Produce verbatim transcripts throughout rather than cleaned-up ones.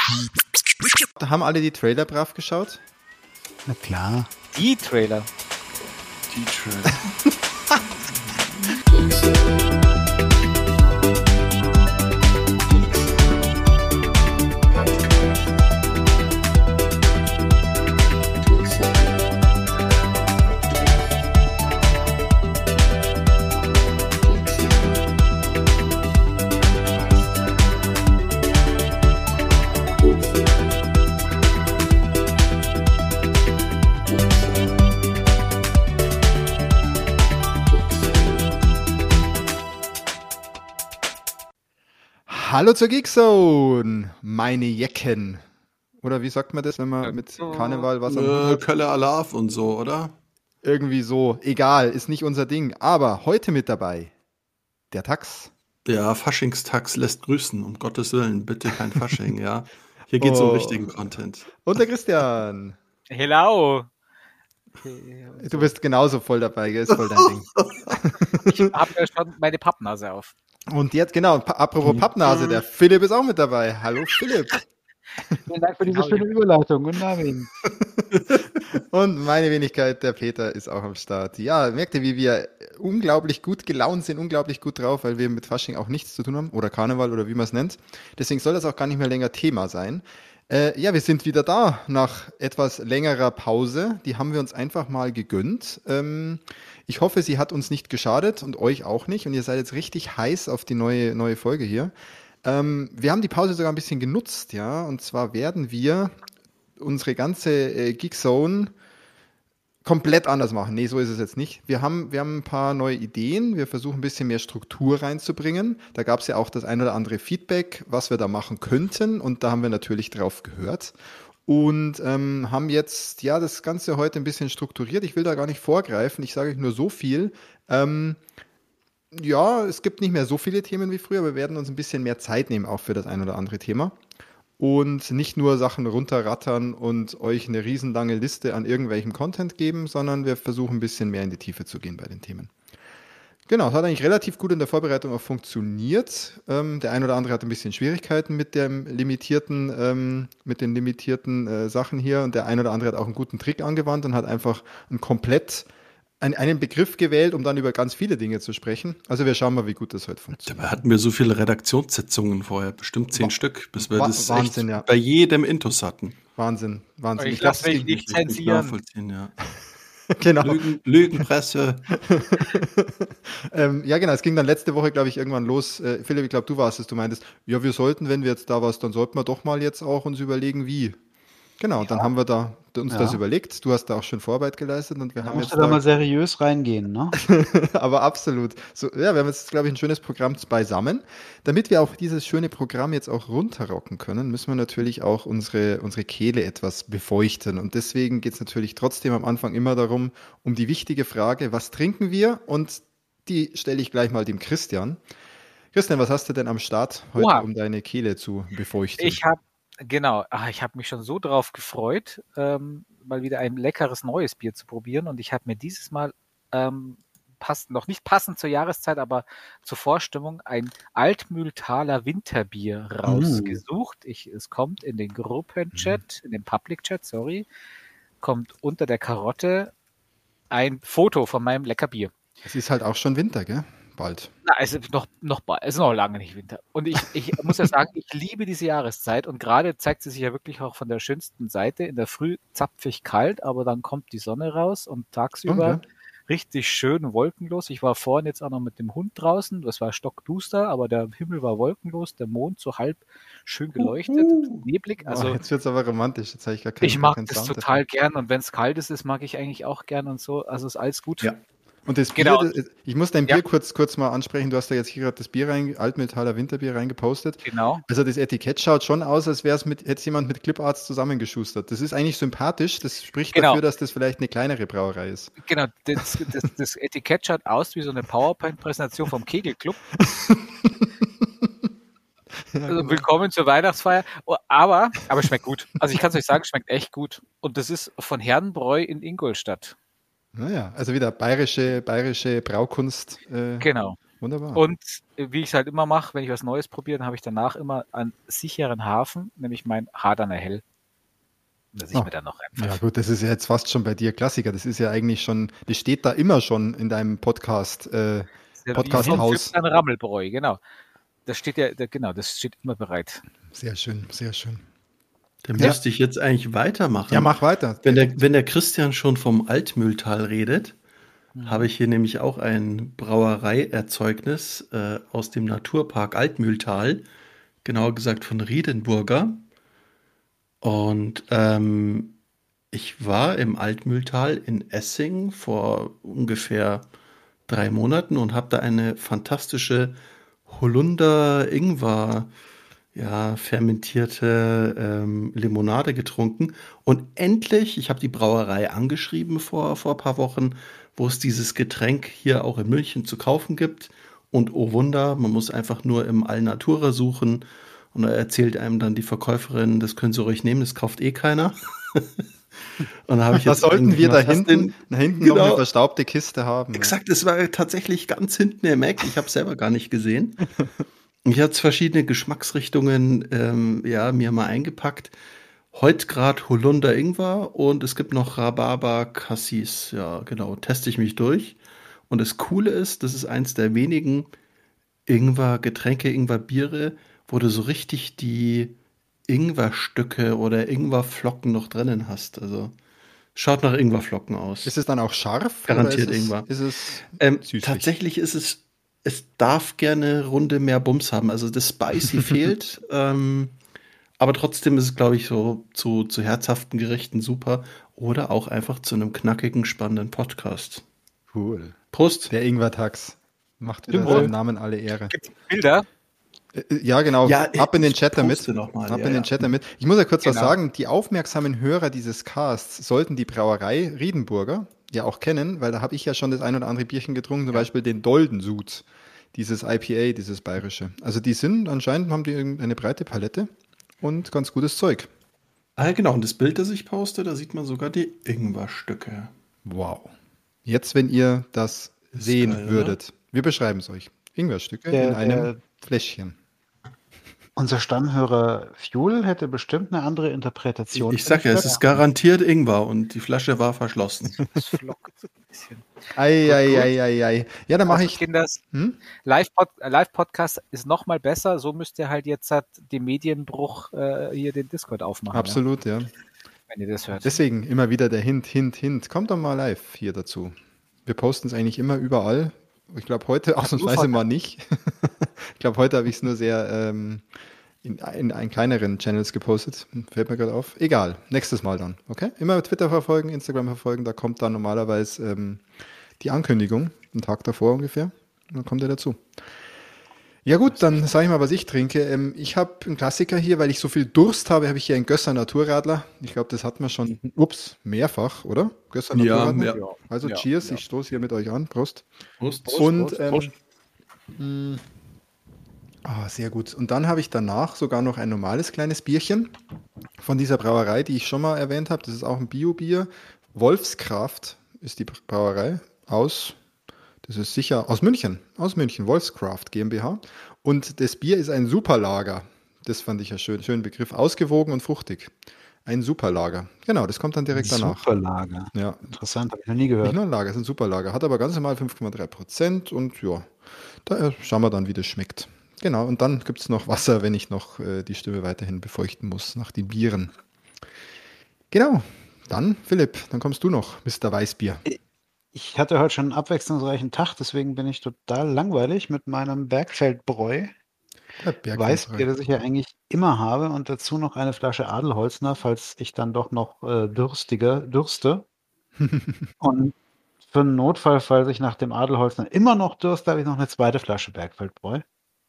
Haben alle die Trailer brav geschaut? Na klar. Die Trailer. Die Trailer. Hallo zur Geekzone, meine Jecken. Oder wie sagt man das, wenn man mit Karneval was am Hut Äh, hat? Kölle Alarv und so, oder? Irgendwie so. Egal, ist nicht unser Ding. Aber heute mit dabei der Tax. Der Faschingstax lässt grüßen, um Gottes Willen. Bitte kein Fasching, ja. Hier geht's um Oh. richtigen Content. Und der Christian. Hello. Du bist genauso voll dabei, gell? Ist voll dein Ding. Ich habe ja schon meine Pappnase auf. Und jetzt, genau, pa- apropos Pappnase, der Philipp ist auch mit dabei. Hallo Philipp. Vielen Dank für diese schöne Überleitung. Guten Abend. Und meine Wenigkeit, der Peter, ist auch am Start. Ja, merkt ihr, wie wir unglaublich gut gelaunt sind, unglaublich gut drauf, weil wir mit Fasching auch nichts zu tun haben oder Karneval oder wie man es nennt. Deswegen soll das auch gar nicht mehr länger Thema sein. Äh, ja, wir sind wieder da nach etwas längerer Pause. Die haben wir uns einfach mal gegönnt. Ähm, ich hoffe, sie hat uns nicht geschadet und euch auch nicht. Und ihr seid jetzt richtig heiß auf die neue, neue Folge hier. Ähm, wir haben die Pause sogar ein bisschen genutzt, ja. Und zwar werden wir unsere ganze äh, Geekzone komplett anders machen. Nee, so ist es jetzt nicht. Wir haben, wir haben ein paar neue Ideen. Wir versuchen ein bisschen mehr Struktur reinzubringen. Da gab es ja auch das ein oder andere Feedback, was wir da machen könnten. Und da haben wir natürlich drauf gehört. Und ähm, haben jetzt ja das Ganze heute ein bisschen strukturiert. Ich will da gar nicht vorgreifen. Ich sage euch nur so viel. Ähm, ja, es gibt nicht mehr so viele Themen wie früher. Wir werden uns ein bisschen mehr Zeit nehmen, auch für das ein oder andere Thema. Und nicht nur Sachen runterrattern und euch eine riesenlange Liste an irgendwelchem Content geben, sondern wir versuchen ein bisschen mehr in die Tiefe zu gehen bei den Themen. Genau, es hat eigentlich relativ gut in der Vorbereitung auch funktioniert. Ähm, der ein oder andere hat ein bisschen Schwierigkeiten mit dem limitierten, ähm, mit den limitierten äh, Sachen hier und der ein oder andere hat auch einen guten Trick angewandt und hat einfach ein komplett ein, einen Begriff gewählt, um dann über ganz viele Dinge zu sprechen. Also wir schauen mal, wie gut das heute funktioniert. Dabei hatten wir so viele Redaktionssitzungen vorher, bestimmt zehn Wa- Stück, bis wir Wa- das Wahnsinn, echt ja. bei jedem Intus hatten. Wahnsinn, Wahnsinn. Ich glaub, lasse mich es nicht Ich nicht zensieren. nachvollziehen, ja. ging- genau. Lügen, Lügenpresse. ähm, ja, genau. Es ging dann letzte Woche, glaube ich, irgendwann los. Äh, Philipp, ich glaube, du warst es. Du meintest, ja, wir sollten, wenn wir jetzt da was, dann sollten wir doch mal jetzt auch uns überlegen, wie. Genau, dann haben wir da uns Ja. das überlegt. Du hast da auch schon Vorarbeit geleistet und wir Da haben musst jetzt du da mal da, seriös reingehen, ne? aber absolut. So, ja, wir haben jetzt, glaube ich, ein schönes Programm beisammen. Damit wir auch dieses schöne Programm jetzt auch runterrocken können, müssen wir natürlich auch unsere, unsere Kehle etwas befeuchten. Und deswegen geht es natürlich trotzdem am Anfang immer darum, um die wichtige Frage, was trinken wir? Und die stelle ich gleich mal dem Christian. Christian, was hast du denn am Start heute, Oha. um deine Kehle zu befeuchten? Ich habe, genau, ach, ich habe mich schon so drauf gefreut, ähm, mal wieder ein leckeres neues Bier zu probieren. Und ich habe mir dieses Mal ähm, passend, noch nicht passend zur Jahreszeit, aber zur Vorstimmung ein Altmühltaler Winterbier rausgesucht. Ich, es kommt in den Gruppenchat, in den Public-Chat, sorry, kommt unter der Karotte ein Foto von meinem lecker Bier. Es ist halt auch schon Winter, gell? Bald. Na, es ist noch, noch, ba- es ist noch lange nicht Winter. Und ich, ich muss ja sagen, ich liebe diese Jahreszeit und gerade zeigt sie sich ja wirklich auch von der schönsten Seite. In der Früh zapfig kalt, aber dann kommt die Sonne raus und tagsüber Okay. richtig schön wolkenlos. Ich war vorhin jetzt auch noch mit dem Hund draußen. Das war stockduster, aber der Himmel war wolkenlos, der Mond so halb schön geleuchtet, neblig. Also, Also oh, jetzt wird es aber romantisch. Jetzt habe ich gar keinen ich mag keinen das Sound total dafür. gern und wenn es kalt ist, das mag ich eigentlich auch gern und so. Also ist alles gut. Ja. Und das Bier, Genau. das, ich muss dein Bier Ja. kurz, kurz mal ansprechen. Du hast da jetzt hier gerade das Bier rein, Altmetaller Winterbier reingepostet. Genau. Also das Etikett schaut schon aus, als wäre es mit, hätte jemand mit Cliparts zusammengeschustert. Das ist eigentlich sympathisch. Das spricht Genau. dafür, dass das vielleicht eine kleinere Brauerei ist. Genau, das, das, das Etikett schaut aus wie so eine PowerPoint-Präsentation vom Kegelclub. Also willkommen zur Weihnachtsfeier. Oh, aber, aber schmeckt gut. Also ich kann es euch sagen, schmeckt echt gut. Und das ist von Herrenbräu in Ingolstadt. Naja, also wieder bayerische, bayerische Braukunst. Äh, Genau. Wunderbar. Und äh, wie ich es halt immer mache, wenn ich was Neues probiere, dann habe ich danach immer einen sicheren Hafen, nämlich mein Hardaner Hell. Dass ich Ah. mir dann noch einfach. Ja gut, das ist ja jetzt fast schon bei dir Klassiker. Das ist ja eigentlich schon, das steht da immer schon in deinem Podcast, äh, Ja, Podcast-Haus. Ein Rammelbräu, genau. Das steht ja, genau, das steht immer bereit. Sehr schön, sehr schön. Dann Ja. müsste ich jetzt eigentlich weitermachen. Ja, mach weiter. Wenn der, wenn der Christian schon vom Altmühltal redet, Mhm. habe ich hier nämlich auch ein Brauereierzeugnis äh, aus dem Naturpark Altmühltal, genauer gesagt von Riedenburger. Und ähm, ich war im Altmühltal in Essing vor ungefähr drei Monaten und habe da eine fantastische Holunder-Ingwer, ja, fermentierte ähm, Limonade getrunken. Und endlich, ich habe die Brauerei angeschrieben vor, vor ein paar Wochen, wo es dieses Getränk hier auch in München zu kaufen gibt. Und oh Wunder, man muss einfach nur im Alnatura suchen. Und da erzählt einem dann die Verkäuferin, das können Sie ruhig nehmen, das kauft eh keiner. Und da habe ich Da jetzt sollten eigentlich wir mal da fast hinten, den- da hinten noch Genau. eine verstaubte Kiste haben. Exakt, es war tatsächlich ganz hinten im Eck. Ich habe es selber gar nicht gesehen. Ich habe jetzt verschiedene Geschmacksrichtungen ähm, ja, mir mal eingepackt. Heute gerade Holunder Ingwer und es gibt noch Rhabarber Cassis. Ja, genau, teste ich mich durch. Und das Coole ist, das ist eins der wenigen Ingwer-Getränke, Ingwer-Biere, wo du so richtig die Ingwerstücke oder Ingwerflocken noch drinnen hast. Also schaut nach Ingwerflocken aus. Ist es dann auch scharf? Garantiert oder ist es, Ingwer. Ist es Ähm, süßlich? tatsächlich ist es, es darf gerne Runde mehr Bums haben. Also das Spicy fehlt, ähm, aber trotzdem ist es, glaube ich, so zu, zu herzhaften Gerichten super oder auch einfach zu einem knackigen, spannenden Podcast. Cool. Prost! Der Ingwer-Tax. Macht wieder Zum Wohl. seinem Namen alle Ehre. Gibt's Bilder? Äh, Ja, genau. Ja, Ab in den ich Chat damit. poste noch mal, Ab ja, in den ja. Chat damit. Ich muss ja kurz was Genau. sagen. Die aufmerksamen Hörer dieses Casts sollten die Brauerei Riedenburger ja auch kennen, weil da habe ich ja schon das ein oder andere Bierchen getrunken, zum Beispiel den Doldensud, dieses I P A, dieses bayerische. Also die sind anscheinend, haben die eine breite Palette und ganz gutes Zeug. Ah, genau. Und das Bild, das ich poste, da sieht man sogar die Ingwerstücke. Wow. Jetzt, wenn ihr das Ist sehen geil, oder? würdet. Wir beschreiben es euch. Ingwerstücke Der- in einem der- Fläschchen. Unser Stammhörer Fuel hätte bestimmt eine andere Interpretation. Ich sag ja, es ist garantiert Ingwer und die Flasche war verschlossen. Das flockt ein bisschen. Ei, ei, ei, ei, ei. Ja, dann mache Also, ich. Kinders, Hm? Live-Pod Live-Podcast ist noch mal besser. So müsst ihr halt jetzt halt den Medienbruch äh, hier den Discord aufmachen. Absolut, ja. Ja, wenn ihr das hört. Deswegen immer wieder der Hint, Hint, Hint. Kommt doch mal live hier dazu. Wir posten es eigentlich immer überall. Ich glaube, heute ausnahmsweise mal nicht. Ich glaube, heute habe ich es nur sehr ähm, in, in, in kleineren Channels gepostet. Fällt mir gerade auf. Egal, nächstes Mal dann. Okay? Immer Twitter verfolgen, Instagram verfolgen. Da kommt dann normalerweise ähm, die Ankündigung, einen Tag davor ungefähr. Und dann kommt er dazu. Ja gut, dann sage ich mal, was ich trinke. Ähm, ich habe einen Klassiker hier, weil ich so viel Durst habe, habe ich hier einen Gösser Naturradler. Ich glaube, das hat man schon, ups, mehrfach, oder? Gösser Ja, Naturradler. ja. Also Ja, cheers, ja. ich stoße hier mit euch an. Prost. Prost. Und Prost, ähm, Prost. mh, ah, sehr gut. Und dann habe ich danach sogar noch ein normales kleines Bierchen von dieser Brauerei, die ich schon mal erwähnt habe. Das ist auch ein Bio-Bier. Wolfskraft ist die Brauerei aus, das ist sicher aus München, aus München, Wolfskraft GmbH. Und das Bier ist ein Superlager. Das fand ich ja schön, schönen Begriff. Ausgewogen und fruchtig. Ein Superlager. Genau, das kommt dann direkt danach. Superlager. Ja, Interessant, habe ich noch nie nicht gehört. nur ein Lager, es ist ein Superlager. Hat aber ganz normal fünf Komma drei Prozent und ja, da schauen wir dann, wie das schmeckt. Genau, und dann gibt es noch Wasser, wenn ich noch äh, die Stimme weiterhin befeuchten muss nach den Bieren. Genau, dann Philipp, dann kommst du noch, Mister Weißbier. Ich hatte heute schon einen abwechslungsreichen Tag, deswegen bin ich total langweilig mit meinem Bergfeldbräu. Der Bergwaldbräu. Weißbier, das ich ja eigentlich immer habe und dazu noch eine Flasche Adelholzner, falls ich dann doch noch äh, dürstiger, dürste. Und für einen Notfall, falls ich nach dem Adelholzner immer noch dürste, habe ich noch eine zweite Flasche Bergfeldbräu.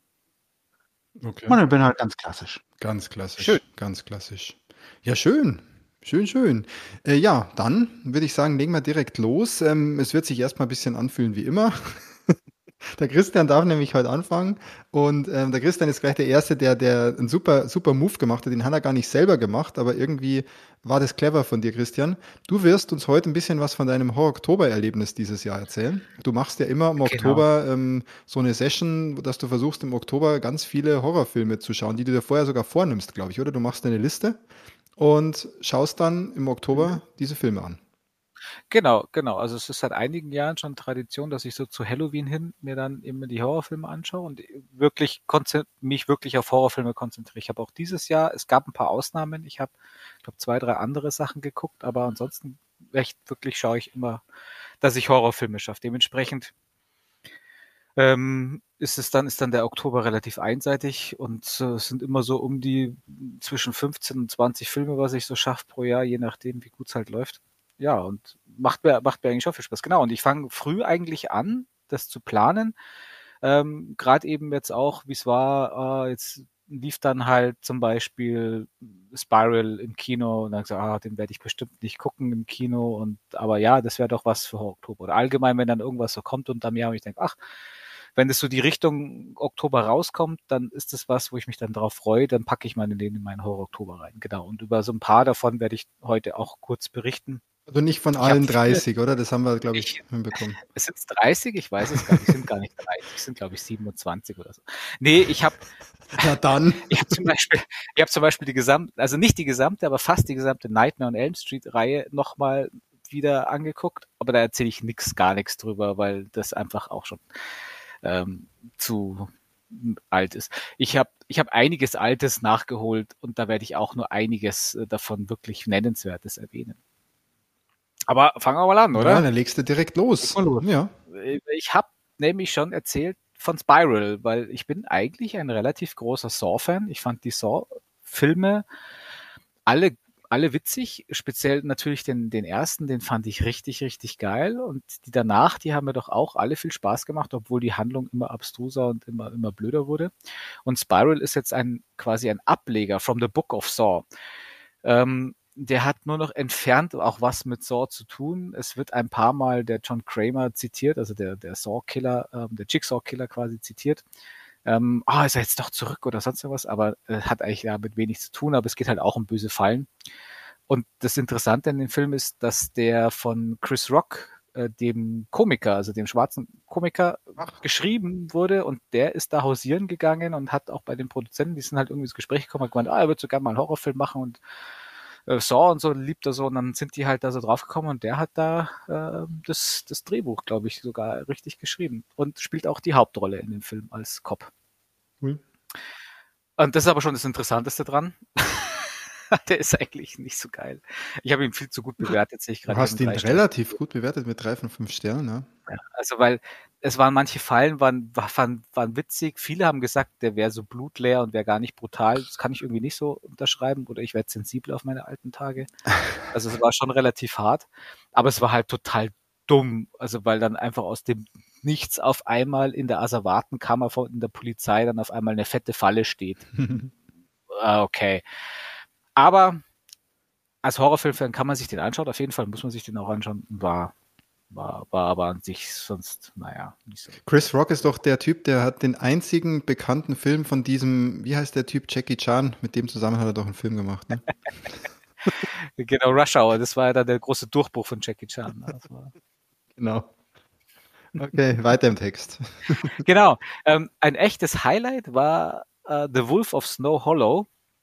Okay. Und ich bin halt ganz klassisch. Ganz klassisch. Schön. Ganz klassisch. Ja, schön. Schön, schön. Äh, ja, dann würde ich sagen, legen wir direkt los. Ähm, es wird sich erstmal ein bisschen anfühlen wie immer. Der Christian darf nämlich heute anfangen und ähm, der Christian ist gleich der Erste, der, der einen super, super Move gemacht hat. Den hat er gar nicht selber gemacht, aber irgendwie war das clever von dir, Christian. Du wirst uns heute ein bisschen was von deinem Horror-Oktober-Erlebnis dieses Jahr erzählen. Du machst ja immer im Genau. Oktober ähm, so eine Session, dass du versuchst im Oktober ganz viele Horrorfilme zu schauen, die du dir vorher sogar vornimmst, glaube ich, oder? Du machst eine Liste und schaust dann im Oktober diese Filme an. Genau, genau. Also es ist seit einigen Jahren schon Tradition, dass ich so zu Halloween hin mir dann immer die Horrorfilme anschaue und wirklich konzen- mich wirklich auf Horrorfilme konzentriere. Ich habe auch dieses Jahr, es gab ein paar Ausnahmen. Ich habe, ich glaube, zwei, drei andere Sachen geguckt, aber ansonsten echt wirklich schaue ich immer, dass ich Horrorfilme schaffe. Dementsprechend ähm, ist es dann, ist dann der Oktober relativ einseitig und äh, es sind immer so um die zwischen fünfzehn und zwanzig Filme, was ich so schaffe pro Jahr, je nachdem, wie gut es halt läuft. Ja, und macht mir, macht mir eigentlich auch viel Spaß. Genau. Und ich fange früh eigentlich an, das zu planen. Ähm, Gerade eben jetzt auch, wie es war, äh, jetzt lief dann halt zum Beispiel Spiral im Kino und dann gesagt, ah, den werde ich bestimmt nicht gucken im Kino und aber ja, das wäre doch was für Oktober. Oder allgemein, wenn dann irgendwas so kommt unterm Jahr und ich denke, ach, wenn das so die Richtung Oktober rauskommt, dann ist das was, wo ich mich dann drauf freue, dann packe ich meine in meinen Horror-Oktober rein. Genau. Und über so ein paar davon werde ich heute auch kurz berichten. Also nicht von Ich habe allen viele, dreißig, oder? Das haben wir, glaube ich, ich, hinbekommen. es sind dreißig, ich weiß es gar nicht, es sind gar nicht dreißig, es sind glaube ich siebenundzwanzig oder so. Nee, ich habe Na dann. ich habe zum Beispiel, ich habe zum Beispiel die gesamte, also nicht die gesamte, aber fast die gesamte Nightmare on Elm Street Reihe nochmal wieder angeguckt, aber da erzähle ich nix, gar nichts drüber, weil das einfach auch schon ähm, zu alt ist. Ich habe ich hab einiges Altes nachgeholt und da werde ich auch nur einiges äh, davon wirklich Nennenswertes erwähnen. Aber fangen wir mal an, Ja, oder? dann legst du direkt Leg los. mal los. Ja. Ich habe nämlich schon erzählt von Spiral, weil ich bin eigentlich ein relativ großer Saw-Fan. Ich fand die Saw-Filme alle, alle witzig, speziell natürlich den, den ersten, den fand ich richtig, richtig geil. Und die danach, die haben mir doch auch alle viel Spaß gemacht, obwohl die Handlung immer abstruser und immer, immer blöder wurde. Und Spiral ist jetzt ein quasi ein Ableger from the Book of Saw. Ähm, der hat nur noch entfernt auch was mit Saw zu tun. Es wird ein paar Mal der John Kramer zitiert, also der, der Saw-Killer, ähm, der Jigsaw-Killer quasi zitiert. Ähm, ah, ist er jetzt doch zurück oder sonst was, aber äh, hat eigentlich damit wenig zu tun, aber es geht halt auch um böse Fallen. Und das Interessante an dem Film ist, dass der von Chris Rock, äh, dem Komiker, also dem schwarzen Komiker, Ach. geschrieben wurde und der ist da hausieren gegangen und hat auch bei den Produzenten, die sind halt irgendwie ins Gespräch gekommen, hat gemeint, ah, er würde so gerne mal einen Horrorfilm machen und äh, Saw und so liebt er so und dann sind die halt da so draufgekommen und der hat da äh, das, das Drehbuch, glaube ich, sogar richtig geschrieben und spielt auch die Hauptrolle in dem Film als Cop. Cool. Und das ist aber schon das Interessanteste dran. Der ist eigentlich nicht so geil. Ich habe ihn viel zu gut bewertet, sehe ich Du gerade. hast ihn relativ gut bewertet mit drei von fünf Sternen, ne? Ja, also weil es waren manche Fallen, waren, waren, waren witzig. Viele haben gesagt, der wäre so blutleer und wäre gar nicht brutal. Das kann ich irgendwie nicht so unterschreiben oder ich werde sensibel auf meine alten Tage. Also es war schon relativ hart, aber es war halt total dumm. Also weil dann einfach aus dem Nichts auf einmal in der Asservatenkammer von in der Polizei dann auf einmal eine fette Falle steht. Ah, okay. Aber als Horrorfilmfan kann man sich den anschauen. Auf jeden Fall muss man sich den auch anschauen. War, war, war aber an sich sonst, naja, nicht so. Chris Rock ist doch der Typ, der hat den einzigen bekannten Film von diesem, wie heißt der Typ, Jackie Chan, mit dem zusammen hat er doch einen Film gemacht, ne? Genau, Rush Hour, das war ja dann der große Durchbruch von Jackie Chan. Das war Genau. Okay, weiter im Text. genau. Ähm, ein echtes Highlight war äh, The Wolf of Snow Hollow.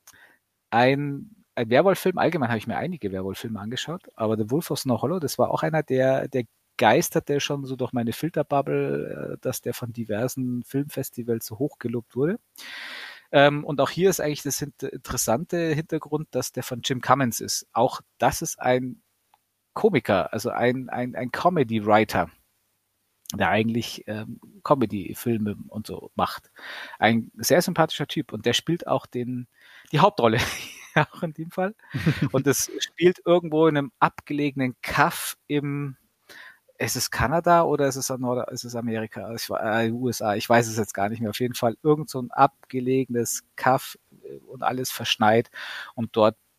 Ein, ein Werwolf-Film, allgemein habe ich mir einige Werwolf-Filme angeschaut, aber The Wolf of Snow Hollow, das war auch einer, der, der geisterte schon so durch meine Filterbubble, äh, dass der von diversen Filmfestivals so hoch gelobt wurde. Ähm, und auch hier ist eigentlich das interessante Hintergrund, dass der von Jim Cummins ist. Auch das ist ein Komiker, also ein, ein, ein Comedy-Writer, der eigentlich ähm, Comedy-Filme und so macht. Ein sehr sympathischer Typ und der spielt auch den, die Hauptrolle, auch in dem Fall. Und das spielt irgendwo in einem abgelegenen Kaff im, ist es Kanada oder ist es, Nord ist es Amerika? Ich, äh, U S A, ich weiß es jetzt gar nicht mehr. Auf jeden Fall irgend so ein abgelegenes Kaff und alles verschneit und dort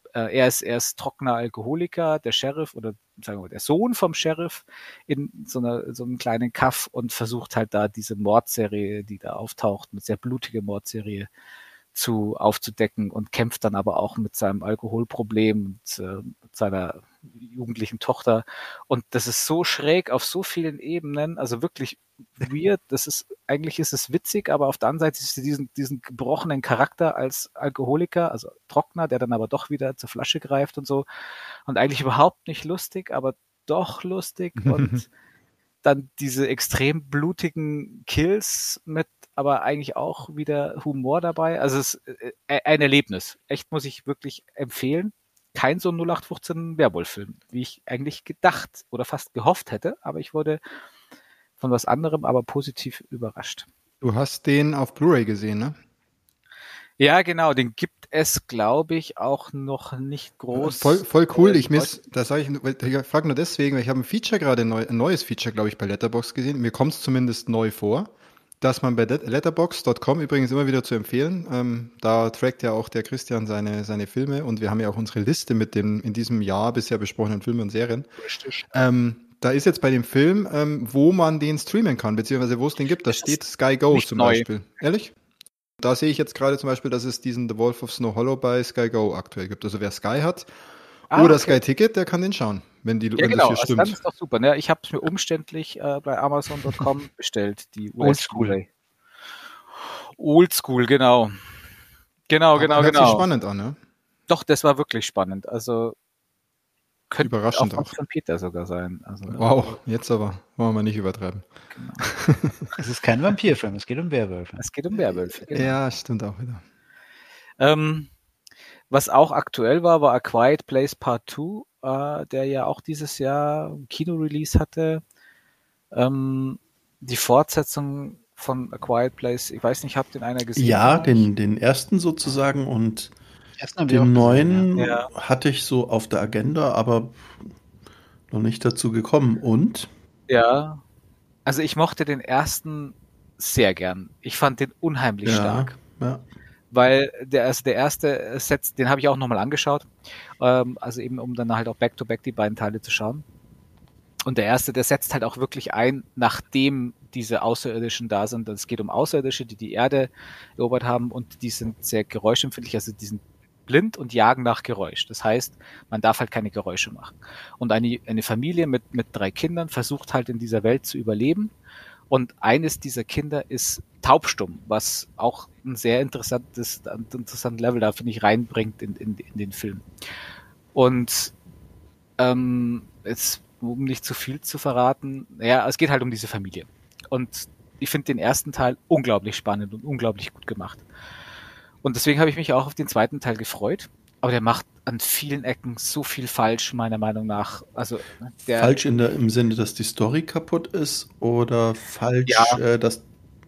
äh, er ist, er ist trockener Alkoholiker, der Sheriff oder sagen wir der Sohn vom Sheriff in so einer, so einem kleinen Kaff und versucht halt da diese Mordserie, die da auftaucht, eine sehr blutige Mordserie zu aufzudecken und kämpft dann aber auch mit seinem Alkoholproblem und äh, mit seiner jugendlichen Tochter. Und das ist so schräg auf so vielen Ebenen, also wirklich weird. Das ist, eigentlich ist es witzig, aber auf der anderen Seite ist es diesen, diesen gebrochenen Charakter als Alkoholiker, also Trockner, der dann aber doch wieder zur Flasche greift und so. Und eigentlich überhaupt nicht lustig, aber doch lustig und dann diese extrem blutigen Kills mit aber eigentlich auch wieder Humor dabei. Also es ist äh, ein Erlebnis. Echt, muss ich wirklich empfehlen. Kein so null acht fünfzehn Werwolf-Film, wie ich eigentlich gedacht oder fast gehofft hätte, aber ich wurde von was anderem aber positiv überrascht. Du hast den auf Blu-ray gesehen, ne? Ja, genau, den gibt es, glaube ich, auch noch nicht groß. Voll, voll cool. Ich miss, da sage ich, ich frage nur deswegen, weil ich habe ein Feature gerade, neu, ein neues Feature, glaube ich, bei Letterboxd gesehen. Mir kommt es zumindest neu vor, dass man bei letterboxd Punkt com übrigens immer wieder zu empfehlen. Ähm, da trackt ja auch der Christian seine, seine Filme und wir haben ja auch unsere Liste mit den in diesem Jahr bisher besprochenen Filmen und Serien. Richtig. Ähm, da ist jetzt bei dem Film, ähm, wo man den streamen kann, beziehungsweise wo es den gibt. Da steht Sky Go zum neu. Beispiel. Ehrlich? Da sehe ich jetzt gerade zum Beispiel, dass es diesen The Wolf of Snow Hollow bei Sky Go aktuell gibt. Also wer Sky hat Ah, oder okay. Sky Ticket, der kann den schauen, wenn, die, Ja, wenn genau, das hier also dann stimmt. ist doch super. Ne? Ich habe es mir umständlich äh, bei Amazon Punkt com bestellt, die U S Oldschool. Blu-ray. Oldschool, genau. Genau, Aber genau, hört sich genau. spannend an, ne? Doch, das war wirklich spannend. Also könnte Überraschend auch auch. von Peter sogar sein. Also, Wow, jetzt aber. Wollen wir mal nicht übertreiben. Genau. Es ist kein Vampirfilm, es geht um Werwölfe. Es geht um Werwölfe. Genau. Ja, stimmt auch wieder. Ähm, was auch aktuell war, war A Quiet Place Part zwei, äh, der ja auch dieses Jahr ein Kino-Release hatte. Ähm, die Fortsetzung von A Quiet Place, ich weiß nicht, habt ihr einer gesehen? Ja, von euch? den, den ersten sozusagen und Ersten haben wir auch den gesehen, neuen ja. hatte ich so auf der Agenda, aber noch nicht dazu gekommen. Und? Ja, also ich mochte den ersten sehr gern. Ich fand den unheimlich Ja, stark. ja. Weil der, also der erste Set, den habe ich auch nochmal angeschaut. Ähm, also eben, um dann halt auch back-to-back die beiden Teile zu schauen. Und der erste, der setzt halt auch wirklich ein, nachdem diese Außerirdischen da sind. Es geht um Außerirdische, die die Erde erobert haben und die sind sehr geräuschempfindlich, also die sind blind und jagen nach Geräusch. Das heißt, man darf halt keine Geräusche machen. Und eine, eine Familie mit, mit drei Kindern versucht halt in dieser Welt zu überleben. Und eines dieser Kinder ist taubstumm, was auch ein sehr interessantes, ein interessantes Level da, finde ich, reinbringt in, in, in den Film. Und ähm, jetzt, um nicht zu viel zu verraten, ja, es geht halt um diese Familie. Und ich finde den ersten Teil unglaublich spannend und unglaublich gut gemacht. Und deswegen habe ich mich auch auf den zweiten Teil gefreut. Aber der macht an vielen Ecken so viel falsch, meiner Meinung nach. Also der, Falsch in der, im Sinne, dass die Story kaputt ist oder falsch, Ja. äh, dass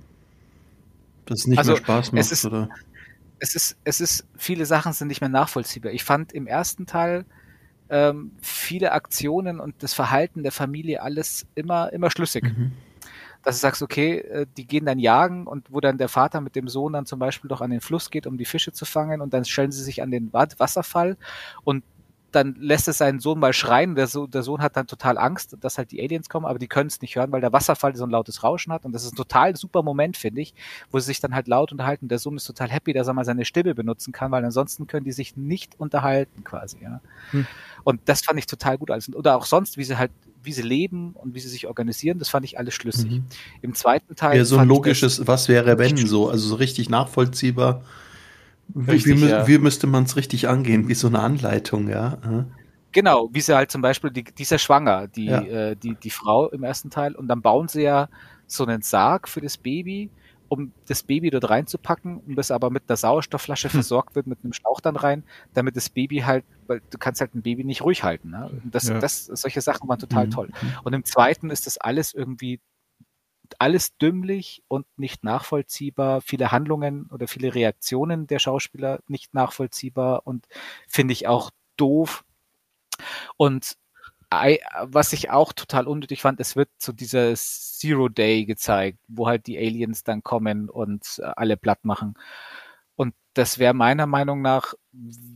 das nicht Also, mehr Spaß macht? es ist- oder? es ist, es ist, viele Sachen sind nicht mehr nachvollziehbar. Ich fand im ersten Teil ähm, viele Aktionen und das Verhalten der Familie alles immer, immer schlüssig. Mhm. Dass du sagst, okay, äh, die gehen dann jagen und wo dann der Vater mit dem Sohn dann zum Beispiel doch an den Fluss geht, um die Fische zu fangen und dann stellen sie sich an den Wa- Wasserfall und dann lässt es seinen Sohn mal schreien. Der, so der Sohn hat dann total Angst, dass halt die Aliens kommen, aber die können es nicht hören, weil der Wasserfall so ein lautes Rauschen hat und das ist ein total super Moment, finde ich, wo sie sich dann halt laut unterhalten. Der Sohn ist total happy, dass er mal seine Stimme benutzen kann, weil ansonsten können die sich nicht unterhalten quasi. Ja. Hm. Und das fand ich total gut. Also, oder auch sonst, wie sie halt, wie sie leben und wie sie sich organisieren, das fand ich alles schlüssig. Mhm. Im zweiten Teil Ja, so ein fand ich logisches, was wäre wenn so, also so richtig nachvollziehbar. Wie, Richtig, wie, mü- ja. wie müsste man es richtig angehen? Wie so eine Anleitung, ja. Aha. Genau, wie sie halt zum Beispiel, die, die ist ja schwanger, die, Ja. äh, die, die Frau im ersten Teil, und dann bauen sie ja so einen Sarg für das Baby, um das Baby dort reinzupacken, um das aber mit einer Sauerstoffflasche versorgt wird, mit einem Schlauch dann rein, damit das Baby halt, weil du kannst halt ein Baby nicht ruhig halten. Ne? Und das, Ja. das, solche Sachen waren total Mhm. toll. Und im zweiten ist das alles irgendwie alles dümmlich und nicht nachvollziehbar. Viele Handlungen oder viele Reaktionen der Schauspieler nicht nachvollziehbar und finde ich auch doof. Und ei- was ich auch total unnötig fand, es wird zu dieser Zero Day gezeigt, wo halt die Aliens dann kommen und äh, alle platt machen. Und das wäre meiner Meinung nach,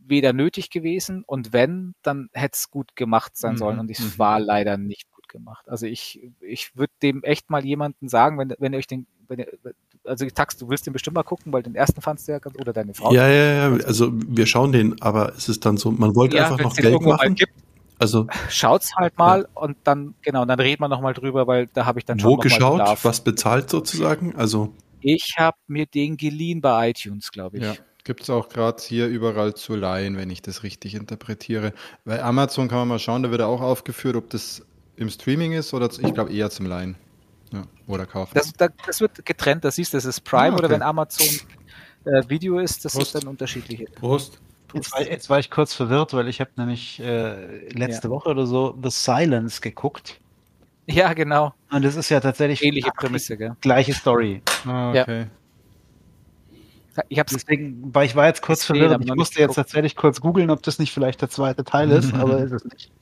weder nötig gewesen und wenn, dann hätte es gut gemacht sein sollen Mhm, und es mhm. war leider nicht gut gemacht. Also ich, ich würde dem echt mal jemanden sagen, wenn, wenn ihr euch den, wenn ihr, also Tax, du willst den bestimmt mal gucken, weil den ersten fandst du ja ganz, oder deine Frau. Ja, ja, ja, also wir schauen den, aber es ist dann so, man wollte Ja, einfach wenn noch es den Geld irgendwo mal machen. gibt, Also schaut's halt mal und dann, genau, dann reden wir nochmal drüber, weil da habe ich dann schon wo noch mal geschaut, Bedarf. was bezahlt sozusagen? Also Ich habe mir den geliehen bei iTunes, glaube ich. Ja, gibt es auch gerade hier überall zu leihen, wenn ich das richtig interpretiere. Bei Amazon kann man mal schauen, da wird er auch aufgeführt, ob das im Streaming ist oder zu, ich glaube eher zum Leihen. Ja, oder kaufen. Das, das, das wird getrennt, das siehst du, das ist Prime Ah, oder okay. wenn Amazon äh, Video ist, das Prost. ist dann unterschiedliche. Prost. Jetzt war, jetzt war ich kurz verwirrt, weil ich habe nämlich äh, letzte Ja. Woche oder so The Silence geguckt. Ja, genau. Und das ist ja tatsächlich Ähnliche Prämisse, gell? gleiche Story. Ah, Ja. okay. Ich habe es Deswegen war ich war jetzt kurz gesehen, verwirrt. aber Ich noch musste nicht jetzt geguckt. tatsächlich kurz googeln, ob das nicht vielleicht der zweite Teil ist, aber ist es nicht.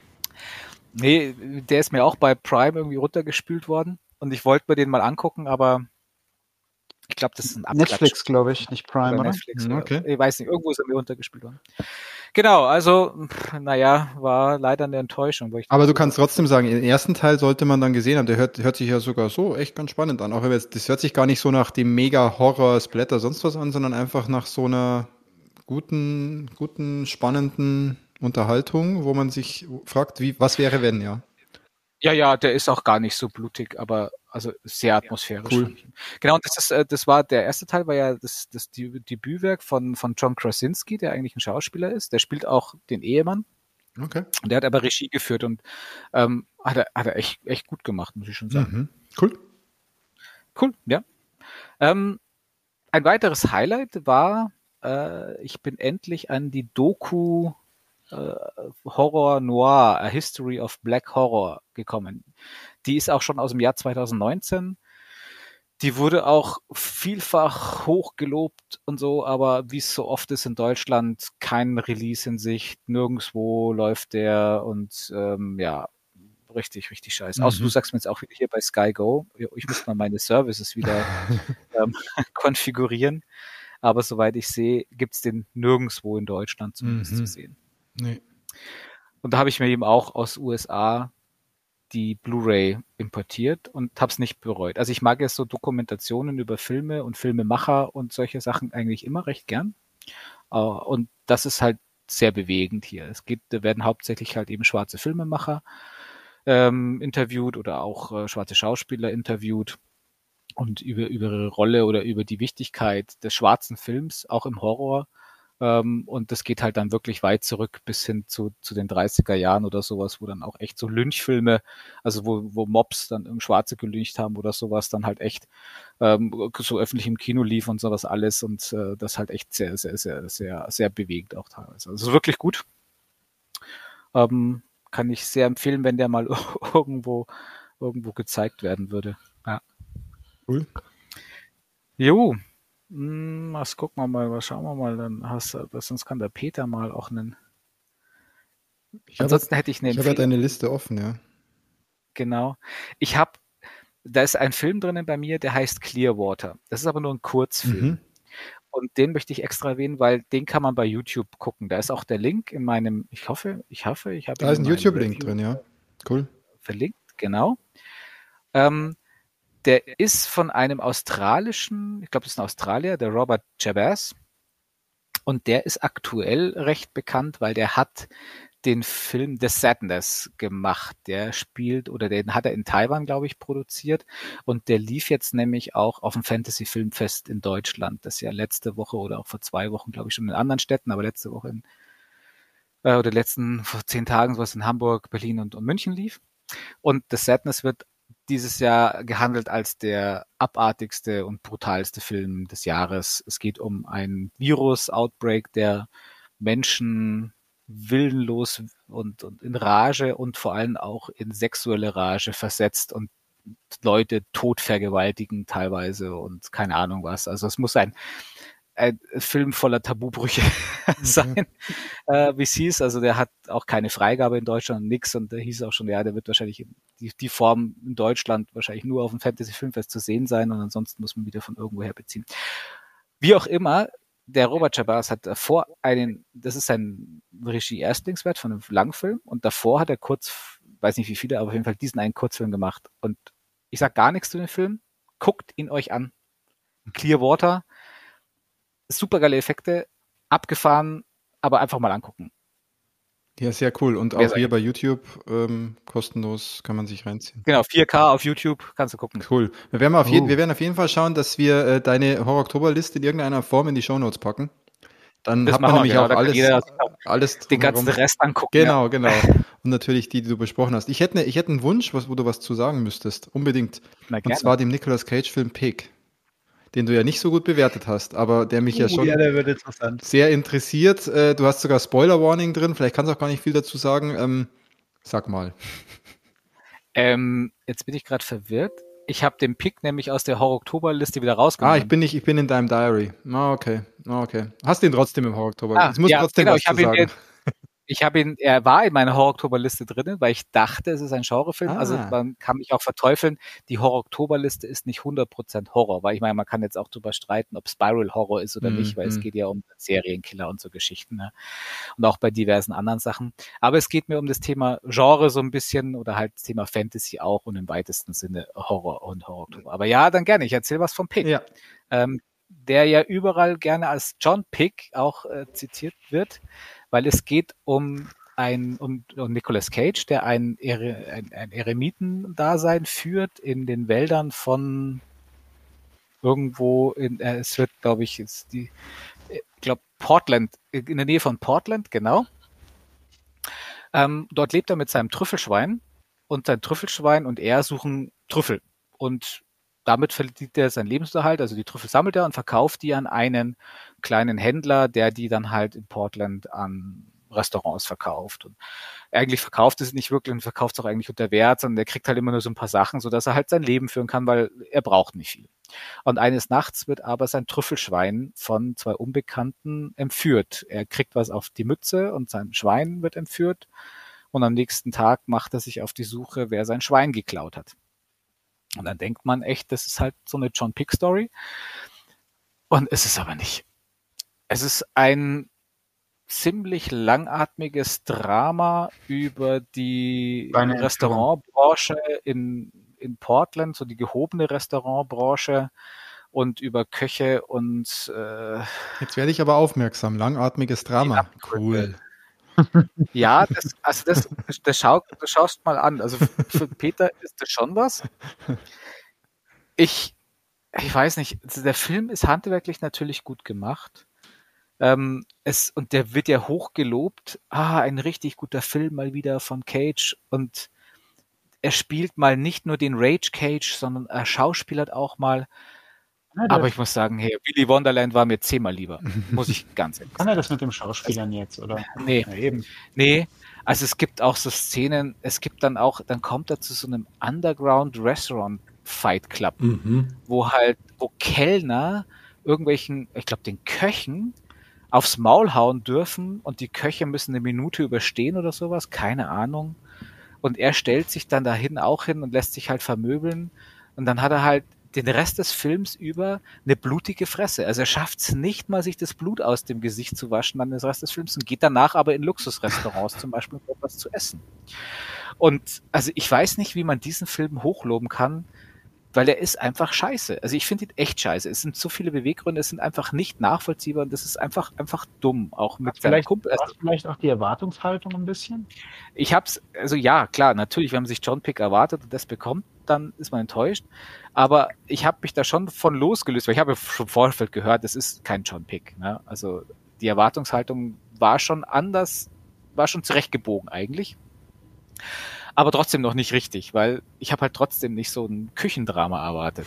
Nee, der ist mir auch bei Prime irgendwie runtergespült worden und ich wollte mir den mal angucken, aber ich glaube, das ist ein Abklatsch. Netflix, glaube ich, nicht Prime, Oder oder? Netflix. Hm, Oder, okay. Ich weiß nicht, irgendwo ist er mir runtergespült worden. Genau, also, naja, war leider eine Enttäuschung. Weil ich Aber du kannst trotzdem sagen, den ersten Teil sollte man dann gesehen haben. Der hört, hört sich ja sogar so echt ganz spannend an. Auch wenn jetzt, das hört sich gar nicht so nach dem Mega-Horror, Splatter, sonst was an, sondern einfach nach so einer guten, guten, spannenden Unterhaltung, wo man sich fragt, wie, was wäre, wenn, ja. Ja, ja, der ist auch gar nicht so blutig, aber also sehr atmosphärisch. Cool. fand ich ihn. Genau, und das ist, äh, das war der erste Teil, war ja das, das Debü- Debütwerk von, von John Krasinski, der eigentlich ein Schauspieler ist. Der spielt auch den Ehemann Okay. und der hat aber Regie geführt und ähm, hat er, hat er echt, echt gut gemacht, muss ich schon sagen. Mhm. Cool. Cool, ja. Ähm, ein weiteres Highlight war, äh, ich bin endlich an die Doku äh, Horror Noir, A History of Black Horror gekommen. Die ist auch schon aus dem Jahr zwanzig neunzehn. Die wurde auch vielfach hochgelobt und so, aber wie es so oft ist in Deutschland, kein Release in Sicht, nirgendwo läuft der und ähm, ja, richtig, richtig scheiße. Mhm. Außer du sagst mir jetzt auch wieder hier bei Sky Go, ich muss mal meine Services wieder ähm, konfigurieren, aber soweit ich sehe, gibt's den nirgendwo in Deutschland zumindest Mhm. zu sehen. Nee. Und da habe ich mir eben auch aus U S A die Blu-ray importiert und habe es nicht bereut. Also ich mag ja so Dokumentationen über Filme und Filmemacher und solche Sachen eigentlich immer recht gern. Äh, Und das ist halt sehr bewegend hier. Es geht, da werden hauptsächlich halt eben schwarze Filmemacher ähm, interviewt oder auch äh, schwarze Schauspieler interviewt und über, über ihre Rolle oder über die Wichtigkeit des schwarzen Films, auch im Horror. Ähm, und das geht halt dann wirklich weit zurück bis hin zu, zu den dreißiger Jahren oder sowas, wo dann auch echt so Lynchfilme, also wo, wo Mobs dann im Schwarze gelyncht haben oder sowas, dann halt echt ähm, so öffentlich im Kino lief und sowas alles und äh, das halt echt sehr, sehr, sehr, sehr, sehr bewegt auch teilweise. Also wirklich gut. Ähm, kann ich sehr empfehlen, wenn der mal irgendwo, irgendwo gezeigt werden würde. Ja. Cool. Jo, hm, was gucken wir mal, was schauen wir mal, dann hast du, sonst kann der Peter mal auch einen. Ich habe Ansonsten hätte ich eine ich hab ja Empfehlung. deine Liste offen, ja. Genau. Ich habe, da ist ein Film drinnen bei mir, der heißt Clearwater. Das ist aber nur ein Kurzfilm. Mhm. Und den möchte ich extra erwähnen, weil den kann man bei YouTube gucken. Da ist auch der Link in meinem, ich hoffe, ich hoffe, ich habe Da ihn ist in ein meinem YouTube-Link Review drin, ja. Cool. verlinkt, genau. Ähm, der ist von einem australischen, ich glaube, das ist ein Australier, der Robert Chabas. Und der ist aktuell recht bekannt, weil der hat den Film The Sadness gemacht. Der spielt, oder den hat er in Taiwan, glaube ich, produziert. Und der lief jetzt nämlich auch auf dem Fantasy Filmfest in Deutschland. Das ja letzte Woche oder auch vor zwei Wochen, glaube ich, schon in anderen Städten, aber letzte Woche in, äh, oder letzten, vor zehn Tagen, was in Hamburg, Berlin und, und München lief. Und The Sadness wird dieses Jahr gehandelt als der abartigste und brutalste Film des Jahres. Es geht um ein Virus-Outbreak, der Menschen willenlos und, und in Rage und vor allem auch in sexuelle Rage versetzt und Leute tot vergewaltigen teilweise und keine Ahnung was. Also es muss ein, ein Film voller Tabubrüche sein, äh, wie es hieß. Also der hat auch keine Freigabe in Deutschland, nix. Und da hieß auch schon, ja, der wird wahrscheinlich in, die, die Form in Deutschland wahrscheinlich nur auf dem Fantasy Filmfest zu sehen sein und ansonsten muss man wieder von irgendwoher beziehen. Wie auch immer, der Robert Chabas hat davor einen, das ist sein Regie-Erstlingswerk von einem Langfilm und davor hat er kurz, weiß nicht wie viele, aber auf jeden Fall diesen einen Kurzfilm gemacht. Und ich sag gar nichts zu dem Film, guckt ihn euch an. Clearwater, super geile Effekte, abgefahren, aber einfach mal angucken. Ja, sehr cool. Und Wer auch hier bei YouTube ähm, kostenlos kann man sich reinziehen. Genau, vier K auf YouTube, kannst du gucken. Cool. Wir werden, auf Oh. jeden, wir werden auf jeden Fall schauen, dass wir äh, deine Horror-Oktober-Liste in irgendeiner Form in die Shownotes packen. Dann Das hat man machen wir, nämlich genau, auch da kann alles, jeder sich auch alles Den ganzen drumherum. Rest angucken. Genau, Ja. genau. Und natürlich die, die du besprochen hast. Ich hätte, ne, ich hätte einen Wunsch, was, wo du was zu sagen müsstest. Unbedingt. Na, Und gerne. zwar dem Nicolas Cage-Film Pig, den du ja nicht so gut bewertet hast, aber der mich ja Oh, schon ja, der wird interessant. sehr interessiert. Äh, du hast sogar Spoiler-Warning drin, vielleicht kannst du auch gar nicht viel dazu sagen. Ähm, sag mal. Ähm, jetzt bin ich gerade verwirrt. Ich habe den Pick nämlich aus der Horror-Oktober-Liste wieder rausgenommen. Ah, ich bin nicht, ich bin in deinem Diary. Ah, okay. Ah, okay. Hast du ihn trotzdem im Horror-Oktober? Ah, Jetzt musst ja, trotzdem genau, was ich zu habe ihn sagen. jetzt- Ich habe ihn, er war in meiner Horror-Oktober-Liste drinnen, weil ich dachte, es ist ein Genrefilm. Ah. Also man kann mich auch verteufeln. Die Horror-Oktober-Liste ist nicht hundert Prozent Horror, weil ich meine, man kann jetzt auch drüber streiten, ob Spiral Horror ist oder Mhm. nicht, weil es geht ja um Serienkiller und so Geschichten. Ne? Und auch bei diversen anderen Sachen. Aber es geht mir um das Thema Genre so ein bisschen oder halt das Thema Fantasy auch und im weitesten Sinne Horror und Horror-Oktober. Aber ja, dann gerne. Ich erzähle was vom Pick. Ja. Ähm, der ja überall gerne als John Pick auch äh, zitiert wird, weil es geht um ein um, um Nicolas Cage, der ein, Ere, ein, ein Eremitendasein führt in den Wäldern von irgendwo in äh, es wird, glaube ich, ist die ich glaube Portland, in der Nähe von Portland, genau. Ähm, dort lebt er mit seinem Trüffelschwein und sein Trüffelschwein und er suchen Trüffel und damit verdient er seinen Lebensunterhalt, also die Trüffel sammelt er und verkauft die an einen kleinen Händler, der die dann halt in Portland an Restaurants verkauft. Und eigentlich verkauft es nicht wirklich und verkauft es auch eigentlich unter Wert, sondern der kriegt halt immer nur so ein paar Sachen, sodass er halt sein Leben führen kann, weil er braucht nicht viel. Und eines Nachts wird aber sein Trüffelschwein von zwei Unbekannten entführt. Er kriegt was auf die Mütze und sein Schwein wird entführt. Und am nächsten Tag macht er sich auf die Suche, wer sein Schwein geklaut hat. Und dann denkt man echt, das ist halt so eine John Pick Story. Und es ist aber nicht. Es ist ein ziemlich langatmiges Drama über die Eine Restaurantbranche in, in Portland, so die gehobene Restaurantbranche und über Köche und äh, Jetzt werde ich aber aufmerksam. Langatmiges Drama. Cool. ja, das, also das, das, schau, das schaust mal an. Also für Peter ist das schon was. Ich, ich weiß nicht, also der Film ist handwerklich natürlich gut gemacht. Ähm, es, und der wird ja hoch gelobt. Ah, ein richtig guter Film mal wieder von Cage. Und er spielt mal nicht nur den Rage Cage, sondern er schauspielert auch mal. Ja, Aber ich muss sagen, hey, Willy Wonderland war mir zehnmal lieber. Muss ich ganz ehrlich kann sagen. er das mit dem Schauspielern jetzt, oder? Nee. Ja, eben. Nee, also es gibt auch so Szenen, es gibt dann auch, dann kommt er zu so einem Underground Restaurant Fight Club, Mhm. wo halt, wo Kellner irgendwelchen, ich glaube den Köchen aufs Maul hauen dürfen und die Köche müssen eine Minute überstehen oder sowas, keine Ahnung. Und er stellt sich dann dahin auch hin und lässt sich halt vermöbeln und dann hat er halt den Rest des Films über eine blutige Fresse. Also er schafft es nicht mal, sich das Blut aus dem Gesicht zu waschen dann den Rest des Films und geht danach aber in Luxusrestaurants zum Beispiel, um etwas zu essen. Und also ich weiß nicht, wie man diesen Film hochloben kann, weil er ist einfach scheiße. Also ich finde ihn echt scheiße. Es sind so viele Beweggründe, es sind einfach nicht nachvollziehbar und das ist einfach, einfach dumm. Auch mit seinem Vielleicht, Kumpel. Also war vielleicht auch die Erwartungshaltung ein bisschen? ich hab's, also ja, klar, natürlich, wenn man sich John Pick erwartet und das bekommt, dann ist man enttäuscht. Aber ich habe mich da schon von losgelöst, weil ich habe ja schon im Vorfeld gehört, es ist kein John Pick. Ne? Also die Erwartungshaltung war schon anders, war schon zurechtgebogen eigentlich. Aber trotzdem noch nicht richtig, weil ich habe halt trotzdem nicht so ein Küchendrama erwartet.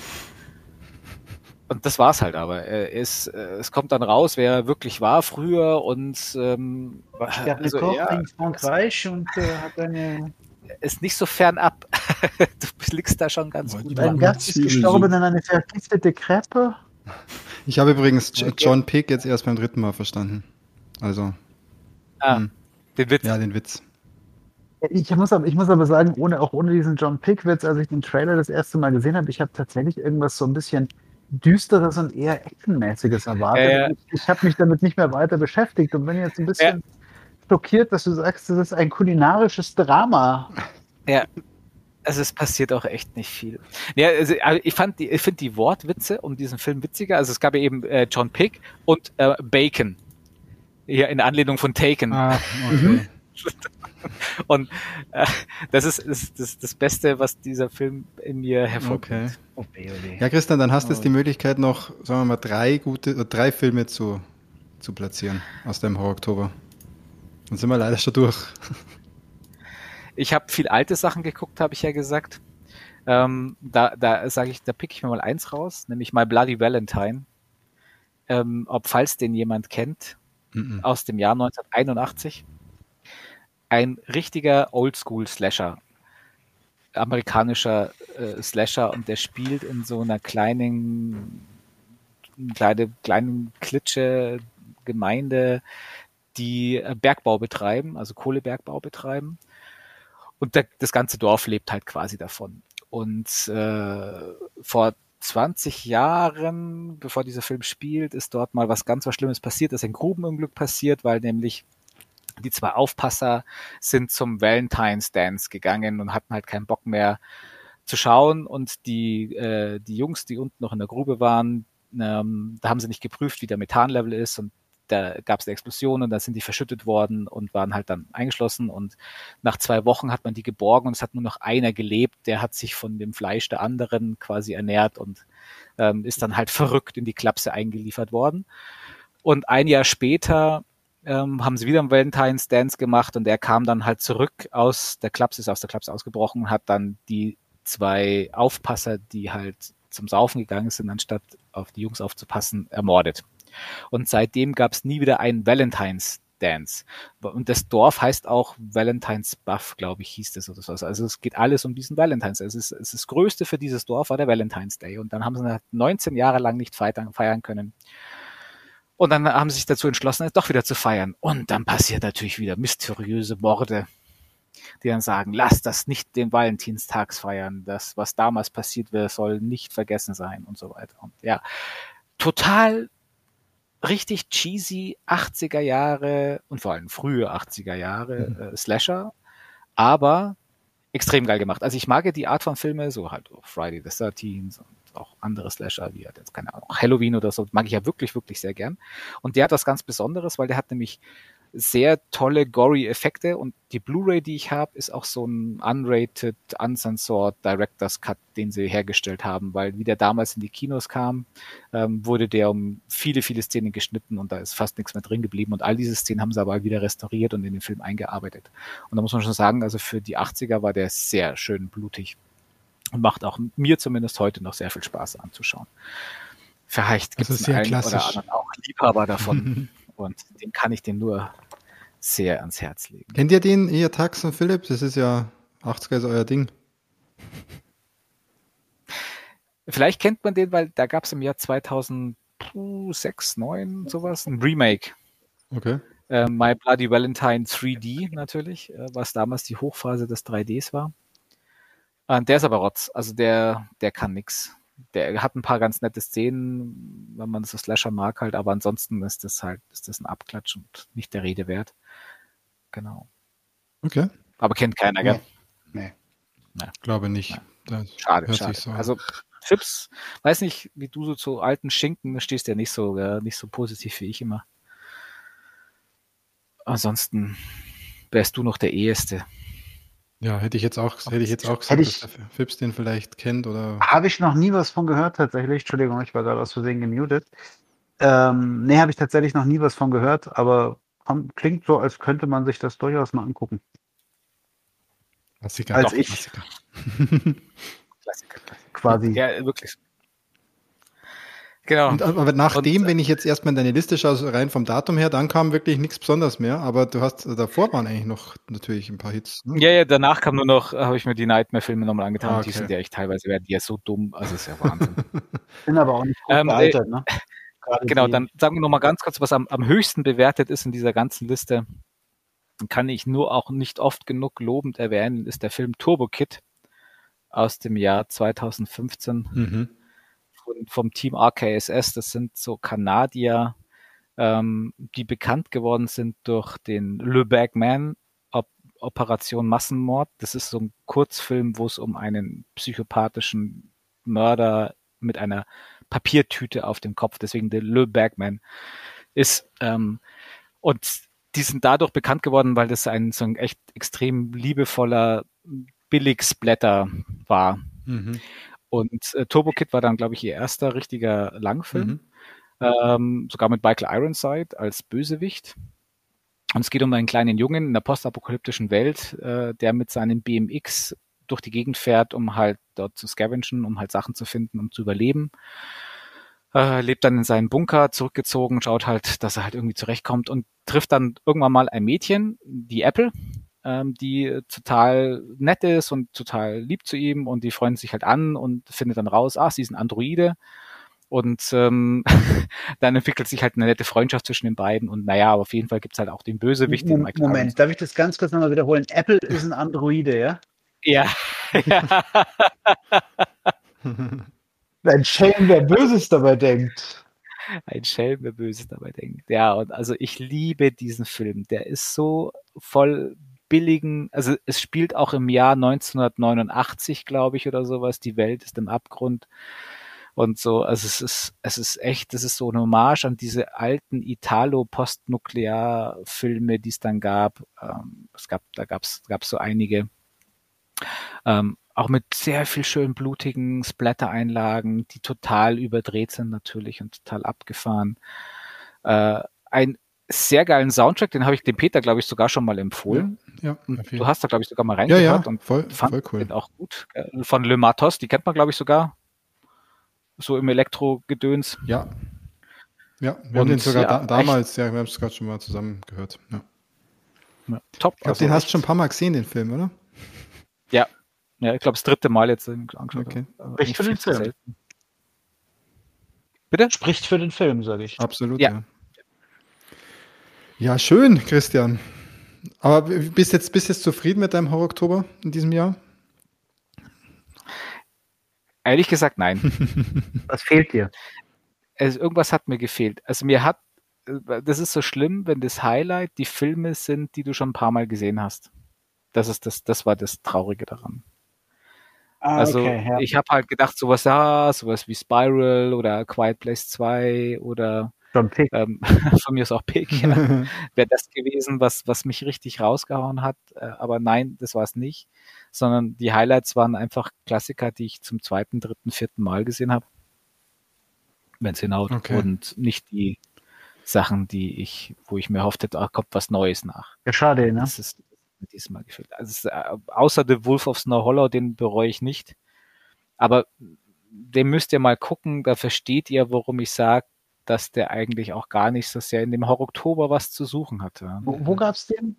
Und das war's halt aber. Er ist, äh, es kommt dann raus, wer er wirklich war früher und ähm, Der hat eine also Koch er in Frankreich und äh, hat eine, ist nicht so fernab. Du liegst da schon ganz Wollte gut. ich ein Gast ist gestorben an eine vergiftete Kreppe. Ich habe übrigens J- Okay. John Pick jetzt erst beim dritten Mal verstanden. Also, Ah, hm. den Witz. ja, den Witz. Ich muss, aber, ich muss aber sagen, ohne, auch ohne diesen John Pick-Witz, als ich den Trailer das erste Mal gesehen habe, ich habe tatsächlich irgendwas so ein bisschen Düsteres und eher Actionmäßiges erwartet. Äh, ich ich habe mich damit nicht mehr weiter beschäftigt und bin jetzt ein bisschen ja. schockiert, dass du sagst, das ist ein kulinarisches Drama. Ja, also es passiert auch echt nicht viel. Ja, also ich fand die, ich finde die Wortwitze um diesen Film witziger. Also es gab ja eben äh, John Pick und äh, Bacon. Ja, in Anlehnung von Taken. Ah, okay. Und äh, das ist, ist das, das Beste, was dieser Film in mir hervorbringt. Okay. Ja, Christian, dann hast du jetzt die Möglichkeit noch, sagen wir mal, drei gute, drei Filme zu, zu platzieren aus dem Horror-Oktober. Dann sind wir leider schon durch. Ich habe viel alte Sachen geguckt, habe ich ja gesagt. Ähm, da da sage ich, da pick ich mir mal eins raus, nämlich My Bloody Valentine. Ähm, ob falls den jemand kennt, mm-mm. aus dem Jahr neunzehnhunderteinundachtzig. Ein richtiger Oldschool-Slasher. Amerikanischer äh, Slasher, und der spielt in so einer kleinen, kleine, kleinen Klitsche Gemeinde, die Bergbau betreiben, also Kohlebergbau betreiben. Und der, das ganze Dorf lebt halt quasi davon. Und äh, vor zwanzig Jahren, bevor dieser Film spielt, ist dort mal was ganz was Schlimmes passiert. Das ist ein Grubenunglück passiert, weil nämlich die zwei Aufpasser sind zum Valentine's Dance gegangen und hatten halt keinen Bock mehr zu schauen. Und die, äh, die Jungs, die unten noch in der Grube waren, ähm, da haben sie nicht geprüft, wie der Methanlevel ist, und da gab es eine Explosion und da sind die verschüttet worden und waren halt dann eingeschlossen, und nach zwei Wochen hat man die geborgen und es hat nur noch einer gelebt, der hat sich von dem Fleisch der anderen quasi ernährt und ähm, ist dann halt verrückt in die Klapse eingeliefert worden. Und ein Jahr später ähm, haben sie wieder einen Valentine's Dance gemacht und er kam dann halt zurück aus der Klapse, ist aus der Klapse ausgebrochen und hat dann die zwei Aufpasser, die halt zum Saufen gegangen sind, anstatt auf die Jungs aufzupassen, ermordet. Und seitdem gab es nie wieder einen Valentine's Dance. Und das Dorf heißt auch Valentine's Buff, glaube ich, hieß das oder so. Also es geht alles um diesen Valentine's. Es ist, es ist das Größte für dieses Dorf war der Valentine's Day. Und dann haben sie neunzehn Jahre lang nicht feiern können. Und dann haben sie sich dazu entschlossen, es doch wieder zu feiern. Und dann passiert natürlich wieder mysteriöse Morde, die dann sagen, lass das nicht den Valentinstags feiern. Das, was damals passiert wäre, soll nicht vergessen sein und so weiter. Und ja, total richtig cheesy achtziger Jahre und vor allem frühe achtziger Jahre mhm. äh, Slasher, aber extrem geil gemacht. Also ich mag ja die Art von Filme, so halt Friday the thirteenth und auch andere Slasher, wie halt jetzt, keine Ahnung, Halloween oder so, mag ich ja wirklich, wirklich sehr gern. Und der hat was ganz Besonderes, weil der hat nämlich sehr tolle gory Effekte, und die Blu-ray, die ich habe, ist auch so ein unrated, uncensored Director's Cut, den sie hergestellt haben, weil wie der damals in die Kinos kam, ähm, wurde der um viele, viele Szenen geschnitten und da ist fast nichts mehr drin geblieben, und all diese Szenen haben sie aber wieder restauriert und in den Film eingearbeitet. Und da muss man schon sagen, also für die achtziger war der sehr schön blutig und macht auch mir zumindest heute noch sehr viel Spaß anzuschauen. Vielleicht gibt es einen klassisch. Oder anderen auch Liebhaber davon. Und den kann ich den nur sehr ans Herz legen. Kennt ihr den, ihr Tax und Philipp? Das ist ja achtziger ist euer Ding. Vielleicht kennt man den, weil da gab es im Jahr zweitausendsechs, neun sowas, ein Remake. Okay. Äh, My Bloody Valentine drei D natürlich, äh, was damals die Hochphase des drei Ds war. Äh, der ist aber Rotz, also der, der kann nix. Der hat ein paar ganz nette Szenen, wenn man so Slasher mag halt, aber ansonsten ist das halt, ist das ein Abklatsch und nicht der Rede wert. Genau. Okay. Aber kennt keiner, gell? Nee. nee. Glaube nicht. Nee. Schade, schade. So also Chips, weiß nicht, wie du so zu alten Schinken stehst, ja nicht so, ja, nicht so positiv wie ich immer. Ansonsten wärst du noch der Eheste. Ja, hätte ich jetzt auch, hätte ich jetzt auch gesagt, ich, dass der Fips den vielleicht kennt oder. Habe ich noch nie was von gehört, tatsächlich. Entschuldigung, ich war gerade aus Versehen gemutet. Ähm, nee, habe ich tatsächlich noch nie was von gehört, aber klingt so, als könnte man sich das durchaus mal angucken. Klassiker. Als Doch, ich. Klassiker. Klassiker. Quasi. Ja, wirklich. Genau. Und, aber nachdem, und, wenn ich jetzt erstmal in deine Liste schaue, so rein vom Datum her, dann kam wirklich nichts Besonderes mehr. Aber du hast, davor waren eigentlich noch natürlich ein paar Hits. Ne? Ja, ja, danach kam nur noch, habe ich mir die Nightmare-Filme nochmal angetan. Ah, okay. Die sind ja echt teilweise, werden die ja so dumm, also ist ja Wahnsinn. Sind aber auch nicht gut ähm, gealtert, ne? Gerade genau, die. Dann sagen wir nochmal ganz kurz, was am, am höchsten bewertet ist in dieser ganzen Liste. Kann ich nur auch nicht oft genug lobend erwähnen, ist der Film Turbo Kid aus dem Jahr zweitausendfünfzehn. Mhm. von, vom Team R K S S. Das sind so Kanadier, ähm, die bekannt geworden sind durch den Le Bagman, Op Operation Massenmord. Das ist so ein Kurzfilm, wo es um einen psychopathischen Mörder mit einer Papiertüte auf dem Kopf, deswegen der Le Bagman ist. Ähm, und die sind dadurch bekannt geworden, weil das ein so ein echt extrem liebevoller Billig-Splatter war. Mhm. Und äh, Turbo Kid war dann, glaube ich, ihr erster richtiger Langfilm. Mhm. Ähm, sogar mit Michael Ironside als Bösewicht. Und es geht um einen kleinen Jungen in der postapokalyptischen Welt, äh, der mit seinem B M X durch die Gegend fährt, um halt dort zu scavengen, um halt Sachen zu finden, um zu überleben. Äh, lebt dann in seinem Bunker, zurückgezogen, schaut halt, dass er halt irgendwie zurechtkommt und trifft dann irgendwann mal ein Mädchen, die Apple, ähm, die total nett ist und total lieb zu ihm, und die freuen sich halt an und findet dann raus, ach, sie ist ein Androide. Und ähm, dann entwickelt sich halt eine nette Freundschaft zwischen den beiden. Und naja, aber auf jeden Fall gibt es halt auch den Bösewicht. Den Moment, Moment. darf ich das ganz kurz nochmal wiederholen? Apple ist ein Androide, ja? Ja. ja. Ein Schelm, wer Böses dabei denkt. Ein Schelm, wer Böses dabei denkt. Ja, und also ich liebe diesen Film. Der ist so voll billigen, also es spielt auch im Jahr neunzehnhundertneunundachtzig, glaube ich, oder sowas. Die Welt ist im Abgrund. Und so, also es ist, es ist echt, das ist so eine Hommage an diese alten Italo-Postnuklear-Filme, die es dann gab. Ähm, es gab, da gab es, gab es so einige, ähm, auch mit sehr viel schön blutigen Splatter-Einlagen, die total überdreht sind natürlich und total abgefahren. Äh, ein sehr geilen Soundtrack, den habe ich dem Peter, glaube ich, sogar schon mal empfohlen. Ja, ja, du hast da, glaube ich, sogar mal reingehört. Ja, ja, und voll, fand voll cool. Den auch gut. Von Le Matos, die kennt man, glaube ich, sogar. So im Elektro-Gedöns. Ja. Ja, wir und, haben den sogar ja, da, damals, echt? ja, wir haben es gerade schon mal zusammen gehört. Ja. Ja, top. Ich glaube, also den hast du schon ein paar Mal gesehen, den Film, oder? Ja. Ja, ich glaube, das dritte Mal jetzt angeschaut. Okay. Spricht für den Film. Selten. Bitte? Spricht für den Film, sage ich. Absolut, ja. ja. Ja, schön, Christian. Aber bist jetzt, bist jetzt zufrieden mit deinem Horror-Oktober in diesem Jahr? Ehrlich gesagt, nein. Was fehlt dir? Also irgendwas hat mir gefehlt. Also mir hat, das ist so schlimm, wenn das Highlight die Filme sind, die du schon ein paar Mal gesehen hast. Das ist das, das war das Traurige daran. Ah, also okay, ja. Ich habe halt gedacht, sowas, ja, sowas wie Spiral oder Quiet Place zwei oder ähm, von mir ist auch Pig, ja, wäre das gewesen, was, was mich richtig rausgehauen hat. Aber nein, das war es nicht. Sondern die Highlights waren einfach Klassiker, die ich zum zweiten, dritten, vierten Mal gesehen habe. Wenn es hinhaut. Okay. Und nicht die Sachen, die ich, wo ich mir hoffte, da kommt was Neues nach. Ja, schade, ne? Das ist mir dieses Mal gefällt. Also es, äh, außer The Wolf of Snow Hollow, den bereue ich nicht. Aber den müsst ihr mal gucken, da versteht ihr, warum ich sage, dass der eigentlich auch gar nicht so sehr in dem Horror-Oktober was zu suchen hatte. Wo, wo gab's den?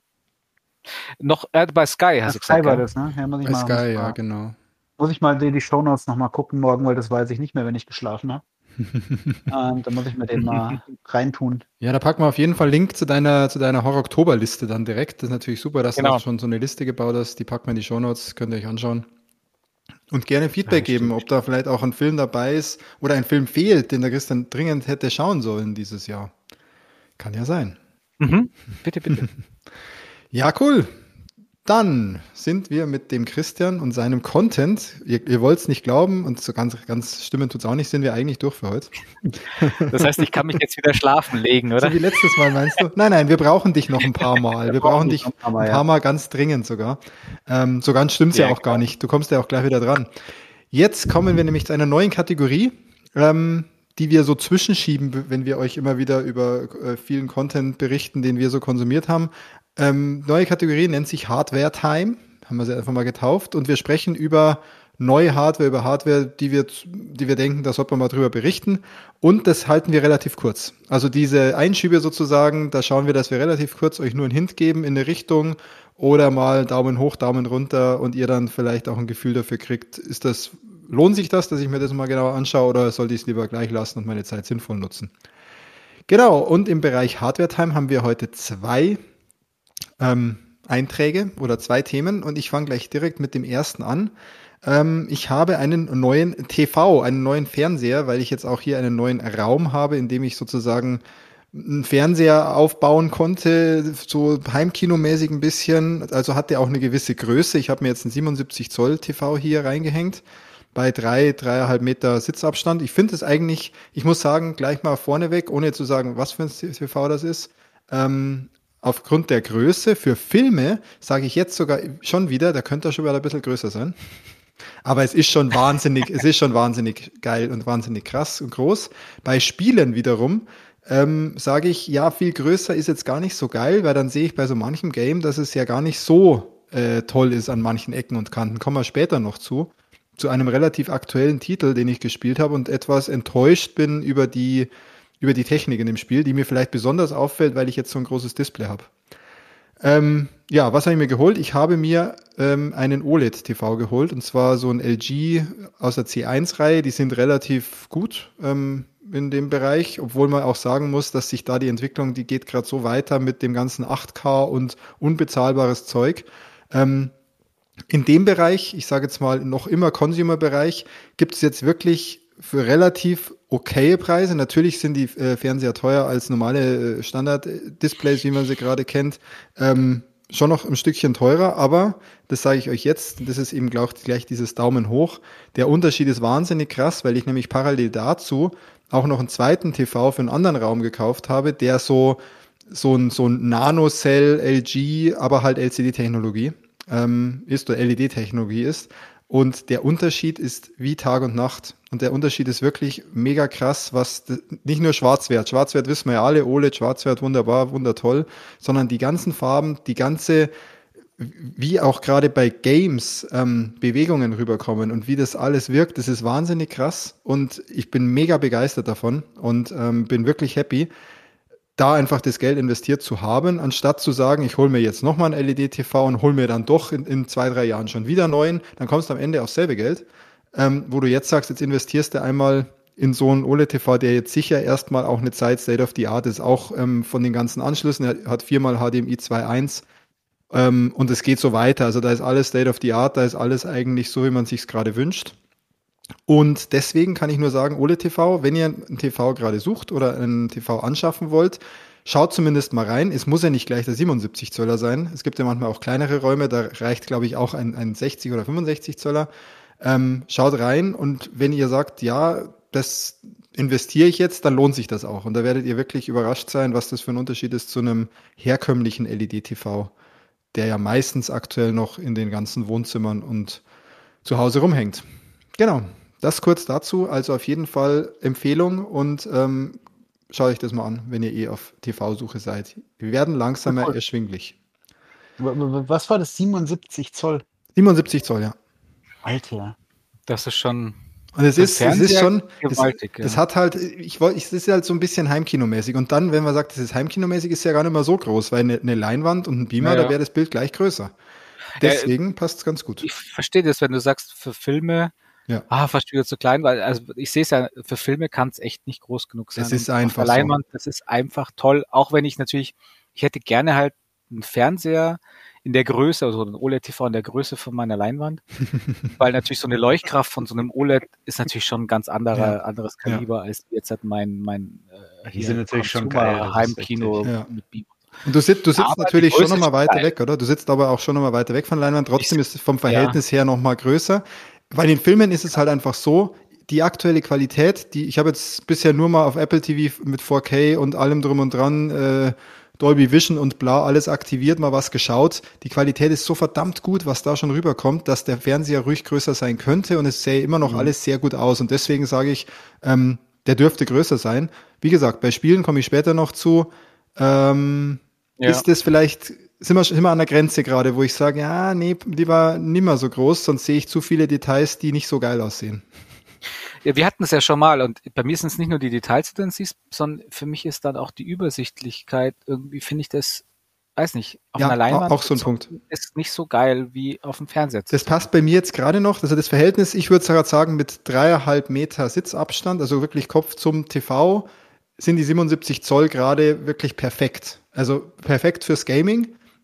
Noch äh, bei Sky, hast du gesagt. Sky war das, ne? Ja, muss ich bei mal, Sky, muss ja, mal, genau. Muss ich mal die, die Shownotes noch mal gucken morgen, weil das weiß ich nicht mehr, wenn ich geschlafen habe. ähm, da muss ich mir den mal reintun. Ja, da packen wir auf jeden Fall Link zu deiner, zu deiner Horror-Oktober-Liste dann direkt. Das ist natürlich super, dass genau. du schon so eine Liste gebaut hast. Die packen wir in die Shownotes, könnt ihr euch anschauen. Und gerne Feedback ja, geben, ob da vielleicht auch ein Film dabei ist oder ein Film fehlt, den der Christian dringend hätte schauen sollen dieses Jahr. Kann ja sein. Mhm. Bitte, bitte. Ja, cool. Dann sind wir mit dem Christian und seinem Content, ihr, ihr wollt es nicht glauben und so ganz, ganz stimmen tut es auch nicht, sind wir eigentlich durch für heute. Das heißt, ich kann mich jetzt wieder schlafen legen, oder? So wie letztes Mal, meinst du? Nein, nein, wir brauchen dich noch ein paar Mal. Wir, wir brauchen dich ein paar Mal, ein paar Mal ganz dringend sogar. Ähm, so ganz stimmt's ja, ja auch klar. gar nicht. Du kommst ja auch gleich wieder dran. Jetzt kommen wir nämlich zu einer neuen Kategorie, ähm, die wir so zwischenschieben, wenn wir euch immer wieder über äh, vielen Content berichten, den wir so konsumiert haben. Ähm, neue Kategorie nennt sich Hardware Time, haben wir sie einfach mal getauft, und wir sprechen über neue Hardware, über Hardware, die wir, die wir denken, da sollte man mal drüber berichten, und das halten wir relativ kurz. Also diese Einschübe sozusagen, da schauen wir, dass wir relativ kurz euch nur einen Hint geben in eine Richtung oder mal Daumen hoch, Daumen runter und ihr dann vielleicht auch ein Gefühl dafür kriegt, ist das, lohnt sich das, dass ich mir das mal genauer anschaue, oder sollte ich es lieber gleich lassen und meine Zeit sinnvoll nutzen? Genau, und im Bereich Hardware Time haben wir heute zwei Ähm, Einträge oder zwei Themen, und ich fange gleich direkt mit dem ersten an. Ähm, ich habe einen neuen T V, einen neuen Fernseher, weil ich jetzt auch hier einen neuen Raum habe, in dem ich sozusagen einen Fernseher aufbauen konnte, so heimkinomäßig ein bisschen. Also hat der auch eine gewisse Größe. Ich habe mir jetzt einen siebenundsiebzig Zoll T V hier reingehängt, bei drei, dreieinhalb Meter Sitzabstand. Ich finde es eigentlich, ich muss sagen, gleich mal vorneweg, ohne zu sagen, was für ein T V das ist, ähm, aufgrund der Größe für Filme sage ich jetzt sogar schon wieder, da könnte er schon wieder ein bisschen größer sein. Aber es ist schon wahnsinnig, es ist schon wahnsinnig geil und wahnsinnig krass und groß. Bei Spielen wiederum ähm, sage ich, ja, viel größer ist jetzt gar nicht so geil, weil dann sehe ich bei so manchem Game, dass es ja gar nicht so äh, toll ist an manchen Ecken und Kanten. Kommen wir später noch zu. Zu einem relativ aktuellen Titel, den ich gespielt habe und etwas enttäuscht bin über die, über die Technik in dem Spiel, die mir vielleicht besonders auffällt, weil ich jetzt so ein großes Display habe. Ähm, ja, was habe ich mir geholt? Ich habe mir ähm, einen O L E D-T V geholt, und zwar so ein L G aus der C eins Reihe. Die sind relativ gut ähm, in dem Bereich, obwohl man auch sagen muss, dass sich da die Entwicklung, die geht gerade so weiter mit dem ganzen acht K und unbezahlbares Zeug. Ähm, in dem Bereich, ich sage jetzt mal noch immer Consumer-Bereich, gibt es jetzt wirklich für relativ okaye Preise. Natürlich sind die äh, Fernseher teuer als normale äh, Standard-Displays, wie man sie gerade kennt. Ähm, schon noch ein Stückchen teurer, aber das sage ich euch jetzt, das ist eben gleich, gleich dieses Daumen hoch. Der Unterschied ist wahnsinnig krass, weil ich nämlich parallel dazu auch noch einen zweiten T V für einen anderen Raum gekauft habe, der so so ein, so ein Nano-Cell L G, aber halt L C D-Technologie ähm, ist oder L E D-Technologie ist. Und der Unterschied ist wie Tag und Nacht. Und der Unterschied ist wirklich mega krass, was nicht nur Schwarzwert. Schwarzwert wissen wir ja alle, O L E D, Schwarzwert, wunderbar, wundertoll, sondern die ganzen Farben, die ganze, wie auch gerade bei Games ähm, Bewegungen rüberkommen und wie das alles wirkt, das ist wahnsinnig krass. Und ich bin mega begeistert davon und ähm, bin wirklich happy, da einfach das Geld investiert zu haben, anstatt zu sagen, ich hole mir jetzt nochmal einen L E D-T V und hole mir dann doch in, in zwei, drei Jahren schon wieder einen neuen, dann kommst du am Ende aufs selbe Geld, ähm, wo du jetzt sagst, jetzt investierst du einmal in so einen O L E D-T V, der jetzt sicher erstmal auch eine Zeit State of the Art ist, auch ähm, von den ganzen Anschlüssen, er hat viermal H D M I zwei Punkt eins ähm, und es geht so weiter, also da ist alles State of the Art, da ist alles eigentlich so, wie man sich's gerade wünscht. Und deswegen kann ich nur sagen, O L E D-T V, wenn ihr einen T V gerade sucht oder einen T V anschaffen wollt, schaut zumindest mal rein. Es muss ja nicht gleich der siebenundsiebzig Zöller sein. Es gibt ja manchmal auch kleinere Räume, da reicht, glaube ich, auch ein, ein sechzig oder fünfundsechzig Zöller. Ähm, schaut rein und wenn ihr sagt, ja, das investiere ich jetzt, dann lohnt sich das auch. Und da werdet ihr wirklich überrascht sein, was das für ein Unterschied ist zu einem herkömmlichen L E D-T V, der ja meistens aktuell noch in den ganzen Wohnzimmern und zu Hause rumhängt. Genau. Das kurz dazu, also auf jeden Fall Empfehlung und ähm, schaut euch das mal an, wenn ihr eh auf T V-Suche seid. Wir werden langsamer Cool. erschwinglich. Was war das? siebenundsiebzig Zoll? siebenundsiebzig Zoll, ja. Alter. Das ist schon Und es ist, es ist schon, es, gewaltig. das Ja. hat halt, ich wollte, es ist halt so ein bisschen heimkinomäßig. Und dann, wenn man sagt, es ist heimkinomäßig, ist es ja gar nicht mehr so groß, weil eine, eine Leinwand und ein Beamer, Ja, ja. da wäre das Bild gleich größer. Deswegen passt es ganz gut. Ich verstehe das, wenn du sagst, für Filme, Ja. ah, fast wieder zu klein, weil also ich sehe es ja, für Filme kann es echt nicht groß genug sein. Es ist Und einfach auf der Leinwand, das ist einfach toll, auch wenn ich natürlich, ich hätte gerne halt einen Fernseher in der Größe, also ein O L E D-T V in der Größe von meiner Leinwand, weil natürlich so eine Leuchtkraft von so einem O L E D ist natürlich schon ein ganz anderer, Ja. anderes Kaliber als jetzt halt mein, mein äh, Die sind natürlich schon Consumer geil, das ist Heimkino richtig. Ja. mit Beamer. Und du sitzt, du sitzt Aber natürlich die schon Größe nochmal ist weiter geil. weg, oder? Du sitzt aber auch schon nochmal weiter weg von der Leinwand. Trotzdem Ich- ist es vom Verhältnis her nochmal größer. Bei den Filmen ist es halt einfach so, die aktuelle Qualität, die ich habe jetzt bisher nur mal auf Apple T V mit vier K und allem drum und dran, äh, Dolby Vision und bla, alles aktiviert, mal was geschaut. Die Qualität ist so verdammt gut, was da schon rüberkommt, dass der Fernseher ruhig größer sein könnte und es sähe immer noch Mhm. alles sehr gut aus. Und deswegen sage ich, ähm, der dürfte größer sein. Wie gesagt, bei Spielen komme ich später noch zu. Ähm, Ja. Ist das vielleicht, sind wir, sind wir an der Grenze gerade, wo ich sage, ja, nee, lieber nimmer so groß, sonst sehe ich zu viele Details, die nicht so geil aussehen. Ja, wir hatten es ja schon mal und bei mir sind es nicht nur die Details, die du dann siehst, sondern für mich ist dann auch die Übersichtlichkeit. Irgendwie finde ich das, weiß nicht, auf Ja, einer Leinwand auch so ein Punkt. ist nicht so geil wie auf dem Fernseher. Das passt bei mir jetzt gerade noch, also das Verhältnis, ich würde gerade sagen, mit dreieinhalb Meter Sitzabstand, also wirklich Kopf zum T V, sind die siebenundsiebzig Zoll gerade wirklich perfekt. Also perfekt fürs Gaming.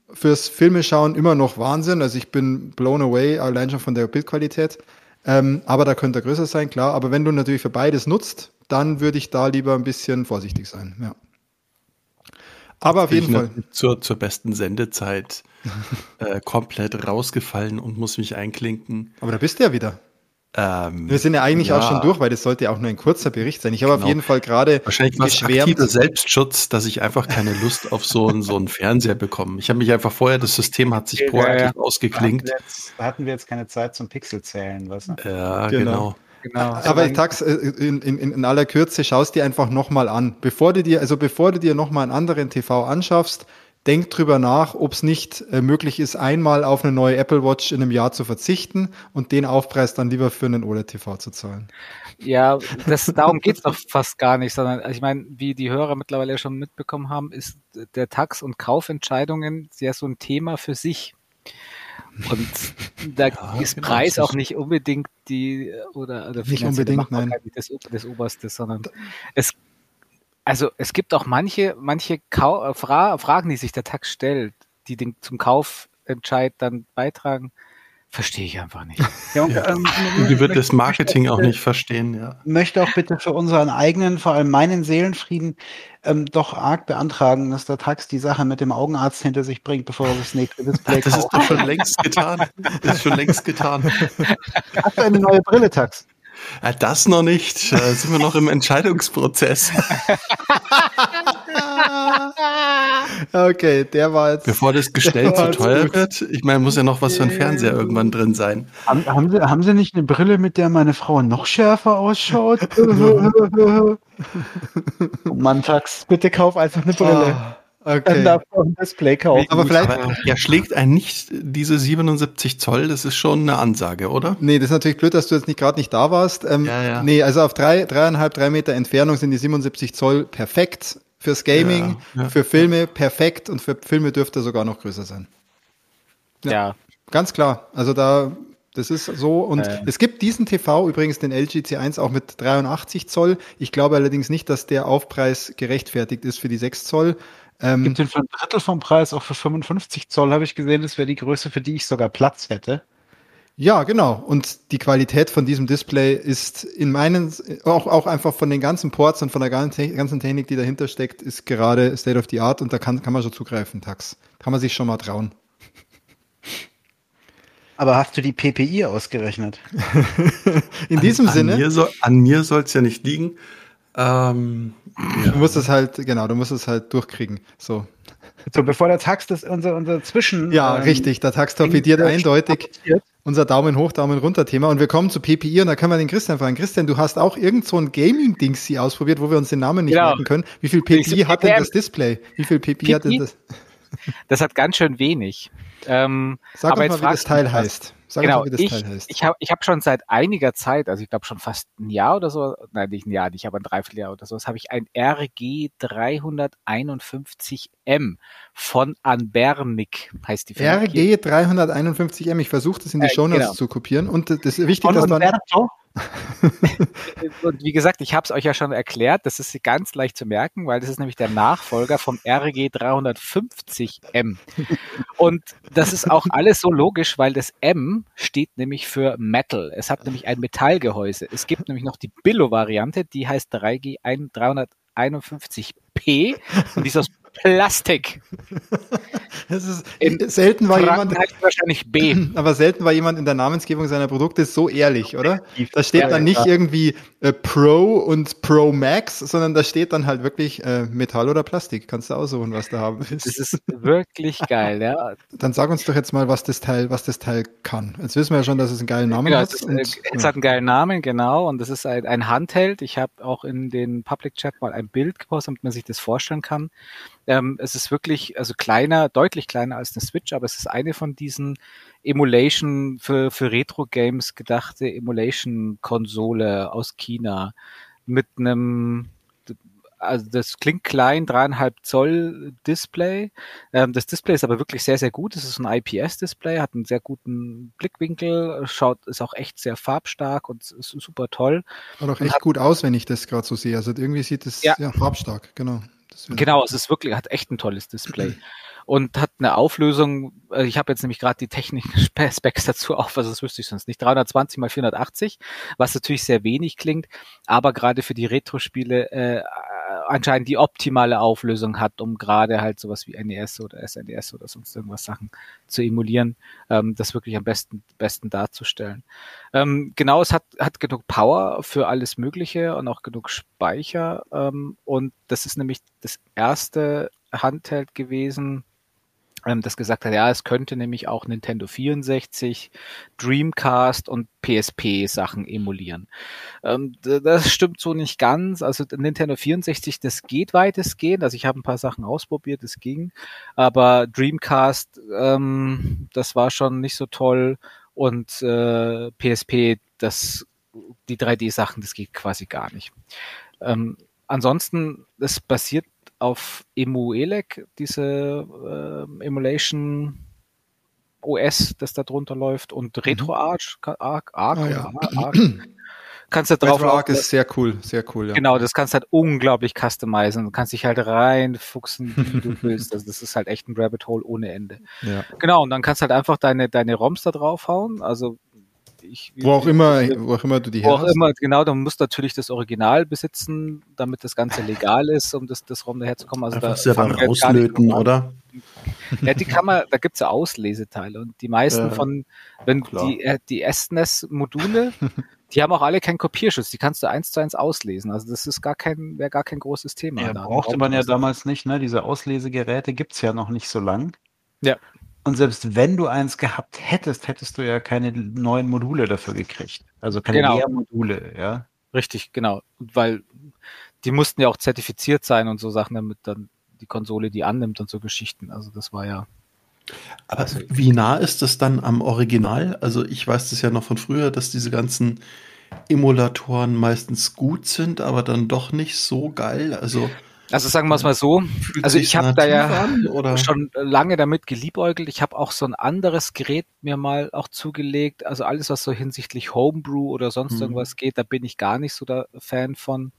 fürs Filme schauen immer noch Wahnsinn. Also ich bin blown away, allein schon von der Bildqualität. Ähm, aber da könnte er größer sein, klar. Aber wenn du natürlich für beides nutzt, dann würde ich da lieber ein bisschen vorsichtig sein. Ja. Aber auf jeden Fall. Zur, zur besten Sendezeit äh, komplett rausgefallen und muss mich einklinken. Aber da bist du ja wieder. Ähm, Wir sind ja eigentlich ja, auch schon durch, weil das sollte ja auch nur ein kurzer Bericht sein. Ich habe genau. auf jeden Fall gerade wahrscheinlich war es aktiver Selbstschutz, dass ich einfach keine Lust auf so einen, so einen Fernseher bekomme. Ich habe mich einfach vorher, das System hat sich proaktiv ja, ja. ausgeklinkt. Da hatten, jetzt, da hatten wir jetzt keine Zeit zum Pixelzählen, was? Ja, genau. genau. Aber ich Tax, in, in, in aller Kürze, schaust dir einfach nochmal an. Bevor du dir, also bevor du dir nochmal einen anderen T V anschaffst, denk drüber nach, ob es nicht äh, möglich ist, einmal auf eine neue Apple Watch in einem Jahr zu verzichten und den Aufpreis dann lieber für einen O L E D-T V zu zahlen. Ja, das, darum geht's doch fast gar nicht, sondern ich meine, wie die Hörer mittlerweile schon mitbekommen haben, ist der Tax- und Kaufentscheidungen ja so ein Thema für sich. Und da ja, ist genau, Preis auch nicht unbedingt die, oder, oder nicht unbedingt, nein. Das, das Oberste, sondern es Also es gibt auch manche, manche Kau- Fra- Fragen, die sich der Tax stellt, die den zum Kaufentscheid dann beitragen, verstehe ich einfach nicht. Ja, und, ja. Ähm, und die wird das Marketing bitte, auch nicht verstehen. Ja. Möchte auch bitte für unseren eigenen, vor allem meinen Seelenfrieden, ähm, doch arg beantragen, dass der Tax die Sache mit dem Augenarzt hinter sich bringt, bevor er das nächste Display kauft. Das ist doch schon längst getan. Das ist schon längst getan. Hast du eine neue Brille, Tax? Ja, das noch nicht. Da sind wir noch im Entscheidungsprozess. Okay, der war jetzt... Bevor das Gestell zu teuer gut. wird, ich meine, muss ja noch was für ein Fernseher irgendwann drin sein. Haben, haben, Sie, haben Sie nicht eine Brille, mit der meine Frau noch schärfer ausschaut? Oh Mann, Tax, bitte kauf einfach eine Brille. Oh. Okay. Dann darf man ein Display kaufen. Aber vielleicht aber, ja, schlägt einen nicht diese siebenundsiebzig Zoll, das ist schon eine Ansage, oder? Nee, das ist natürlich blöd, dass du jetzt nicht gerade nicht da warst. Ähm, ja, ja. Nee, also auf drei, dreieinhalb, drei Meter Entfernung sind die siebenundsiebzig Zoll perfekt. Fürs Gaming, ja, ja. für Filme perfekt und für Filme dürfte er sogar noch größer sein. Ja. ja. Ganz klar. Also da, das ist so. Und äh. es gibt diesen T V, übrigens den L G C eins, auch mit dreiundachtzig Zoll. Ich glaube allerdings nicht, dass der Aufpreis gerechtfertigt ist für die sechs Zoll. Ähm, gibt den für ein Drittel vom Preis auch für fünfundfünfzig Zoll, habe ich gesehen. Das wäre die Größe, für die ich sogar Platz hätte. Ja, genau. Und die Qualität von diesem Display ist in meinen, auch, auch einfach von den ganzen Ports und von der ganzen Technik, die dahinter steckt, ist gerade State of the Art und da kann, kann man schon zugreifen, Tax. Kann man sich schon mal trauen. Aber hast du die P P I ausgerechnet? In diesem an, Sinne. An mir, so, an mir soll es ja nicht liegen. Ähm, ja. Du musst es halt, genau, du musst es halt durchkriegen. So. So, bevor der Tax das unser, unser Zwischen... Ja, ähm, richtig. Der Tax torpediert eindeutig unser Daumen hoch, Daumen runter Thema. Und wir kommen zu P P I und da können wir den Christian fragen. Christian, du hast auch irgend so ein Gaming-Dings ausprobiert, wo wir uns den Namen nicht genau. merken können. Wie viel P P I hat denn das Display? Wie viel P P I hat denn das? Das hat ganz schön wenig. Ähm, Sag aber uns mal, wie das Teil heißt. Sag genau, uns mal, wie das ich, Teil heißt. Ich habe ich hab schon seit einiger Zeit, also ich glaube schon fast ein Jahr oder so, nein, nicht ein Jahr, nicht, aber ein Dreivierteljahr oder so, das habe ich ein R G dreihunderteinundfünfzig M von Anbernic, heißt die Firma. R G dreihunderteinundfünfzig M, ich versuche das in die äh, Shownotes genau. zu kopieren und das ist wichtig, dass man... Und wie gesagt, ich habe es euch ja schon erklärt, das ist ganz leicht zu merken, weil das ist nämlich der Nachfolger vom R G dreihundertfünfzig M. Und das ist auch alles so logisch, weil das M steht nämlich für Metal. Es hat nämlich ein Metallgehäuse. Es gibt nämlich noch die Billo-Variante, die heißt drei G dreihunderteinundfünfzig P und die ist aus Plastik. Das ist, in selten war Franken jemand, heißt wahrscheinlich B. Aber selten war jemand in der Namensgebung seiner Produkte so ehrlich, oder? Da steht dann nicht irgendwie äh, Pro und Pro Max, sondern da steht dann halt wirklich äh, Metall oder Plastik. Kannst du aussuchen, was da haben willst. Das ist wirklich geil, ja. Dann sag uns doch jetzt mal, was das Teil, was das Teil kann. Jetzt wissen wir ja schon, dass es einen geilen Namen genau, hat. Es, und, es ja. hat einen geilen Namen, genau. Und das ist ein, ein Handheld. Ich habe auch in den Public Chat mal ein Bild gepostet, damit man sich das vorstellen kann. Ähm, es ist wirklich, also kleiner, deutlich kleiner als eine Switch, aber es ist eine von diesen Emulation für, für Retro-Games gedachte Emulation-Konsole aus China mit einem, also das klingt klein, dreieinhalb Zoll Display. Ähm, das Display ist aber wirklich sehr, sehr gut. Es ist ein I P S-Display, hat einen sehr guten Blickwinkel, schaut, ist auch echt sehr farbstark und ist super toll. Schaut auch echt hat, gut aus, wenn ich das gerade so sehe. Also irgendwie sieht es ja, ja farbstark, genau. Das wird- Genau, es ist wirklich, hat echt ein tolles Display. Und hat eine Auflösung, äh, ich habe jetzt nämlich gerade die technischen Spe- Specs dazu auf, also das wüsste ich sonst nicht, dreihundertzwanzig mal vierhundertachtzig, was natürlich sehr wenig klingt, aber gerade für die Retro-Spiele äh, anscheinend die optimale Auflösung hat, um gerade halt sowas wie N E S oder S N E S oder sonst irgendwas Sachen zu emulieren, ähm, das wirklich am besten besten darzustellen. Ähm, genau, es hat, hat genug Power für alles Mögliche und auch genug Speicher ähm, und das ist nämlich das erste Handheld gewesen, ähm, das gesagt hat, ja, es könnte nämlich auch Nintendo vierundsechzig, Dreamcast und P S P-Sachen emulieren. Ähm, d- das stimmt so nicht ganz. Also der Nintendo vierundsechzig, das geht weitestgehend. Also ich habe ein paar Sachen ausprobiert, das ging. Aber Dreamcast, ähm, das war schon nicht so toll. Und äh, P S P, das, die drei D-Sachen, das geht quasi gar nicht. Ähm, ansonsten, das basiert auf Emuelec, diese ähm, Emulation O S, das da drunter läuft und RetroArch, Arc, Arc Ah, oder ja. Ar- Arc, kannst du drauf RetroArch laufen ist sehr cool, sehr cool, ja. Genau, das kannst du halt unglaublich customizen. Du kannst dich halt reinfuchsen, wie du willst. Also das ist halt echt ein Rabbit Hole ohne Ende. ja. Genau, und dann kannst du halt einfach deine, deine ROMs da draufhauen. Also ich, Wo auch immer, wo auch immer du die wo her auch hast. immer, genau, dann musst du natürlich das Original besitzen, damit das Ganze legal ist, um das, das ROM daherzukommen. Also Einfach da selber fangen wir jetzt gar nicht rauslöten, drauf an. oder? Ja, die kann man, da gibt's ja Ausleseteile und die meisten Äh, von, wenn klar. die, äh, die S N E S-Module, die haben auch alle keinen Kopierschutz, die kannst du eins zu eins auslesen. Also das ist gar kein, wäre gar kein großes Thema. Ja, da. brauchte Warum man ja das- damals nicht, ne? Diese Auslesegeräte gibt's ja noch nicht so lang. Ja. Und selbst wenn du eins gehabt hättest, hättest du ja keine neuen Module dafür gekriegt. Also keine Genau. Lehrmodule, ja. Richtig, genau. Und weil die mussten ja auch zertifiziert sein und so Sachen, damit dann die Konsole die annimmt und so Geschichten. Also das war ja. Aber Also- wie nah ist das dann am Original? Also ich weiß das ja noch von früher, dass diese ganzen Emulatoren meistens gut sind, aber dann doch nicht so geil. Also Also sagen wir es mal so. fühlt Also sich's ich habe da nativ ja an, oder? schon lange damit geliebäugelt. Ich habe auch so ein anderes Gerät mir mal auch zugelegt. Also alles, was so hinsichtlich Homebrew oder sonst Mhm. irgendwas geht, da bin ich gar nicht so der Fan von.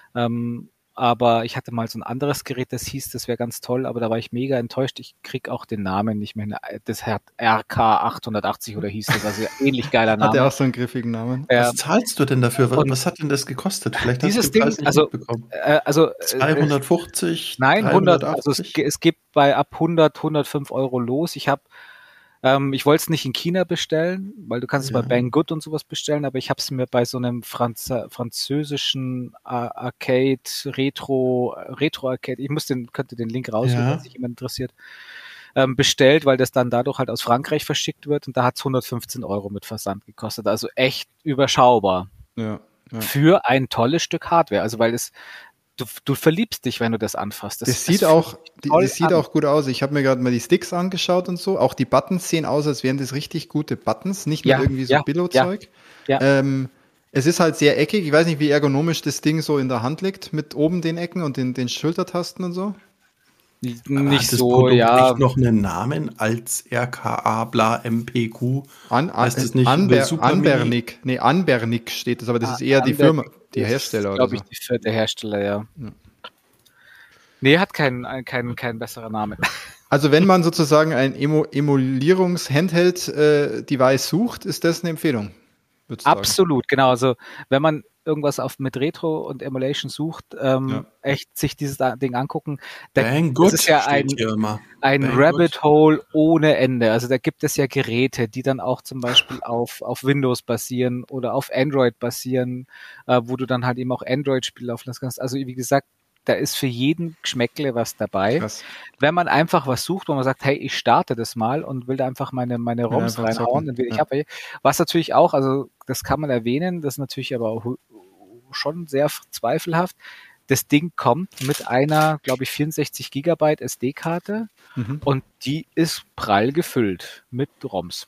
Ähm, aber ich hatte mal so ein anderes Gerät, das hieß, das wäre ganz toll, aber da war ich mega enttäuscht. Ich krieg auch den Namen nicht mehr. Das hat R K achthundertachtzig oder hieß das, also ähnlich geiler Hat er Name. auch so einen griffigen Namen? Ja, Was zahlst du denn dafür? Was, Und was hat denn das gekostet? Vielleicht dieses hast du den Preis Ding, nicht also, mitbekommen. äh, also äh, zweihundertfünfzig? Nein, hundert, also es, dreihundertachtzig? ge- es gibt bei ab hundert, hundertfünf Euro los. Ich habe, ähm, ich wollte es nicht in China bestellen, weil du kannst es Ja. bei Banggood und sowas bestellen, aber ich habe es mir bei so einem Franz französischen Ar- Arcade, Retro, Retro Arcade, ich muss den, könnte den Link raussuchen, Ja. wenn sich jemand interessiert, ähm, bestellt, weil das dann dadurch halt aus Frankreich verschickt wird und da hat es hundertfünfzehn Euro mit Versand gekostet. Also echt überschaubar Ja. ja. für ein tolles Stück Hardware. Also weil es Du, du verliebst dich, wenn du das anfasst. Das, sieht fühlt auch, sich die, toll das sieht an. auch gut aus. Ich habe mir gerade mal die Sticks angeschaut und so. Auch die Buttons sehen aus, als wären das richtig gute Buttons, nicht nur Ja, irgendwie so ja, Billo-Zeug. ja. Ähm, es ist halt sehr eckig. Ich weiß nicht, wie ergonomisch das Ding so in der Hand liegt, mit oben den Ecken und den, den Schultertasten und so. Nicht Hat das so, Produkt ja. echt noch einen Namen als R K A bla M P Q? An, an, Heißt das nicht Anber, Super Mini? Anbernic. Nee, Anbernic steht das, aber das Ah, ist eher die Anbernic Firma, die Hersteller oder glaube so. ich, die vierte Hersteller, ja. Ja. Nee, hat keinen keinen keinen besseren Namen. Also wenn man sozusagen ein Emo Emulierungs-Handheld-Device sucht, ist das eine Empfehlung. würdest du sagen. Absolut, genau. Also wenn man irgendwas auf mit Retro und Emulation sucht, ähm, Ja. echt sich dieses da- Ding angucken. Da, Bang das Good ist ja steht ein, hier immer. ein Bang Rabbit Good. Hole ohne Ende. Also da gibt es ja Geräte, die dann auch zum Beispiel auf, auf Windows basieren oder auf Android basieren, äh, wo du dann halt eben auch Android-Spiele auflassen kannst. Also wie gesagt, da ist für jeden Geschmäckle was dabei. Krass. Wenn man einfach was sucht, wo man sagt, hey, ich starte das mal und will da einfach meine, meine ROMs einfach reinhauen, zocken, dann will ich ja. habe was natürlich auch, also das kann man erwähnen, das ist natürlich aber auch schon sehr zweifelhaft. Das Ding kommt mit einer, glaube ich, vierundsechzig Gigabyte S D-Karte Mhm. und die ist prall gefüllt mit ROMs.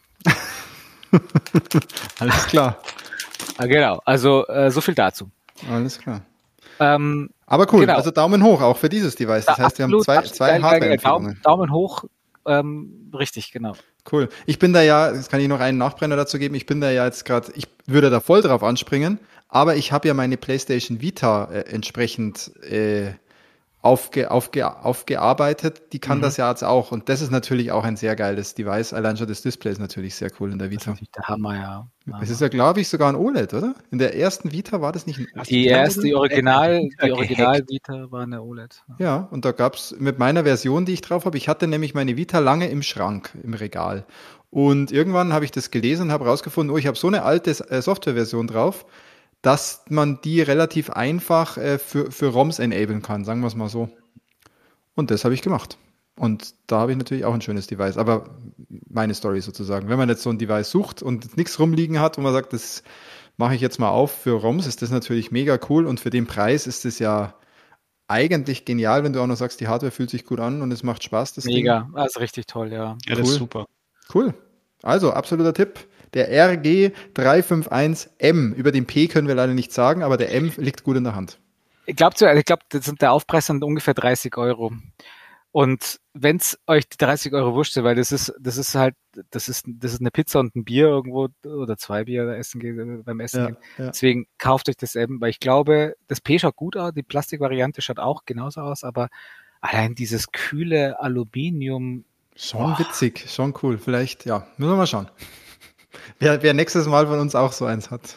Alles klar. Ah, genau, also äh, so viel dazu. Alles klar. Ähm, Aber cool, Genau. also Daumen hoch auch für dieses Device. Das Ja, heißt, wir haben absolut, zwei, absolut zwei geil, geil, geil. Hardware-Empfehlungen. Daumen, Daumen hoch, ähm, richtig, genau. Cool. Ich bin da ja, jetzt kann ich noch einen Nachbrenner dazu geben, ich bin da ja jetzt gerade, ich würde da voll drauf anspringen, aber ich habe ja meine PlayStation Vita äh, entsprechend äh, aufge, aufge, aufgearbeitet, die kann Mhm. das ja jetzt auch. Und das ist natürlich auch ein sehr geiles Device. Allein schon das Display ist natürlich sehr cool in der Das ist Vita. natürlich der Hammer, ja. Es ist Hammer. ja, glaube ich, sogar ein O L E D, oder? In der ersten Vita war das nicht ein Die O L E D? erste, die Original, Vita die Original gehackt. Vita war eine O L E D. Ja, und da gab es mit meiner Version, die ich drauf habe, ich hatte nämlich meine Vita lange im Schrank, im Regal. Und irgendwann habe ich das gelesen und habe rausgefunden, oh, ich habe so eine alte äh, Softwareversion drauf, dass man die relativ einfach äh, für, für ROMs enablen kann, sagen wir es mal so. Und das habe ich gemacht. Und da habe ich natürlich auch ein schönes Device. Aber meine Story sozusagen. Wenn man jetzt so ein Device sucht und nichts rumliegen hat, wo man sagt, das mache ich jetzt mal auf für ROMs, ist das natürlich mega cool. Und für den Preis ist es ja eigentlich genial, wenn du auch noch sagst, die Hardware fühlt sich gut an und es macht Spaß, das Ding. Mega, also richtig toll, ja. Ja, das Cool. ist super. Cool. Also, absoluter Tipp. Der R G drei fünf eins M. Über den P können wir leider nicht sagen, aber der M liegt gut in der Hand. Ich glaube, ich glaub, das sind der Aufpreis sind ungefähr dreißig Euro. Und wenn's euch die dreißig Euro wurscht, weil das ist, das ist halt, das ist, das ist eine Pizza und ein Bier irgendwo oder zwei Bier essen gehen, beim Essen Ja, gehen. ja. Deswegen kauft euch das eben, weil ich glaube, das P schaut gut aus, die Plastikvariante schaut auch genauso aus, aber allein dieses kühle Aluminium, Schon witzig, schon cool. Vielleicht, ja, müssen wir mal schauen. Wer, wer nächstes Mal von uns auch so eins hat.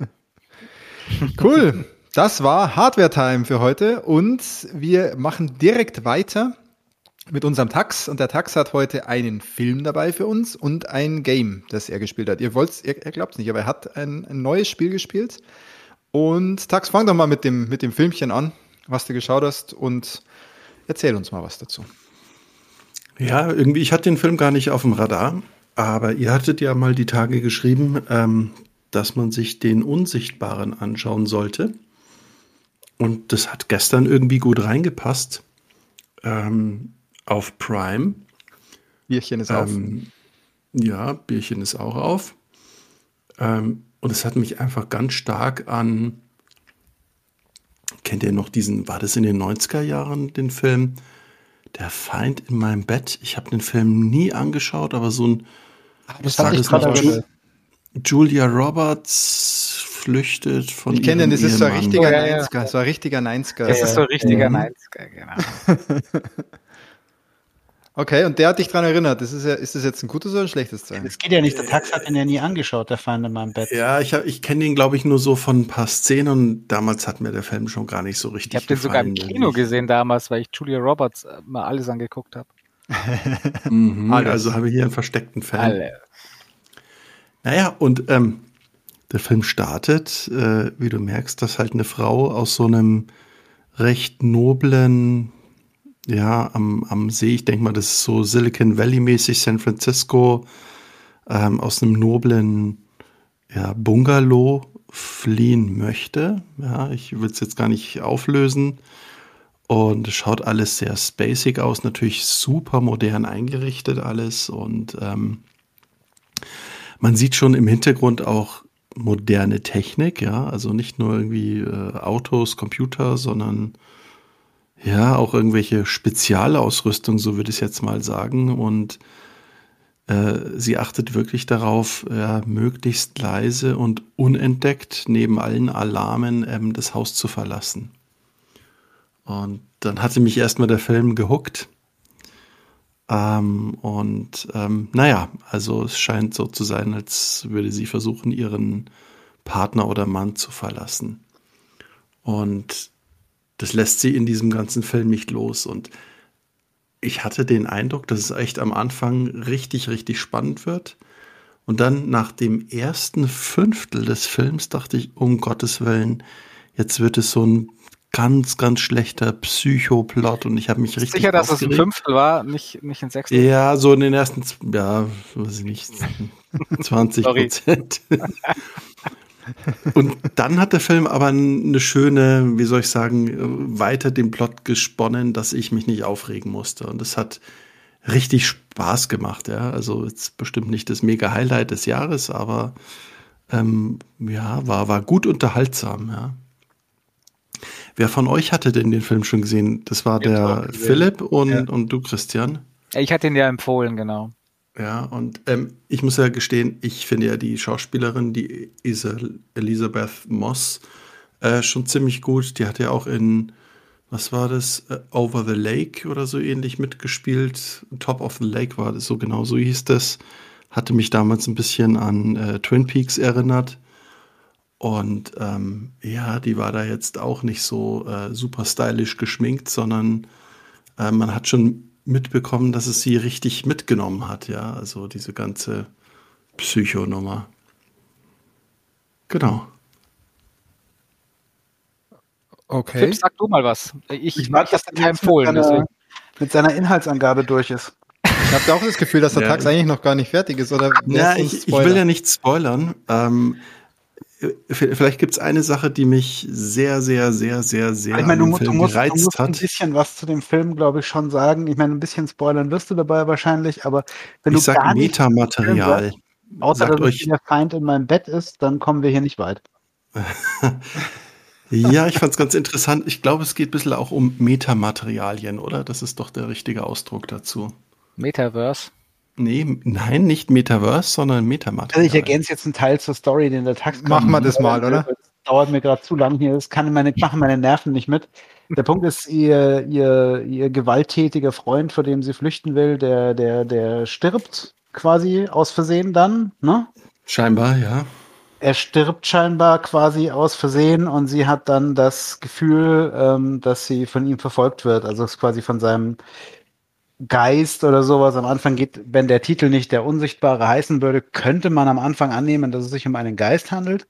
Cool. Das war Hardware Time für heute und wir machen direkt weiter mit unserem Tax. Und der Tax hat heute einen Film dabei für uns und ein Game, das er gespielt hat. Ihr wollt's, ihr, ihr glaubt's nicht, aber er hat ein, ein neues Spiel gespielt. Und Tax, fang doch mal mit dem, mit dem Filmchen an, was du geschaut hast und erzähl uns mal was dazu. Ja, irgendwie, ich hatte den Film gar nicht auf dem Radar, aber ihr hattet ja mal die Tage geschrieben, ähm, dass man sich den Unsichtbaren anschauen sollte. Und das hat gestern irgendwie gut reingepasst ähm, auf Prime. Bierchen ist auf. Ähm, ja, Bierchen ist auch auf. Ähm, und es hat mich einfach ganz stark an, kennt ihr noch diesen, war das in den neunziger Jahren, den Film Der Feind in meinem Bett? Ich habe den Film nie angeschaut, aber so ein, Das war hatte ich das noch gerade Ju- erinnert. Julia Roberts flüchtet von Ich kenne den, das ihrem ist so ein Ehemann. richtiger Ja, ja. neunziger, so ein richtiger neunziger. das Ja, ist so ein richtiger Mhm. neunziger, genau. Okay, und der hat dich dran erinnert. Das ist, ja, ist das jetzt ein gutes oder ein schlechtes Zeichen? Das geht ja nicht. Der Tax hat ihn ja nie angeschaut, der Feind in meinem Bett. Ja, ich, hab- ich kenne den, glaube ich, nur so von ein paar Szenen und damals hat mir der Film schon gar nicht so richtig Ich habe den sogar im gefallen Kino irgendwie. gesehen damals, weil ich Julia Roberts äh, mal alles angeguckt habe. Mhm, Alles. also habe ich hier einen versteckten Fan. Alle. Naja, und ähm, der Film startet, äh, wie du merkst, dass halt eine Frau aus so einem recht noblen, ja, am, am See, ich denke mal, das ist so Silicon Valley-mäßig, San Francisco, ähm, aus einem noblen ja, Bungalow fliehen möchte. Ja, ich will es jetzt gar nicht auflösen. Und es schaut alles sehr spacig aus, natürlich super modern eingerichtet alles. Und ähm, man sieht schon im Hintergrund auch moderne Technik, ja, also nicht nur irgendwie äh, Autos, Computer, sondern ja, auch irgendwelche Spezialausrüstung, so würde ich es jetzt mal sagen. Und äh, sie achtet wirklich darauf, ja, möglichst leise und unentdeckt neben allen Alarmen ähm, das Haus zu verlassen. Und dann hatte mich erstmal der Film gehuckt. Ähm, und ähm, naja, also es scheint so zu sein, als würde sie versuchen, ihren Partner oder Mann zu verlassen. Und das lässt sie in diesem ganzen Film nicht los. Und ich hatte den Eindruck, dass es echt am Anfang richtig, richtig spannend wird. Und dann nach dem ersten Fünftel des Films dachte ich, um Gottes Willen, jetzt wird es so ein ganz, ganz schlechter Psychoplot. Und ich habe mich richtig Sicher, dass es ein aufgeregt. Fünftel war, nicht, nicht ein Sechstel? Ja, so in den ersten, z- ja, weiß ich nicht, zwanzig Sorry. Prozent. Und dann hat der Film aber eine schöne, wie soll ich sagen, weiter den Plot gesponnen, dass ich mich nicht aufregen musste. Und es hat richtig Spaß gemacht, ja. Also jetzt bestimmt nicht das mega Highlight des Jahres, aber ähm, ja, war, war gut unterhaltsam, ja. Wer von euch hatte denn den Film schon gesehen? Das war Ich hab's auch der gesehen. Philipp und, Ja. und du, Christian. Ich hatte ihn ja empfohlen, genau. Ja, und ähm, ich muss ja gestehen, ich finde ja die Schauspielerin, die Isa Elizabeth Moss, äh, schon ziemlich gut. Die hat ja auch in was war das? Äh, Over the Lake oder so ähnlich mitgespielt. Top of the Lake war das, so genau so hieß das. Hatte mich damals ein bisschen an äh, Twin Peaks erinnert. Und ähm, ja, die war da jetzt auch nicht so äh, super stylisch geschminkt, sondern äh, man hat schon mitbekommen, dass es sie richtig mitgenommen hat, ja. Also diese ganze Psychonummer. Genau. Okay. Philipp, sag du mal was. Ich, Ich warte, ich dass hab's er dir jetzt empfohlen, mit seiner, deswegen. mit seiner Inhaltsangabe durch ist. Ich habe auch das Gefühl, dass der Ja. Tax eigentlich noch gar nicht fertig ist, oder? Ja, wär's uns ich, ich will ja nicht spoilern. Ähm, v- vielleicht gibt es eine Sache, die mich sehr, sehr, sehr, sehr, sehr Ich meine, du, an dem mu- du Film musst, du gereizt musst ein hat. bisschen was zu dem Film, glaube ich, schon sagen. Ich meine, ein bisschen spoilern wirst du dabei wahrscheinlich, aber wenn Ich du sag gar nichts zum Film Metamaterial. sagst, außer Sagt dass es euch, wie der Feind in meinem Bett ist, dann kommen wir hier nicht weit. ja, ich fand es ganz interessant. Ich glaube, es geht ein bisschen auch um Metamaterialien, oder? Das ist doch der richtige Ausdruck dazu. Metaverse. Nee, nein, nicht Metaverse, sondern Also ich Metamaterial. ergänze jetzt einen Teil zur Story, den der Tax Machen wir das kann. mal, oder? Das dauert mir gerade zu lang hier. Das kann meine, machen meine Nerven nicht mit. Der Punkt ist, ihr, ihr, ihr gewalttätiger Freund, vor dem sie flüchten will, der, der, der stirbt quasi aus Versehen dann, ne? Scheinbar, ja. Er stirbt scheinbar quasi aus Versehen und sie hat dann das Gefühl, ähm, dass sie von ihm verfolgt wird. Also es ist quasi von seinem Geist oder sowas. Am Anfang geht, wenn der Titel nicht der Unsichtbare heißen würde, könnte man am Anfang annehmen, dass es sich um einen Geist handelt.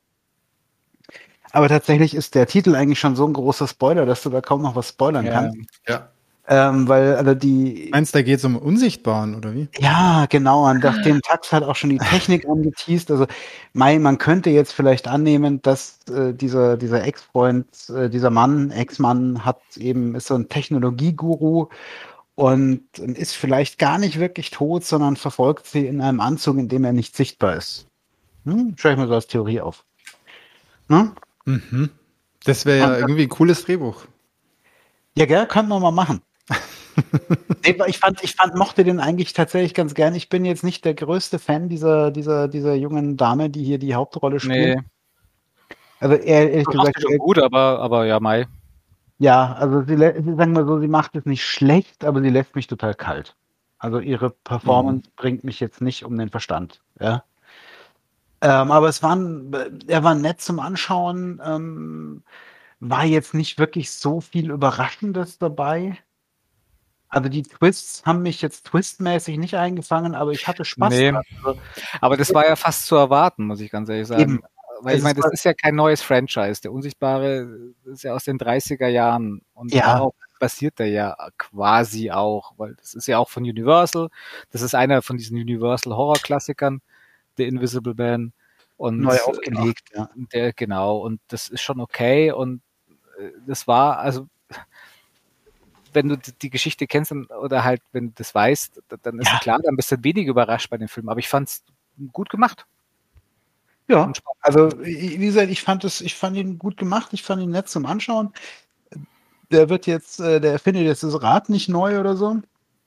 Aber tatsächlich ist der Titel eigentlich schon so ein großer Spoiler, dass du da kaum noch was spoilern Ja. kannst. Ja. Ähm, weil also die, Meinst du, da geht es um Unsichtbaren, oder wie? ja, genau, und nachdem Tax hat auch schon die Technik angeteased. Also mein, man könnte jetzt vielleicht annehmen, dass äh, dieser, dieser Ex-Freund, äh, dieser Mann, Ex-Mann hat eben, ist so ein Technologieguru und ist vielleicht gar nicht wirklich tot, sondern verfolgt sie in einem Anzug, in dem er nicht sichtbar ist. Hm? Schau ich mal so als Theorie auf. Hm? Mhm. Das wäre ja Und- irgendwie ein cooles Drehbuch. Ja, gell, können wir mal machen. Nee, ich fand, ich fand, mochte den eigentlich tatsächlich ganz gern. Ich bin jetzt nicht der größte Fan dieser, dieser, dieser jungen Dame, die hier die Hauptrolle spielt. Nee, Also eher, ehrlich das macht gesagt, sie schon gut, aber, aber ja, Mai. ja, also sie, lä- sie sagen wir so, sie macht es nicht schlecht, aber sie lässt mich total kalt. Also ihre Performance bringt mich jetzt nicht um den Verstand. Ja. Ähm, aber es war, ein- er war nett zum Anschauen. Ähm, war jetzt nicht wirklich so viel Überraschendes dabei. Also die Twists haben mich jetzt twistmäßig nicht eingefangen, aber ich hatte Spaß Nee. dran. Also, Aber das war ja fast zu erwarten, muss ich ganz ehrlich sagen. Eben. Weil ich Es meine, das war- ist ja kein neues Franchise. Der Unsichtbare ist ja aus den dreißiger Jahren und Ja. darauf basiert er ja quasi auch, weil das ist ja auch von Universal. Das ist einer von diesen Universal Horror-Klassikern, The Invisible Man. Und neu aufgelegt, ja. Der, genau, und das ist schon okay. Und äh, das war, also wenn du die- die Geschichte kennst und- oder halt, wenn du das weißt, da- dann ist Ja. klar, dann bist du wenig überrascht bei dem Film. Aber ich fand es gut gemacht. Ja, Und Spaß. also wie wie gesagt, ich fand es, ich fand ihn gut gemacht, ich fand ihn nett zum Anschauen. Der wird jetzt, äh, der findet jetzt das Rad nicht neu oder so.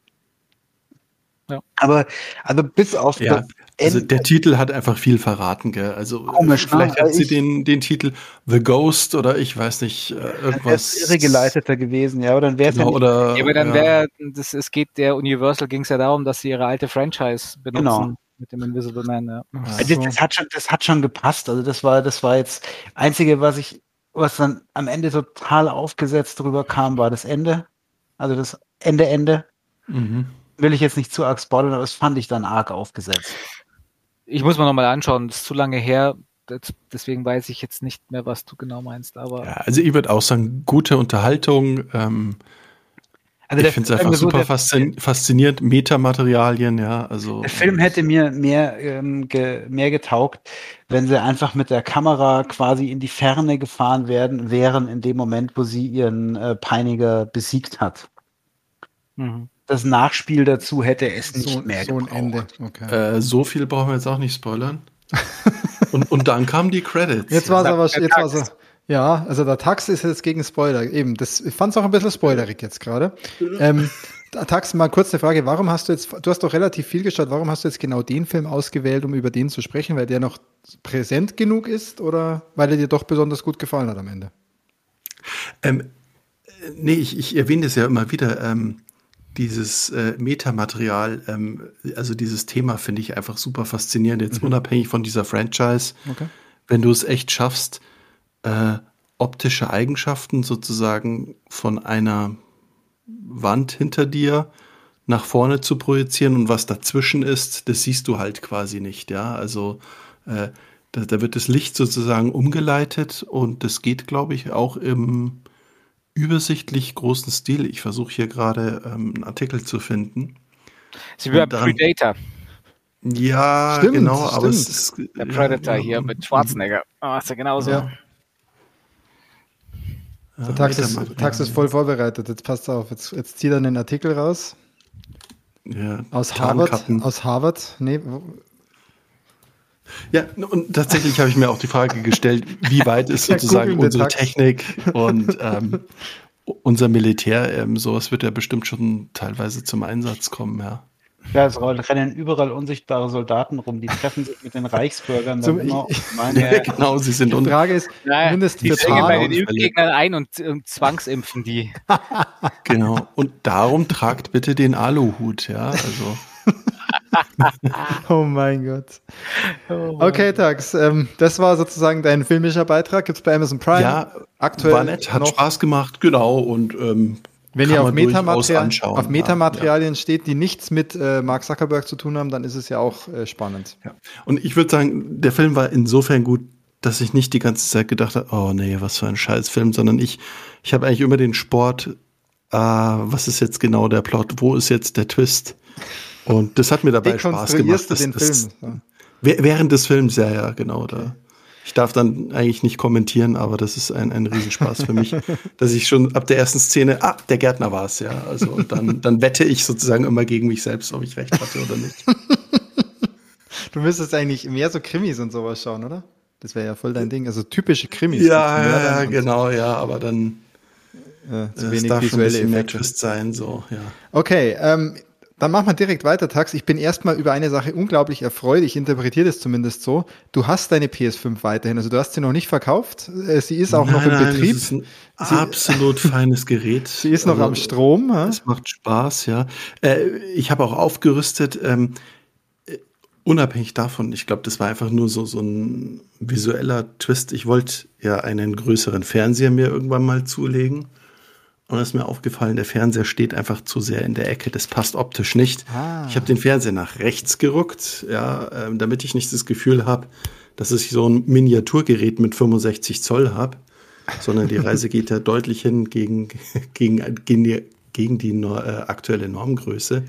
Ja. Aber also bis auf Ja, das also Ende- der Titel hat einfach viel verraten, gell? Also Komisch, ne? vielleicht hat sie Ich- den, den Titel The Ghost oder ich weiß nicht, äh, dann wäre es irgendwas. irregeleiteter gewesen, ja, oder dann wäre es Genau, ja nicht, oder, Ja, aber dann ja. wäre, das, es geht, der Universal ging es ja darum, dass sie ihre alte Franchise benutzen Genau. mit dem Invisible Man, ja. Ach das, so. das hat schon, das hat schon gepasst. Also das war, das war jetzt einzige, was ich, was dann am Ende total aufgesetzt drüber kam, war das Ende. Also das Ende, Ende. Mhm. Will ich jetzt nicht zu arg spoilern, aber das fand ich dann arg aufgesetzt. Ich muss mir nochmal anschauen, das ist zu lange her, das, deswegen weiß ich jetzt nicht mehr, was du genau meinst, aber Ja, also ich würde auch sagen, gute Unterhaltung. Ähm, Also ich der- finde es sagen einfach wir so, super der- faszin faszinierend. Metamaterialien, ja. Also Der Film hätte mir mehr, ähm, ge, mehr getaugt, wenn sie einfach mit der Kamera quasi in die Ferne gefahren werden, wären in dem Moment, wo sie ihren äh, Peiniger besiegt hat. mhm. Das Nachspiel dazu hätte es nicht So, mehr so ein gebraucht. Ende. Okay. äh, so viel brauchen wir jetzt auch nicht spoilern. und, und dann kamen die Credits. Jetzt war es der aber, jetzt Tax. war's, ja, also der Tax ist jetzt gegen Spoiler. Eben, das, ich fand es auch ein bisschen spoilerig jetzt gerade. Ähm, Tax, mal kurz eine Frage, warum hast du jetzt, du hast doch relativ viel geschaut, warum hast du jetzt genau den Film ausgewählt, um über den zu sprechen, weil der noch präsent genug ist oder weil er dir doch besonders gut gefallen hat am Ende? Ähm, Nee, ich, ich erwähne das ja immer wieder. Ähm, dieses äh, Metamaterial, ähm, also dieses Thema finde ich einfach super faszinierend, jetzt Mhm. unabhängig von dieser Franchise. Okay. Wenn du es echt schaffst, äh, optische Eigenschaften sozusagen von einer Wand hinter dir nach vorne zu projizieren und was dazwischen ist, das siehst du halt quasi nicht, ja. Also äh, da, da wird das Licht sozusagen umgeleitet und das geht, glaube ich, auch im übersichtlich großen Stil. Ich versuche hier gerade ähm, einen Artikel zu finden. Sie wie Und daran- Predator, Ja, Stimmt, genau, aber es stimmt. ist der ja, Predator ja, hier mit Schwarzenegger. Oh, ist ja genauso. Ja. ja, Der Tax ist, Metamaterial, Tax ist ja. voll vorbereitet. Jetzt passt auf. Jetzt, jetzt zieht er einen Artikel raus. Ja, Aus Harvard. Tarnkappen. Aus Harvard. Nee, wo- Ja, und tatsächlich habe ich mir auch die Frage gestellt, wie weit ist Der sozusagen googelnde unsere Tax. Technik und ähm, unser Militär, ähm, sowas wird ja bestimmt schon teilweise zum Einsatz kommen, ja. Ja, es rennen überall unsichtbare Soldaten rum, die treffen sich mit den Reichsbürgern Zum- dann immer ich- auf meine, Ja. Genau, sie sind die un Frage ist, Nein, zumindest die für dringen bei Tarnung. den Impfgegnern ein und, und zwangsimpfen die. genau. Und darum tragt bitte den Aluhut, ja. Also Oh mein Gott. Okay, Tax. Ähm, das war sozusagen dein filmischer Beitrag. Gibt's bei Amazon Prime. ja, aktuell war nett, hat noch, Spaß gemacht, genau. Und ähm, wenn kann ihr auf, man durchaus Metamaterial, anschauen, auf ja, Metamaterialien steht, die nichts mit äh, Mark Zuckerberg zu tun haben, dann ist es ja auch äh, spannend. Ja. Und ich würde sagen, der Film war insofern gut, dass ich nicht die ganze Zeit gedacht habe, oh nee, was für ein Scheißfilm, sondern ich, ich habe eigentlich immer den Sport, äh, was ist jetzt genau der Plot, wo ist jetzt der Twist? Und das hat mir dabei Spaß gemacht. Dekonstruierst du den das, Film? So. Wäh- Während des Films, ja, ja, genau. Da. Ich darf dann eigentlich nicht kommentieren, aber das ist ein, ein Riesenspaß für mich, dass ich schon ab der ersten Szene, ah, der Gärtner war es, ja. Also und dann, dann wette ich sozusagen immer gegen mich selbst, ob ich recht hatte oder nicht. Du müsstest eigentlich mehr so Krimis und sowas schauen, oder? Das wäre ja voll dein Ding. Also typische Krimis. Ja, mit ja, Mördern ja, und, genau, ja, aber dann äh, zu es wenig darf schon ein visuelle bisschen mehr Effekte. Twist sein, so, ja. Okay, ähm, dann machen wir direkt weiter, Tax. Ich bin erstmal über eine Sache unglaublich erfreut. Ich interpretiere das zumindest so. Du hast deine P S fünf weiterhin. Also du hast sie noch nicht verkauft. Äh, Sie ist auch nein, noch im nein, Betrieb. Es ist ein absolut feines Gerät. Sie ist noch Also, am Strom. Ja? Es macht Spaß, ja. Äh, ich habe auch aufgerüstet, ähm, äh, unabhängig davon, ich glaube, das war einfach nur so, so ein visueller Twist. Ich wollte ja einen größeren Fernseher mir irgendwann mal zulegen. Und es ist mir aufgefallen, der Fernseher steht einfach zu sehr in der Ecke. Das passt optisch nicht. Ah. Ich habe den Fernseher nach rechts geruckt, ja, ähm, damit ich nicht das Gefühl habe, dass ich so ein Miniaturgerät mit fünfundsechzig Zoll habe, sondern die Reise geht ja deutlich hin gegen, gegen, gegen die, gegen die nor- äh, aktuelle Normgröße.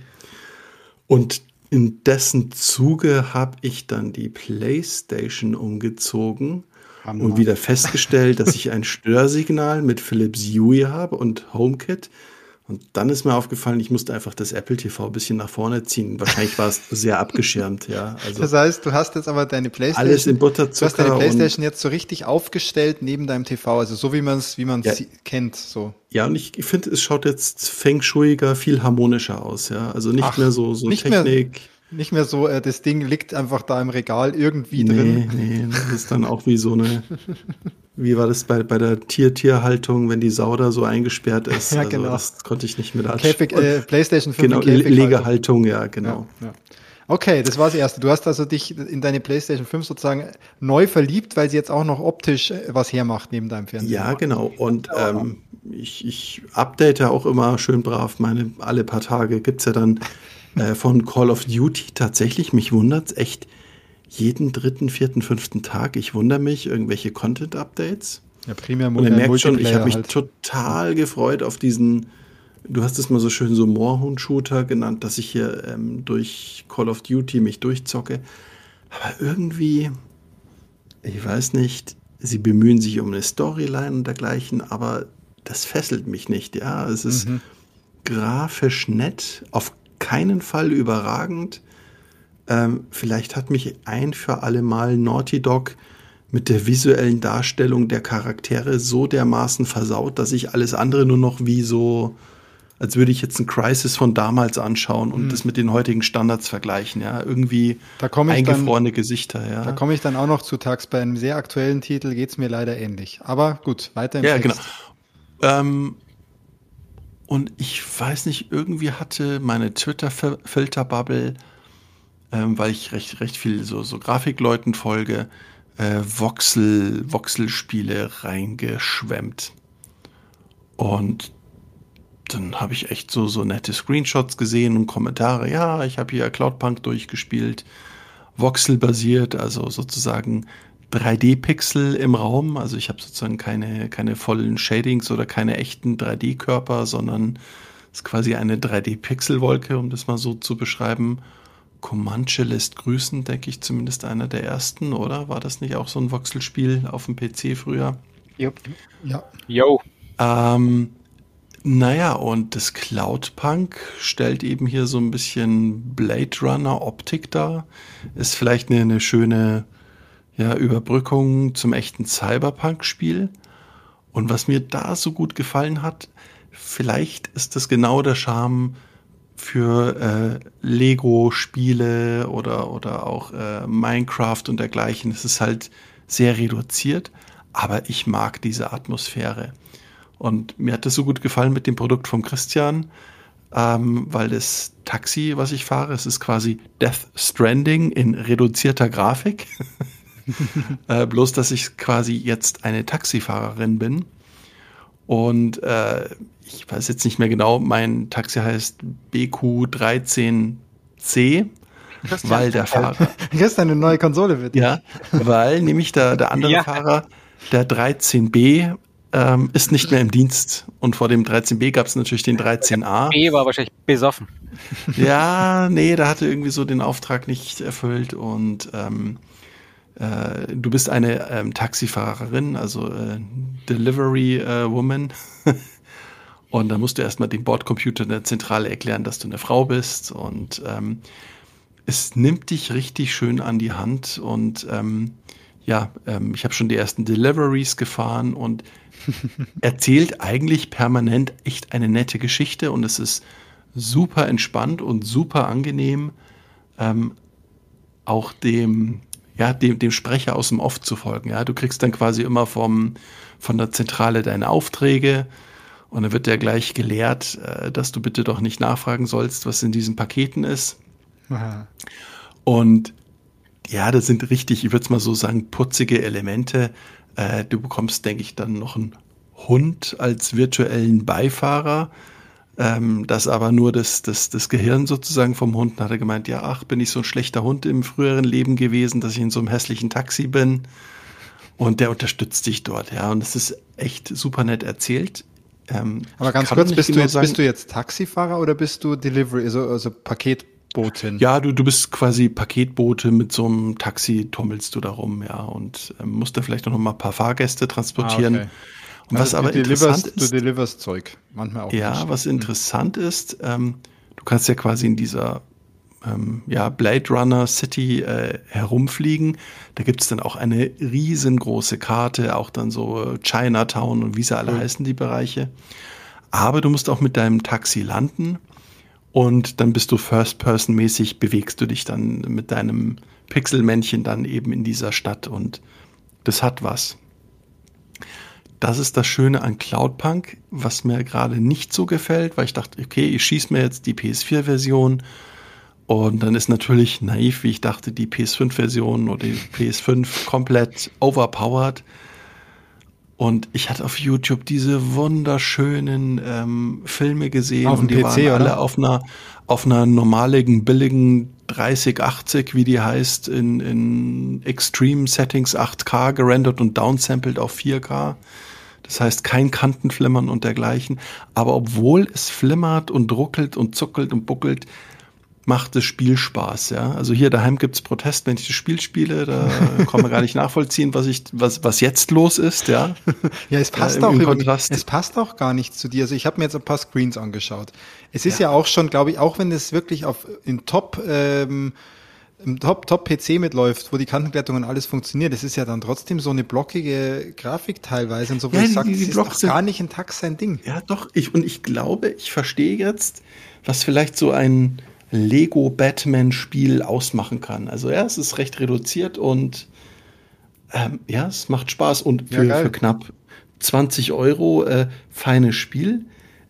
Und in dessen Zuge habe ich dann die PlayStation umgezogen und wieder festgestellt, dass ich ein Störsignal mit Philips Hue habe und HomeKit. Und dann ist mir aufgefallen, ich musste einfach das Apple T V ein bisschen nach vorne ziehen. Wahrscheinlich war es sehr abgeschirmt, ja. Also Das heißt, du hast jetzt aber deine PlayStation, alles in du hast Butterzucker. deine und, PlayStation jetzt so richtig aufgestellt neben deinem T V, also so wie man es wie man Ja. kennt, so. ja, und ich finde, es schaut jetzt Feng Shuiger, viel harmonischer aus, ja. Also nicht Ach, mehr so, so nicht mehr- Technik. Nicht mehr so, äh, das Ding liegt einfach da im Regal irgendwie Nee, drin. nee, das ist dann auch wie so eine, wie war das bei, bei der Tier-Tierhaltung, wenn die Sau da so eingesperrt ist. Ja, also genau. Das konnte ich nicht mit anschauen. Käfig, äh, PlayStation fünf Genau, in Käfighaltung. Legehaltung, ja, genau. Ja, ja. Okay, das war das Erste. Du hast also dich in deine PlayStation fünf sozusagen neu verliebt, weil sie jetzt auch noch optisch äh, was hermacht neben deinem Fernseher. Ja, genau. Und ähm, ich, ich update auch immer schön brav. Meine alle paar Tage gibt's ja dann äh, von Call of Duty tatsächlich, mich wundert's echt, jeden dritten, vierten, fünften Tag. Ich wundere mich, irgendwelche Content-Updates. Ja, primär Und ihr äh, merkt schon, ich Multiplayer habe mich halt. total gefreut auf diesen, du hast es mal so schön so Moorhuhn-Shooter genannt, dass ich hier ähm, durch Call of Duty mich durchzocke. Aber irgendwie, ich weiß nicht, sie bemühen sich um eine Storyline und dergleichen, aber das fesselt mich nicht, ja. Es ist Mhm. grafisch nett, auf keinen Fall überragend. Ähm, vielleicht hat mich ein für alle Mal Naughty Dog mit der visuellen Darstellung der Charaktere so dermaßen versaut, dass ich alles andere nur noch wie so, als würde ich jetzt ein Crisis von damals anschauen und Mhm. das mit den heutigen Standards vergleichen, ja, irgendwie Da komme ich, dann- eingefrorene Gesichter, ja. da komme ich dann auch noch zu Tags. Bei einem sehr aktuellen Titel geht's mir leider ähnlich. Aber gut, weiter im Ja, Text. genau. Ähm, Und ich weiß nicht, irgendwie hatte meine Twitter-Filterbubble, ähm, weil ich recht, recht viel so, so Grafikleuten folge, äh, Voxel, Voxel-Spiele reingeschwemmt. Und dann habe ich echt so, so nette Screenshots gesehen und Kommentare. Ja, ich habe hier Cloudpunk durchgespielt, Voxel-basiert, also sozusagen drei D-Pixel im Raum. Also ich habe sozusagen keine, keine vollen Shadings oder keine echten drei D-Körper, sondern es ist quasi eine drei D-Pixel-Wolke, um das mal so zu beschreiben. Comanche lässt grüßen, denke ich, zumindest einer der ersten, oder? War das nicht auch so ein Voxelspiel auf dem P C früher? Jupp. Ja. Yo. Ähm, naja, und das Cloudpunk stellt eben hier so ein bisschen Blade Runner Optik dar. Ist vielleicht eine, eine schöne ja, Überbrückung zum echten Cyberpunk-Spiel. Und was mir da so gut gefallen hat, vielleicht ist das genau der Charme für äh, Lego-Spiele oder, oder auch äh, Minecraft und dergleichen. Es ist halt sehr reduziert, aber ich mag diese Atmosphäre. Und mir hat das so gut gefallen mit dem Produkt von Christian, ähm, weil das Taxi, was ich fahre, es ist quasi Death Stranding in reduzierter Grafik. äh, bloß, dass ich quasi jetzt eine Taxifahrerin bin. Und äh, ich weiß jetzt nicht mehr genau, mein Taxi heißt B Q dreizehn C, weil der Fahrer... Das ist eine neue Konsole, wird. Ja, weil nämlich der, der andere Ja. Fahrer, der dreizehn B, ähm, ist nicht mehr im Dienst. Und vor dem dreizehn B gab es natürlich den dreizehn A. B war wahrscheinlich besoffen. Ja, nee, der hatte irgendwie so den Auftrag nicht erfüllt und ähm, äh, du bist eine ähm, Taxifahrerin, also äh, Delivery äh, Woman. Und dann musst du erstmal dem Bordcomputer in der Zentrale erklären, dass du eine Frau bist. Und ähm, es nimmt dich richtig schön an die Hand. Und ähm, ja, ähm, ich habe schon die ersten Deliveries gefahren und erzählt eigentlich permanent echt eine nette Geschichte. Und es ist super entspannt und super angenehm, ähm, auch dem, ja, dem, dem Sprecher aus dem Off zu folgen. Ja, du kriegst dann quasi immer vom, von der Zentrale deine Aufträge. Und dann wird dir gleich gelehrt, äh, dass du bitte doch nicht nachfragen sollst, was in diesen Paketen ist. Aha. Und ja, das sind richtig, ich würde es mal so sagen, putzige Elemente. Äh, du bekommst, denke ich, dann noch einen Hund als virtuellen Beifahrer. Ähm, das aber nur das, das, das Gehirn sozusagen vom Hund. Dann hat er gemeint, ja, ach, bin ich so ein schlechter Hund im früheren Leben gewesen, dass ich in so einem hässlichen Taxi bin. Und der unterstützt dich dort, ja. Und es ist echt super nett erzählt. Ähm, Aber ganz kurz, bist, genau du jetzt, sagen, bist du jetzt Taxifahrer oder bist du Delivery, also, also Paketbotin? Ja, du, du bist quasi Paketbote, mit so einem Taxi tummelst du da rum, ja, und ähm, musst da vielleicht noch mal ein paar Fahrgäste transportieren. Ah, okay. Und was also aber interessant ist, du deliverst Zeug, manchmal auch ja, nicht. Was interessant ist, ähm, du kannst ja quasi in dieser ähm, ja, Blade Runner City äh, herumfliegen. Da gibt es dann auch eine riesengroße Karte, auch dann so Chinatown und wie sie alle mhm. heißen, die Bereiche. Aber du musst auch mit deinem Taxi landen und dann bist du First-Person-mäßig, bewegst du dich dann mit deinem Pixelmännchen dann eben in dieser Stadt und das hat was. Das ist das Schöne an Cloudpunk, was mir gerade nicht so gefällt, weil ich dachte, okay, ich schieße mir jetzt die P S vier Version und dann ist natürlich naiv, wie ich dachte, die P S fünf Version oder die P S fünf komplett overpowered. Und ich hatte auf YouTube diese wunderschönen ähm, Filme gesehen auf und die P C, waren oder? alle auf einer auf einer normaligen, billigen dreißig achtzig, wie die heißt, in, in Extreme Settings acht K gerendert und downsampled auf vier K. Das heißt, kein Kantenflimmern und dergleichen. Aber obwohl es flimmert und ruckelt und zuckelt und buckelt, macht das Spiel Spaß, ja. Also hier daheim gibt's Protest, wenn ich das Spiel spiele, da kann man gar nicht nachvollziehen, was ich, was, was jetzt los ist, ja. Ja, es passt ja, auch, Kontrast. Es passt auch gar nicht zu dir. Also ich habe mir jetzt ein paar Screens angeschaut. Es ist ja, ja auch schon, glaube ich, auch wenn es wirklich auf in Top ähm, im Top Top P C mitläuft, wo die Kantenglättung und alles funktioniert, es ist ja dann trotzdem so eine blockige Grafik teilweise und so, wo ja, ich sage, das ist doch gar nicht ein Tax sein Ding. Ja, doch. Ich und ich glaube, ich verstehe jetzt, was vielleicht so ein Lego-Batman-Spiel ausmachen kann. Also ja, es ist recht reduziert und ähm, ja, es macht Spaß. Und für, ja, für knapp zwanzig Euro äh, feines Spiel.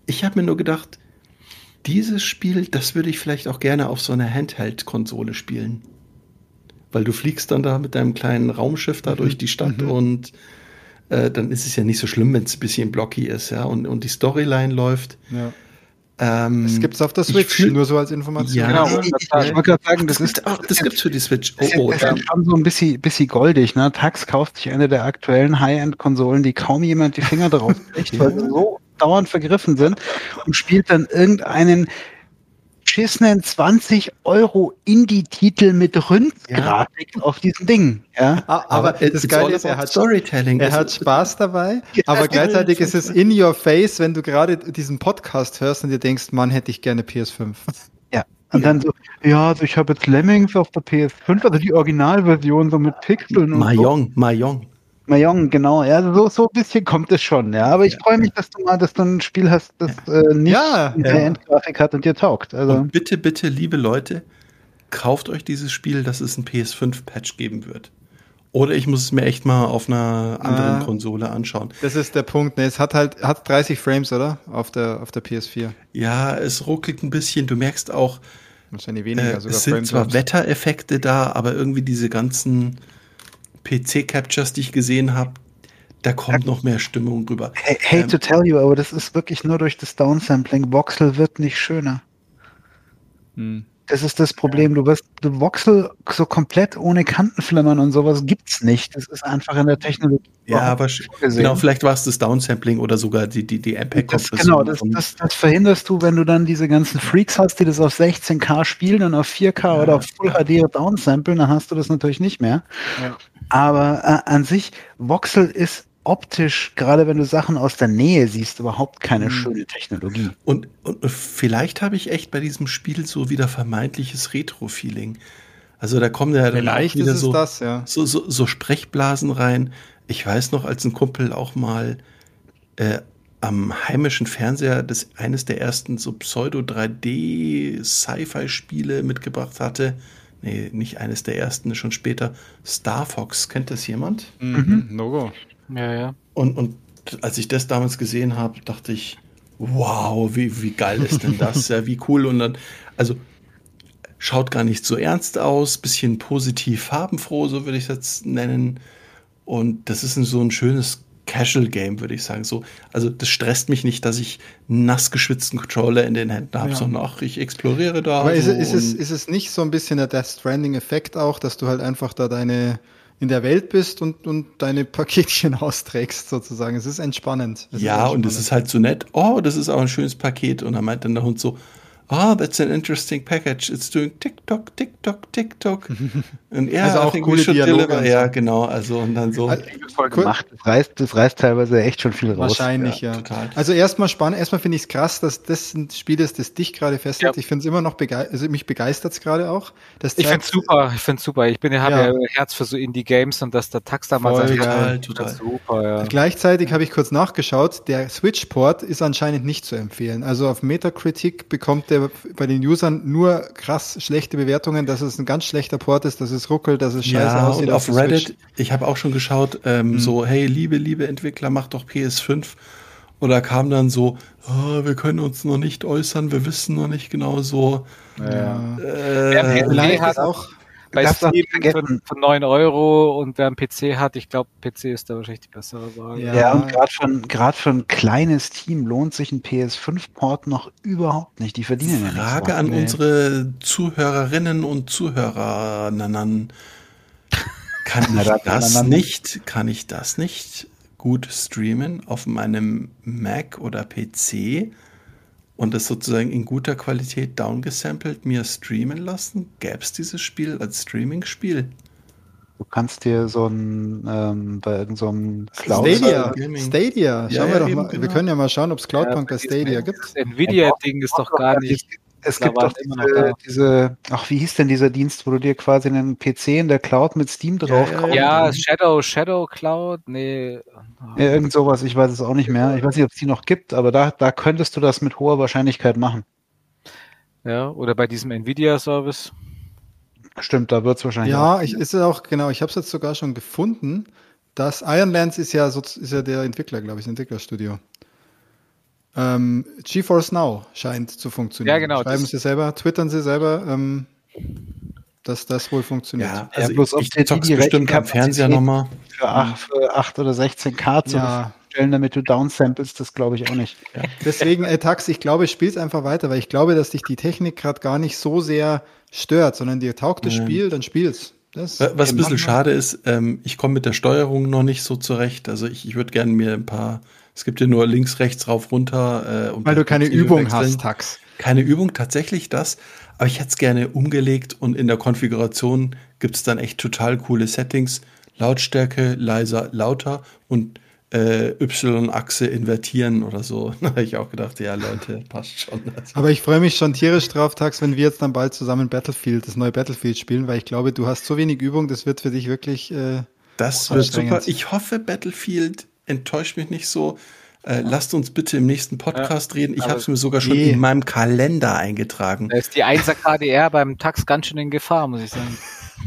ich habe mir nur gedacht, dieses Spiel, das würde ich vielleicht auch gerne auf so einer Handheld-Konsole spielen. Weil du fliegst dann da mit deinem kleinen Raumschiff da mhm. durch die Stadt mhm. und äh, dann ist es ja nicht so schlimm, wenn es ein bisschen blocky ist, ja, und, und die Storyline läuft. Ja. Ähm, das gibt's auf der Switch, fühl, nur so als Information. Ja, genau, ich, ich, ich wollte gerade sagen, das, das, ist, auch, das gibt's für die Switch. Oh, oh, das ist schon so ein bisschen, bisschen goldig. Ne? Tax kauft sich eine der aktuellen High-End-Konsolen, die kaum jemand die Finger drauf kriegt, weil sie so dauernd vergriffen sind und spielt dann irgendeinen beschissenen zwanzig Euro Indie-Titel mit Rundgrafik ja. auf diesem Ding. Ja? Aber, aber das Geile ist, er hat, Storytelling. er hat Spaß dabei, aber gleichzeitig ist es in your face, wenn du gerade diesen Podcast hörst und dir denkst, Mann, hätte ich gerne P S fünf. Ja, und dann so, ja, also ich habe jetzt Lemmings auf der P S fünf, also die Originalversion so mit Pixeln und Mahjong, so. Mahjong. Mahjong, genau, ja, so, so ein bisschen kommt es schon, ja, aber ich ja. freue mich, dass du mal, dass du ein Spiel hast, das äh, nicht ja, ja. Endgrafik hat und dir taugt. Also. Und bitte, bitte, liebe Leute, kauft euch dieses Spiel, dass es ein P S fünf Patch geben wird. Oder ich muss es mir echt mal auf einer anderen ah, Konsole anschauen. Das ist der Punkt, ne, es hat halt, hat dreißig Frames, oder? Auf der, auf der P S vier. Ja, es ruckelt ein bisschen, du merkst auch, wahrscheinlich weniger, äh, sogar es sind Frames zwar Drops. Wettereffekte da, aber irgendwie diese ganzen P C-Captures, die ich gesehen habe, da kommt noch mehr Stimmung rüber. Hey, hate ähm, to tell you, aber das ist wirklich nur durch das Downsampling. Voxel wird nicht schöner. Hm. Das ist das Problem. Du wirst, du Voxel so komplett ohne Kantenflimmern und sowas gibt's nicht. Das ist einfach in der Technologie. Ja, aber genau, vielleicht war es das Downsampling oder sogar die, die, die M P E G-Kompression. Genau, das, das, das verhinderst du, wenn du dann diese ganzen Freaks hast, die das auf sechzehn K spielen und auf vier K ja, oder auf Full ja. H D downsamplen, dann hast du das natürlich nicht mehr. Ja. Aber äh, an sich, Voxel ist optisch, gerade wenn du Sachen aus der Nähe siehst, überhaupt keine mhm. schöne Technologie. Und, und vielleicht habe ich echt bei diesem Spiel so wieder vermeintliches Retro-Feeling. Also da kommen ja dann vielleicht auch wieder ist so, das, ja. so, so, so Sprechblasen rein. Ich weiß noch, als ein Kumpel auch mal äh, am heimischen Fernseher das eines der ersten so Pseudo drei D Sci-Fi-Spiele mitgebracht hatte. Nee, nicht eines der ersten, schon später. Star Fox, kennt das jemand? Mhm. No-go. Ja, ja. Und, und als ich das damals gesehen habe, dachte ich, wow, wie, wie geil ist denn das? Ja, wie cool. Und dann, also schaut gar nicht so ernst aus, bisschen positiv farbenfroh, so würde ich es jetzt nennen. Und das ist ein, so ein schönes Casual-Game, würde ich sagen. So, also das stresst mich nicht, dass ich nass geschwitzten Controller in den Händen habe, ja. sondern ach, ich exploriere da. Aber so ist, ist, es, ist es nicht so ein bisschen der Death Stranding-Effekt auch, dass du halt einfach da deine in der Welt bist und, und deine Paketchen austrägst, sozusagen. Es ist entspannend. Es ja, ist und es ist halt so nett. Oh, das ist auch ein schönes Paket. Und dann meint dann der Hund so, ah, oh, that's an interesting package. It's doing TikTok, TikTok, TikTok. Und ja, also auch coole Dialoge. Ja, genau. Also und dann so. Also, voll gemacht. Das reißt, das reißt teilweise echt schon viel raus. Wahrscheinlich, ja. ja. Total. Also erstmal spannend. Erstmal finde ich es krass, dass das ein Spiel ist, das dich gerade festhält. Ja. Ich finde es immer noch begeistert. Also mich begeistert es gerade auch. Das ich finde es super. Ich finde es super. Ich bin ja, habe ja. ja ein Herz für so Indie-Games und dass der Tax damals voll total, total. super. Ja. Gleichzeitig habe ich kurz nachgeschaut. Der Switch-Port ist anscheinend nicht zu empfehlen. Also auf Metacritic bekommt der bei den Usern nur krass schlechte Bewertungen, dass es ein ganz schlechter Port ist, dass es ruckelt, dass es scheiße ja, aussieht. Und auf, auf Reddit, Switch. Ich habe auch schon geschaut, ähm, mhm. so, hey, liebe, liebe Entwickler, macht doch P S fünf. Oder kam dann so, oh, wir können uns noch nicht äußern, wir wissen noch nicht genau so. Ja. Äh, ja, vielleicht hat auch bei Steam von, von neun Euro und wer einen P C hat, ich glaube, P C ist da wahrscheinlich die bessere Wahl. Ja, ja, und gerade für, grad für ein kleines Team lohnt sich ein P S fünf Port noch überhaupt nicht. Die verdienen ja nichts. Frage an nee. unsere Zuhörerinnen und Zuhörer. Kann ich das nicht, kann ich das nicht gut streamen auf meinem Mac oder P C? Und das sozusagen in guter Qualität downgesampelt mir streamen lassen? Gäbe es dieses Spiel als Streaming-Spiel? Du kannst dir so ein ähm, bei irgendeinem so Cloud Stadia, Stadia, schauen ja, wir ja, doch eben, mal. Genau. Wir können ja mal schauen, ob es Cloudpunk ja, bei Stadia gibt. Das Nvidia-Ding ist doch gar nicht. Es gibt doch diese, diese, ach, wie hieß denn dieser Dienst, wo du dir quasi einen P C in der Cloud mit Steam drauf kaufst? Ja, ja, Shadow, Shadow Cloud, nee. Ja, irgend sowas, ich weiß es auch nicht mehr. Ich weiß nicht, ob es die noch gibt, aber da, da könntest du das mit hoher Wahrscheinlichkeit machen. Ja, oder bei diesem Nvidia-Service. Stimmt, da wird es wahrscheinlich ja, auch. ich ist es auch, genau, ich habe es jetzt sogar schon gefunden. Das Ironlands ist ja, so, ist ja der Entwickler, glaube ich, das Entwicklerstudio. Ähm, GeForce Now scheint zu funktionieren. Ja, genau, Schreiben das- Sie selber, twittern Sie selber, ähm, dass das wohl funktioniert. Ja, also bloß ob ich, dir ich die zock's die bestimmt am Fernseher Rechenkapazität nochmal. für acht, für acht oder sechzehn K zur Ja. Verfügung stellen, damit du downsamplest, das glaube ich auch nicht. Deswegen, äh, Tax, ich glaube, spiel's einfach weiter, weil ich glaube, dass dich die Technik gerade gar nicht so sehr stört, sondern dir taugt das Mhm. Spiel, dann spiel's. Das, Wa- Was ein mach bisschen mal. schade ist, ähm, ich komme mit der Steuerung noch nicht so zurecht. Also ich, ich würde gerne mir ein paar, es gibt ja nur links, rechts, rauf, runter. Äh, und Weil du keine Perspektive Übung wechseln. hast, Tax. Keine Übung, tatsächlich das. Aber ich hätte es gerne umgelegt und in der Konfiguration gibt es dann echt total coole Settings. Lautstärke, leiser, lauter und äh, Y-Achse invertieren oder so. Da habe ich auch gedacht, ja Leute, passt schon. Also, Aber ich freue mich schon tierisch drauf, Tax, wenn wir jetzt dann bald zusammen Battlefield, das neue Battlefield spielen, weil ich glaube, du hast so wenig Übung, das wird für dich wirklich äh, das wird anstrengend. super. Ich hoffe, Battlefield enttäuscht mich nicht so. Äh, lasst uns bitte im nächsten Podcast reden. Ich aber habe es mir sogar schon nee. in meinem Kalender eingetragen. Da ist die Einser K D R beim Tax ganz schön in Gefahr, muss ich sagen.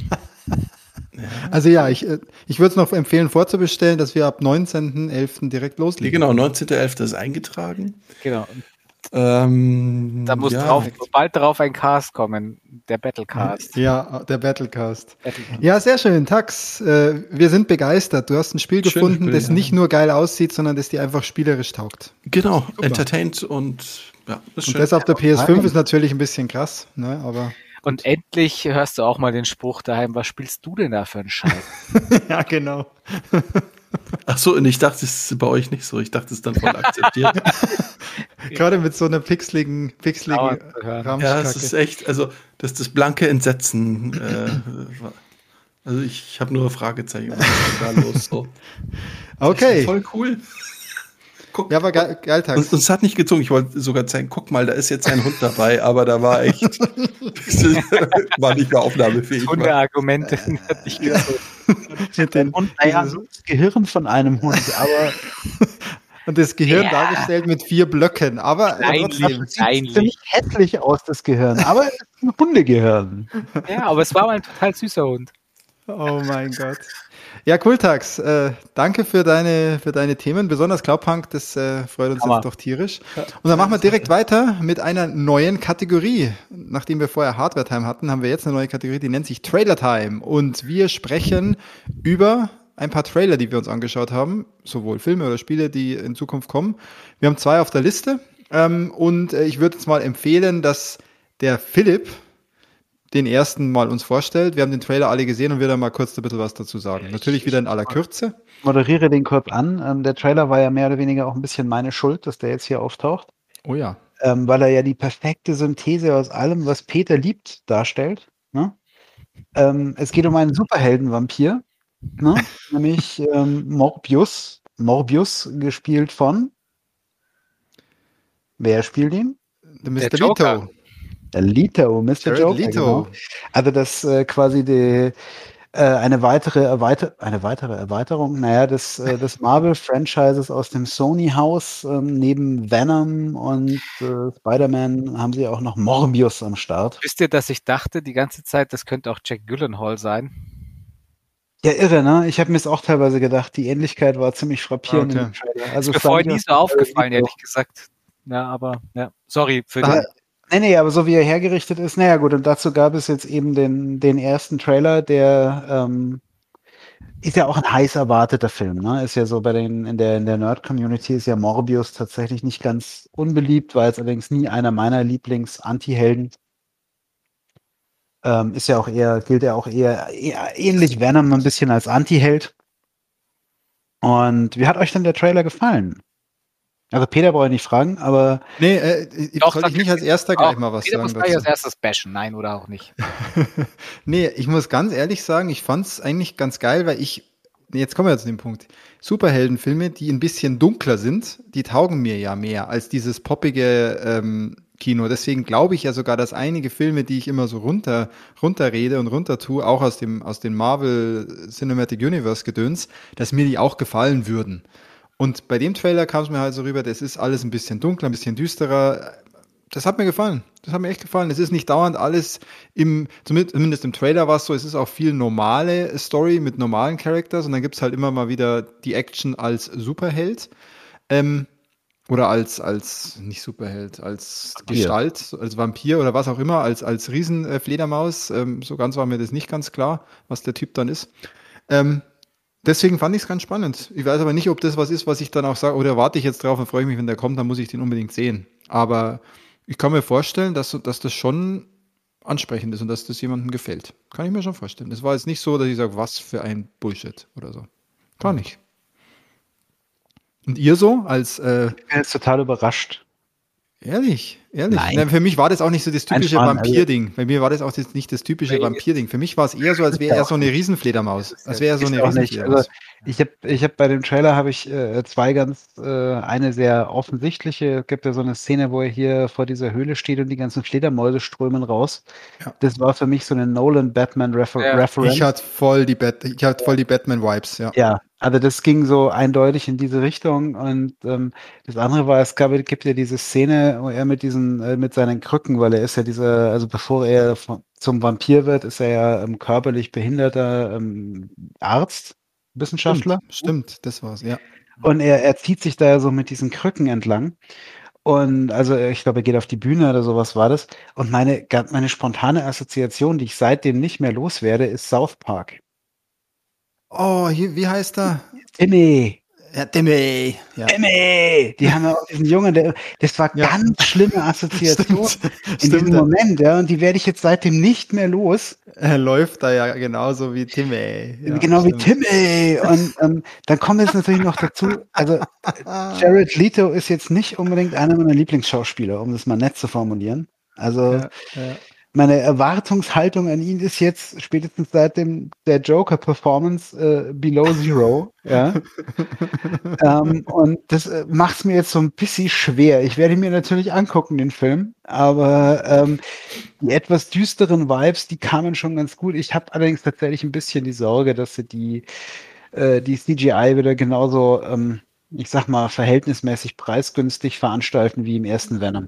Also ja, ich, äh, ich würde es noch empfehlen, vorzubestellen, dass wir ab neunzehnten elften direkt Ja, loslegen. genau, neunzehnter elfter ist eingetragen. Genau. Ähm, Da muss ja, drauf, bald drauf ein Cast kommen, der Battlecast. Ja, der Battlecast. Battlecast. Ja, sehr schön, Tax. Äh, wir sind begeistert. Du hast ein Spiel Schönes gefunden, Spiel, das ja. nicht nur geil aussieht, sondern das dir einfach spielerisch taugt. Genau, entertained und ja, ist Und schön. das auf der P S fünf ist natürlich ein bisschen krass, ne? Aber Und endlich hörst du auch mal den Spruch daheim, was spielst du denn da für einen Scheiß? ja, genau. Ach so, und ich dachte, es ist bei euch nicht so. Ich dachte, es ist dann voll akzeptiert. Gerade mit so einer pixeligen, pixeligen Dauernd zu hören. Ja, Ramschkacke. es ist echt, also das ist das blanke Entsetzen. Äh, war- also ich, ich habe nur Fragezeichen. Was ist denn da los? So. Okay. Voll cool. Guck, Ja, aber geil, geil Tax. und uns hat nicht gezogen. Ich wollte sogar zeigen, guck mal, da ist jetzt ein Hund dabei, aber da war echt, war nicht mehr aufnahmefähig. Hundeargumente hat nicht gezogen. Mit den, Und naja, dieses- das Gehirn von einem Hund, aber und das Gehirn Ja. dargestellt mit vier Blöcken, aber Kleinlich. trotzdem. sieht Eigentlich. ziemlich hässlich aus, das Gehirn. Aber es ist ein Hundegehirn. Ja, aber es war mal ein total süßer Hund. Oh mein Gott. Ja, cool, Tax. Äh, danke für deine, für deine Themen, besonders Cloudpunk, das äh, freut uns Hammer. jetzt doch tierisch. Und dann machen wir direkt weiter mit einer neuen Kategorie. Nachdem wir vorher Hardware Time hatten, haben wir jetzt eine neue Kategorie, die nennt sich Trailer Time. Und wir sprechen über ein paar Trailer, die wir uns angeschaut haben, sowohl Filme oder Spiele, die in Zukunft kommen. Wir haben zwei auf der Liste. Ähm, und äh, ich würde jetzt mal empfehlen, dass der Philipp den ersten mal uns vorstellt. Wir haben den Trailer alle gesehen und wir dann mal kurz ein bisschen was dazu sagen. Natürlich wieder in aller Kürze. Moderiere den kurz an. Ähm, der Trailer war ja mehr oder weniger auch ein bisschen meine Schuld, dass der jetzt hier auftaucht. Oh ja. Ähm, weil er ja die perfekte Synthese aus allem, was Peter liebt, darstellt. Ne? Ähm, es geht um einen Superhelden-Vampir, ne? nämlich ähm, Morbius. Morbius, gespielt von. Wer spielt ihn? Der Mister Der Joker. Leto. Der Leto, Mister Jared Joker. Leto. Genau. Also das äh, quasi die, äh, eine weitere Erweiter eine weitere Erweiterung, naja, des, äh, des Marvel-Franchises aus dem Sony-Haus. Ähm, neben Venom und äh, Spider-Man haben sie auch noch Morbius am Start. Wisst ihr, dass ich dachte die ganze Zeit, das könnte auch Jack Gyllenhaal sein? Ja, irre, ne? Ich habe mir es auch teilweise gedacht, die Ähnlichkeit war ziemlich frappierend Okay. im Trailer. Also Also ist mir es sah vorher nicht nie aus so wie aufgefallen, Leto. ehrlich gesagt. Ja, aber ja, sorry für Aber, den. nee, nee, aber so wie er hergerichtet ist, naja gut, und dazu gab es jetzt eben den, den ersten Trailer, der ähm, ist ja auch ein heiß erwarteter Film, ne? Ist ja so bei den, in der, in der Nerd-Community ist ja Morbius tatsächlich nicht ganz unbeliebt, war jetzt allerdings nie einer meiner Lieblings-Anti-Helden. Ähm, ist ja auch eher, gilt ja auch eher, eher ähnlich Venom ein bisschen als Anti-Held. Und wie hat euch denn der Trailer gefallen? Also Peter brauche ich nicht fragen, aber Nee, äh, ich- Doch, soll sag ich nicht mir- als erster gleich mal was Jeder sagen muss gleich als dazu? erstes bashen, nein oder auch nicht. Nee, ich muss ganz ehrlich sagen, ich fand's eigentlich ganz geil, weil ich, nee, jetzt kommen wir zu dem Punkt. Superheldenfilme, die ein bisschen dunkler sind, die taugen mir ja mehr als dieses poppige ähm, Kino. Deswegen glaube ich ja sogar, dass einige Filme, die ich immer so runter runterrede und runter tue, auch aus dem aus dem Marvel Cinematic Universe Gedöns, dass mir die auch gefallen würden. Und bei dem Trailer kam es mir halt so rüber, das ist alles ein bisschen dunkler, ein bisschen düsterer. Das hat mir gefallen. Das hat mir echt gefallen. Es ist nicht dauernd alles im, zumindest im Trailer war es so, es ist auch viel normale Story mit normalen Characters und dann gibt's halt immer mal wieder die Action als Superheld. Ähm, Oder als, als, nicht Superheld, als Vampir. Gestalt, als Vampir oder was auch immer, als, als Riesenfledermaus. Ähm, so ganz war mir das nicht ganz klar, was der Typ dann ist. Ähm, deswegen fand ich es ganz spannend. Ich weiß aber nicht, ob das was ist, was ich dann auch sage, oder warte ich jetzt drauf und freue mich, wenn der kommt, dann muss ich den unbedingt sehen. Aber ich kann mir vorstellen, dass, dass das schon ansprechend ist und dass das jemandem gefällt. Kann ich mir schon vorstellen. Das war jetzt nicht so, dass ich sage, was für ein Bullshit oder so. Gar nicht. Und ihr so als äh, Ich bin jetzt total überrascht. ehrlich, ehrlich. Nein. Nein, für mich war das auch nicht so das typische Ein Schwan, also- Vampir-Ding. Bei mir war das auch das, nicht das typische Nee, Vampir-Ding. Für mich war es eher so, als wäre er so eine Riesenfledermaus. Als wäre er so Ist eine auch nicht. Riesenfledermaus. Also ich habe ich hab bei dem Trailer habe ich äh, zwei ganz, äh, eine sehr offensichtliche, es gibt ja so eine Szene, wo er hier vor dieser Höhle steht und die ganzen Fledermäuse strömen raus. Ja. Das war für mich so eine Nolan-Batman-Referenz. Ich hatte voll die, Bat ich hatte voll die Batman-Vibes, ja. Ja, also das ging so eindeutig in diese Richtung und ähm, das andere war, es gab, gibt ja diese Szene, wo er mit diesen, äh, mit seinen Krücken, weil er ist ja dieser, also bevor er von, zum Vampir wird, ist er ja ähm, körperlich behinderter ähm, Arzt, Wissenschaftler. Stimmt, stimmt, das war's, ja. Und er, er zieht sich da ja so mit diesen Krücken entlang. Und also ich glaube, er geht auf die Bühne oder sowas war das. Und meine, ga- meine spontane Assoziation, die ich seitdem nicht mehr loswerde, ist South Park. Oh, hier, wie heißt er? Timmy! Ja, Timmy. Ja. Timmy! Die haben ja auch diesen Jungen, der, das war Ja. ganz schlimme Assoziation Stimmt, in stimmt. diesem Moment, ja. Und die werde ich jetzt seitdem nicht mehr los. Er läuft da ja genauso wie Timmy. Ja, genau stimmt. wie Timmy! Und ähm, dann kommt jetzt natürlich noch dazu, also Jared Leto ist jetzt nicht unbedingt einer meiner Lieblingsschauspieler, um das mal nett zu formulieren. Also Ja, ja. meine Erwartungshaltung an ihn ist jetzt spätestens seit dem der Joker-Performance äh, below zero. Ja. ähm, und das äh, macht es mir jetzt so ein bisschen schwer. Ich werde ihn mir natürlich angucken, den Film, aber ähm, die etwas düsteren Vibes, die kamen schon ganz gut. Ich habe allerdings tatsächlich ein bisschen die Sorge, dass sie die, äh, die C G I wieder genauso, ähm, ich sag mal, verhältnismäßig preisgünstig veranstalten wie im ersten Venom.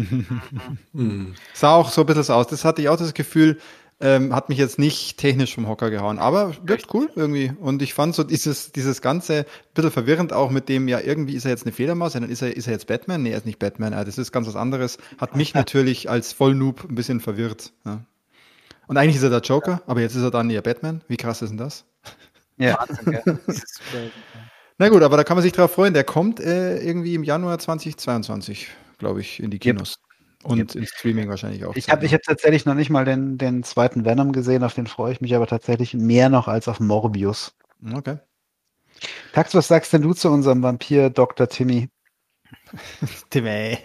Hm. Sah auch so ein bisschen so aus. Das hatte ich auch das Gefühl, ähm, hat mich jetzt nicht technisch vom Hocker gehauen, aber wirkt cool irgendwie. Und ich fand so dieses, dieses Ganze ein bisschen verwirrend auch mit dem, ja, irgendwie ist er jetzt eine Fledermaus, ja, dann ist er, ist er jetzt Batman? Nee, er ist nicht Batman, ah, das ist ganz was anderes. Hat mich natürlich als Vollnoob ein bisschen verwirrt. Ja. Und eigentlich ist er der Joker, aber jetzt ist er dann eher Batman. Wie krass ist denn das? Ja. Wahnsinn, gell? Das ist super. Na gut, aber da kann man sich drauf freuen. Der kommt äh, irgendwie im Januar zweitausendzweiundzwanzig, glaube ich, in die Kinos. Und Yep. ins Streaming wahrscheinlich auch. Ich habe ich hab tatsächlich noch nicht mal den, den zweiten Venom gesehen, auf den freue ich mich aber tatsächlich mehr noch als auf Morbius. Okay. Tax, was sagst denn du zu unserem Vampir Doktor Timmy? Timmy.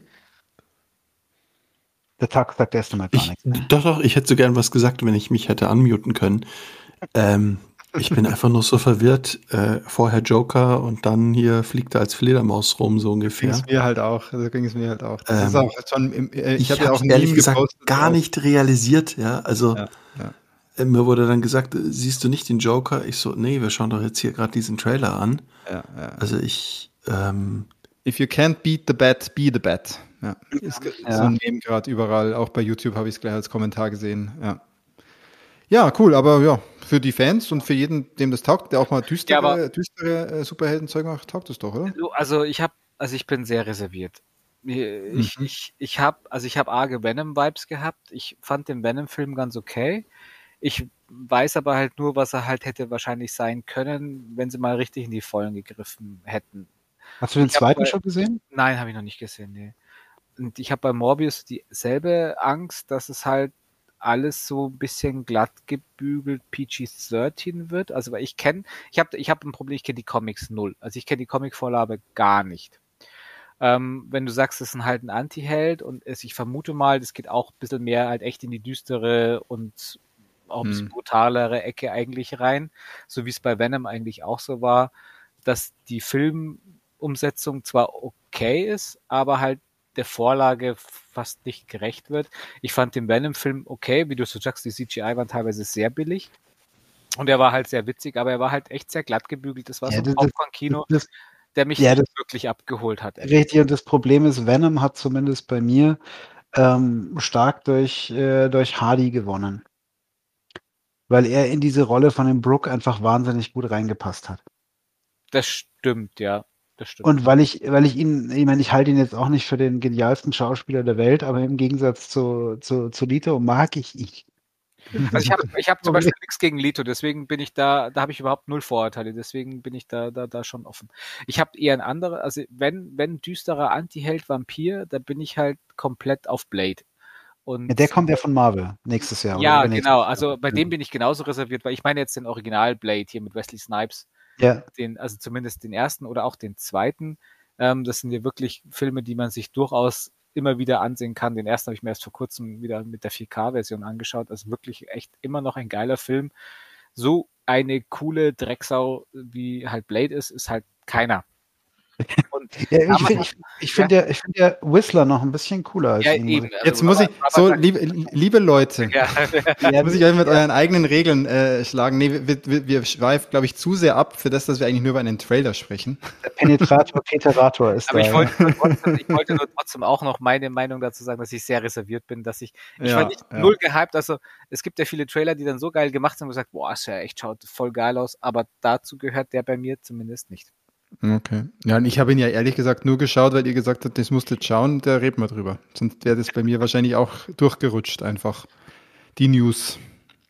Der Tax sagt erst einmal gar Ich, nichts. doch, doch, ich hätte so gern was gesagt, wenn ich mich hätte unmuten können. Ähm, ich bin einfach nur so verwirrt. Äh, vorher Joker und dann hier fliegt er als Fledermaus rum, so Ging ungefähr. es mir halt auch. So ging es mir halt auch. Das Ähm, ist auch schon im, äh, ich Ich habe ja habe auch ein ehrlich Meme gesagt gepostet. gar auch. nicht realisiert, ja. Also Ja, ja. äh, mir wurde dann gesagt, äh, siehst du nicht den Joker? Ich so, nee, wir schauen doch jetzt hier gerade diesen Trailer an. Ja, ja. Also ich, ähm, If you can't beat the bat, be the bat. Ja. Ist Ja. so ein Meme gerade überall. Auch bei YouTube habe ich es gleich als Kommentar gesehen. Ja. Ja, cool, aber ja, für die Fans und für jeden, dem das taugt, der auch mal düstere, Ja, aber- düstere äh, Superheldenzeug macht, taugt es doch, oder? Du, Also ich habe, also ich bin sehr reserviert. Ich, Mhm. ich, ich habe, also ich habe arge Venom-Vibes gehabt. Ich fand den Venom-Film ganz okay. Ich weiß aber halt nur, was er halt hätte wahrscheinlich sein können, wenn sie mal richtig in die Vollen gegriffen hätten. Hast du den Ich hab zweiten bei- schon gesehen? Nein, habe ich noch nicht gesehen, nee. Und ich habe bei Morbius dieselbe Angst, dass es halt alles so ein bisschen glatt gebügelt P G dreizehn wird. Also weil ich kenne, ich habe ich hab ein Problem, ich kenne die Comics null. Also ich kenne die Comic-Vorlage gar nicht. Ähm, wenn du sagst, es ist halt ein Anti-Held und es, ich vermute mal, das geht auch ein bisschen mehr halt echt in die düstere und auch ein bisschen Hm. brutalere Ecke eigentlich rein, so wie es bei Venom eigentlich auch so war, dass die Filmumsetzung zwar okay ist, aber halt der Vorlage fast nicht gerecht wird. Ich fand den Venom-Film okay, wie du so sagst, die C G I waren teilweise sehr billig. Und er war halt sehr witzig, aber er war halt echt sehr glatt gebügelt. Das war Ja, so ein das- das- Popcorn-Kino, Das, der mich ja, nicht das- wirklich abgeholt hat. richtig, und das Problem ist, Venom hat zumindest bei mir ähm, stark durch, äh, durch Hardy gewonnen. Weil er in diese Rolle von dem Brook einfach wahnsinnig gut reingepasst hat. Das stimmt, ja. das stimmt. Und weil ich, weil ich ihn, ich meine, ich halte ihn jetzt auch nicht für den genialsten Schauspieler der Welt, aber im Gegensatz zu, zu, zu Leto mag ich ihn. Also ich habe ich hab zum Beispiel nichts gegen Leto, deswegen bin ich da, da habe ich überhaupt null Vorurteile, deswegen bin ich da, da, da schon offen. Ich habe eher ein anderer, also wenn, wenn düsterer Anti-Held Vampir, dann bin ich halt komplett auf Blade. Und Ja, der kommt ja von Marvel nächstes Jahr. ja, oder übernächstes genau, Jahr. also bei dem bin ich genauso reserviert, weil ich meine jetzt den Original Blade hier mit Wesley Snipes, Ja, den, also zumindest den ersten oder auch den zweiten. Ähm, das sind ja wirklich Filme, die man sich durchaus immer wieder ansehen kann. Den ersten habe ich mir erst vor kurzem wieder mit der vier K-Version angeschaut. Also wirklich echt immer noch ein geiler Film. So eine coole Drecksau, wie halt Blade ist, ist halt keiner. Und ja ich damals- finde ich, ich find ja, ich find ja Whistler noch ein bisschen cooler als ja, ihn. muss eben. ich- Also Jetzt muss ich, Robert- so, Robert- liebe, liebe Leute, ja, Ja, jetzt muss ich euch mit euren eigenen Regeln äh, schlagen. Nee, wir, wir, wir schweifen, glaube ich, zu sehr ab für das, dass wir eigentlich nur über einen Trailer sprechen. Der Penetrator, Peterator ist aber da. ich wollte, nur trotzdem, ich wollte nur trotzdem auch noch meine Meinung dazu sagen, dass ich sehr reserviert bin, dass ich, ich Ja, war nicht ja. null gehypt, also es gibt ja viele Trailer, die dann so geil gemacht sind, wo man sagt, boah, ist ja echt, schaut voll geil aus, aber dazu gehört der bei mir zumindest nicht. Okay. Ja, und ich habe ihn ja ehrlich gesagt nur geschaut, weil ihr gesagt habt, das musstet schauen, da reden wir drüber. Sonst wäre das bei mir wahrscheinlich auch durchgerutscht, einfach die News.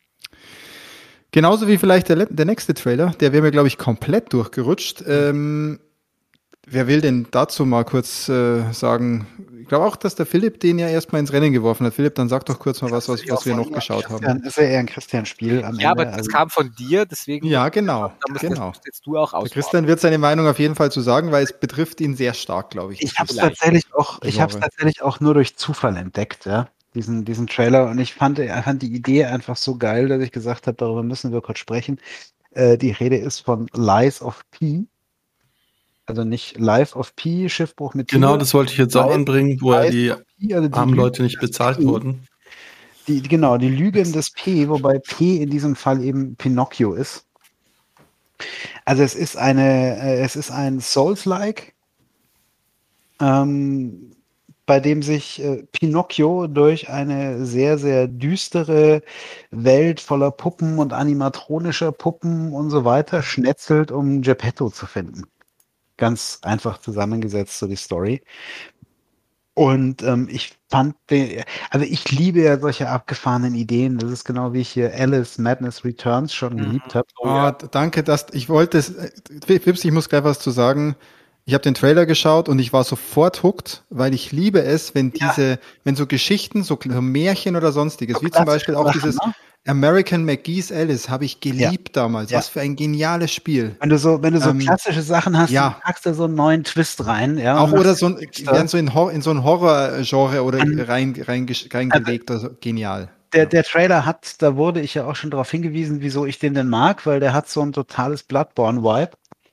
Genauso wie vielleicht der, le- der nächste Trailer, der wäre mir, glaube ich, komplett durchgerutscht. Ähm, wer will denn dazu mal kurz äh, sagen? Ich glaube auch, dass der Philipp den ja erstmal ins Rennen geworfen hat. Philipp, dann sag doch kurz mal was, was, was wir noch geschaut haben. Christian, ist ja eher ein Christian-Spiel am Ja, Ende. aber das also- kam von dir, deswegen Ja, genau, da musst, genau. das musst jetzt du auch Der aus. Christian wird seine Meinung auf jeden Fall zu sagen, weil es betrifft ihn sehr stark, glaube ich. Ich das habe es ist- tatsächlich auch, ich habe es Genre. tatsächlich auch nur durch Zufall entdeckt, ja, diesen, diesen Trailer. Und ich fand, ich fand die Idee einfach so geil, dass ich gesagt habe, darüber müssen wir kurz sprechen. Äh, die Rede ist von Lies of P. Also nicht Life of P, Schiffbruch mit Genau, Tier. das wollte ich jetzt auch Lies- anbringen, wo ja Lies die of P, also die armen Lügen Leute nicht des bezahlt P. wurden. Die, genau, die Lügen des P, wobei P in diesem Fall eben Pinocchio ist. Also es ist eine, äh, es ist ein Souls-like, ähm, bei dem sich äh, Pinocchio durch eine sehr, sehr düstere Welt voller Puppen und animatronischer Puppen und so weiter schnetzelt, um Geppetto zu finden. Ganz einfach zusammengesetzt, so die Story. Und ähm, ich fand, den, also ich liebe ja solche abgefahrenen Ideen. Das ist genau wie ich hier Alice Madness Returns schon Mhm. geliebt habe. Oh, ja. Ah, d- danke, dass ich wollte es. äh, Fips, ich muss gleich was zu sagen. Ich habe den Trailer geschaut und ich war sofort hooked, weil ich liebe es, wenn Ja. diese, wenn so Geschichten, so so Märchen oder sonstiges, So wie zum klassische Beispiel auch Sachen, dieses ne? American McGee's Alice, habe ich geliebt damals. Ja. Was für ein geniales Spiel. Wenn du so, wenn du so Ähm, klassische Sachen hast, ja. dann packst du so einen neuen Twist rein. Ja, Auch und oder machst so ein, extra. werden so in, Hor in so ein Horror-Genre oder An- rein, rein, reingelegt. Also genial. Der, der Trailer hat, da wurde ich ja auch schon darauf hingewiesen, wieso ich den denn mag, weil der hat so ein totales Bloodborne-Vibe.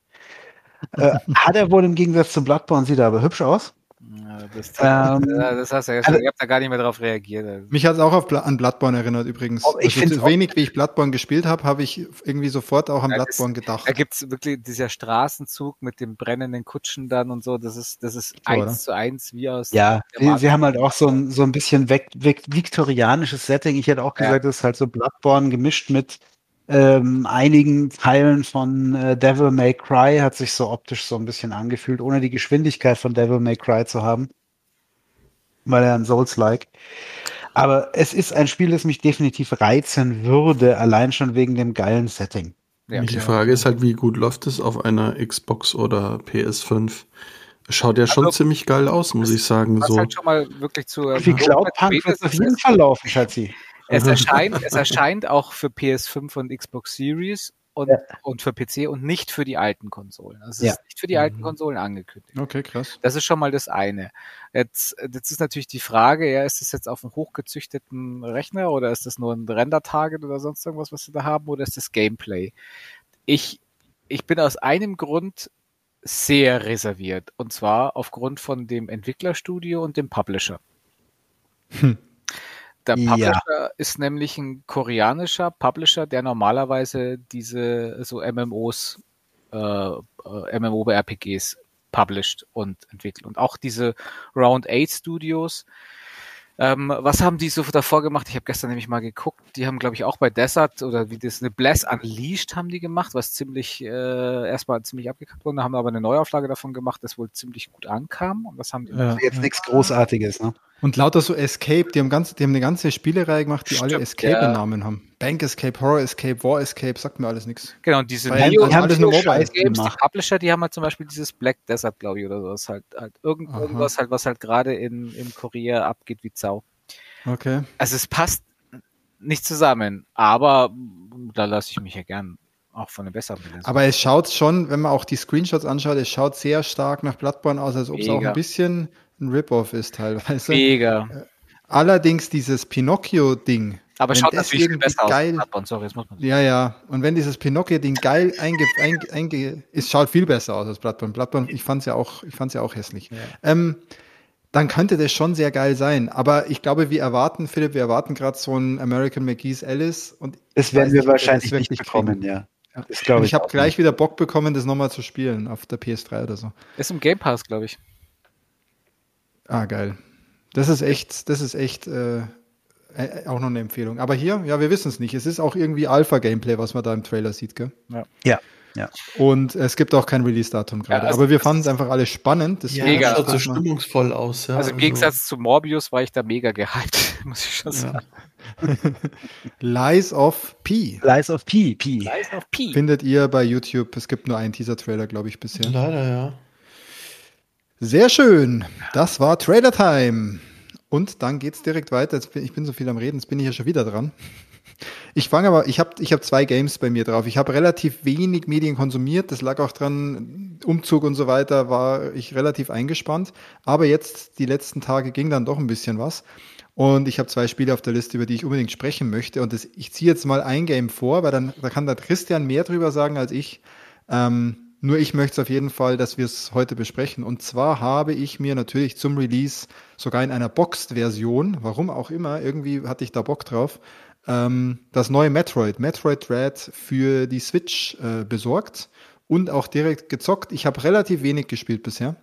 äh, hat er wohl im Gegensatz zu Bloodborne, sieht er aber hübsch aus. Ja, das, Ähm, ja, das hast du ja also- schon, ich habe da gar nicht mehr drauf reagiert. Also. Mich hat es auch auf Bla an Bloodborne erinnert übrigens. Oh, ich also, find's so auch- wenig wie ich Bloodborne gespielt habe, habe ich irgendwie sofort auch an Ja, das- Bloodborne gedacht. Da gibt's wirklich dieser Straßenzug mit dem brennenden Kutschen dann und so, das ist, das ist So, oder? eins zu eins wie aus. Ja, der sie, Marvel- sie haben halt auch so ein, so ein bisschen weg, weg, viktorianisches Setting. Ich hätte auch Ja. gesagt, das ist halt so Bloodborne gemischt mit ähm, einigen Teilen von äh, Devil May Cry, hat sich so optisch so ein bisschen angefühlt, ohne die Geschwindigkeit von Devil May Cry zu haben. Weil er ein Souls-like. Aber es ist ein Spiel, das mich definitiv reizen würde, allein schon wegen dem geilen Setting. Ja. Die Frage ist halt, wie gut läuft es auf einer Xbox oder P S fünf? Schaut ja schon Also, ziemlich geil aus, muss ich sagen. Was So. halt schon mal wirklich zu Wie Cloudpunk wird es auf jeden Fall laufen, Schatzi. Es erscheint, es erscheint auch für P S fünf und Xbox Series und, Ja. und für P C und nicht für die alten Konsolen. Also es Ja. ist nicht für die alten Konsolen angekündigt. Okay, krass. Das ist schon mal das eine. Jetzt, jetzt ist natürlich die Frage, ja, ist das jetzt auf einem hochgezüchteten Rechner oder ist das nur ein Render-Target oder sonst irgendwas, was sie da haben, oder ist das Gameplay? Ich, ich bin aus einem Grund sehr reserviert, und zwar aufgrund von dem Entwicklerstudio und dem Publisher. Hm. Der Ja. Publisher ist nämlich ein koreanischer Publisher, der normalerweise diese so M M Os, äh, äh, M M O R P Gs published und entwickelt. Und auch diese Round acht Studios, Ähm, was haben die so davor gemacht? Ich habe gestern nämlich mal geguckt. Die haben, glaube ich, auch bei Desert oder wie das eine Bless Unleashed haben die gemacht, was ziemlich äh, erstmal ziemlich abgekackt wurde. Haben aber eine Neuauflage davon gemacht, das wohl ziemlich gut ankam. Und was haben die? Ja, Jetzt ja. nichts Großartiges, ne? Und lauter so Escape, die haben, ganz, die haben eine ganze Spielereihe gemacht, die alle Stimmt, Escape ja. im Namen haben. Bank Escape, Horror Escape, War Escape, sagt mir alles nichts. Genau, und diese Weil Neo, die haben das nur Neo Mobile Games, die gemacht. Publisher, die haben halt zum Beispiel dieses Black Desert, glaube ich, oder so. Das ist halt, halt irgend, Aha. irgendwas halt, was halt gerade in, in Korea abgeht wie Zau. Okay. Also es passt nicht zusammen, aber da lasse ich mich ja gern auch von den besseren Bildern. Aber es schaut schon, wenn man auch die Screenshots anschaut, es schaut sehr stark nach Bloodborne aus, als ob es auch Mega. ein bisschen ein Rip-Off ist teilweise. Mega. Allerdings dieses Pinocchio-Ding. Aber wenn schaut das natürlich viel irgendwie besser geil, aus. Bloodborne, sorry, jetzt muss man. Ja, ja. Und wenn dieses Pinocchio-Ding geil einge, einge, einge, es schaut viel besser aus als Bloodborne. Bloodborne, ich fand's ja auch, ich fand's ja auch hässlich. Ja. Ähm, dann könnte das schon sehr geil sein. Aber ich glaube, wir erwarten, Philipp, wir erwarten gerade so einen American McGee's Alice. Und Das ich werden weiß wir nicht, ob wir wahrscheinlich das nicht wirklich bekommen, kriegen. ja. Ja. Das glaube Und ich ich habe auch gleich nicht. wieder Bock bekommen, das nochmal zu spielen auf der P S drei oder so. Ist im Game Pass, glaube ich. Ah, geil. Das ist echt, das ist echt äh, äh, auch noch eine Empfehlung. Aber hier, ja, wir wissen es nicht. Es ist auch irgendwie Alpha-Gameplay, was man da im Trailer sieht, gell? Ja, ja. Und es gibt auch kein Release-Datum gerade. Ja, also aber wir das fanden es ist- einfach alle spannend. Ja, Deswegen Mega. das schaut so dass man- stimmungsvoll aus. Ja, Also im Gegensatz zu Morbius war ich da mega gehypt, muss ich schon Ja. sagen. Lies of P Lies of P, P. Lies of P. findet ihr bei YouTube. Es gibt nur einen Teaser-Trailer, glaube ich, bisher. Leider, ja. Sehr schön. Das war Trailer Time. Und dann geht's direkt weiter. Jetzt bin, ich bin so viel am Reden, jetzt bin ich ja schon wieder dran. Ich fange aber, ich habe ich hab zwei Games bei mir drauf. Ich habe relativ wenig Medien konsumiert. Das lag auch dran, Umzug und so weiter, war ich relativ eingespannt. Aber jetzt, die letzten Tage, ging dann doch ein bisschen was. Und ich habe zwei Spiele auf der Liste, über die ich unbedingt sprechen möchte. Und das, ich ziehe jetzt mal ein Game vor, weil dann da kann der Christian mehr drüber sagen als ich. Ähm, nur ich möchte es auf jeden Fall, dass wir es heute besprechen. Und zwar habe ich mir natürlich zum Release sogar in einer Boxed-Version, warum auch immer, irgendwie hatte ich da Bock drauf, ähm, das neue Metroid, Metroid Dread für die Switch äh, besorgt und auch direkt gezockt. Ich habe relativ wenig gespielt bisher.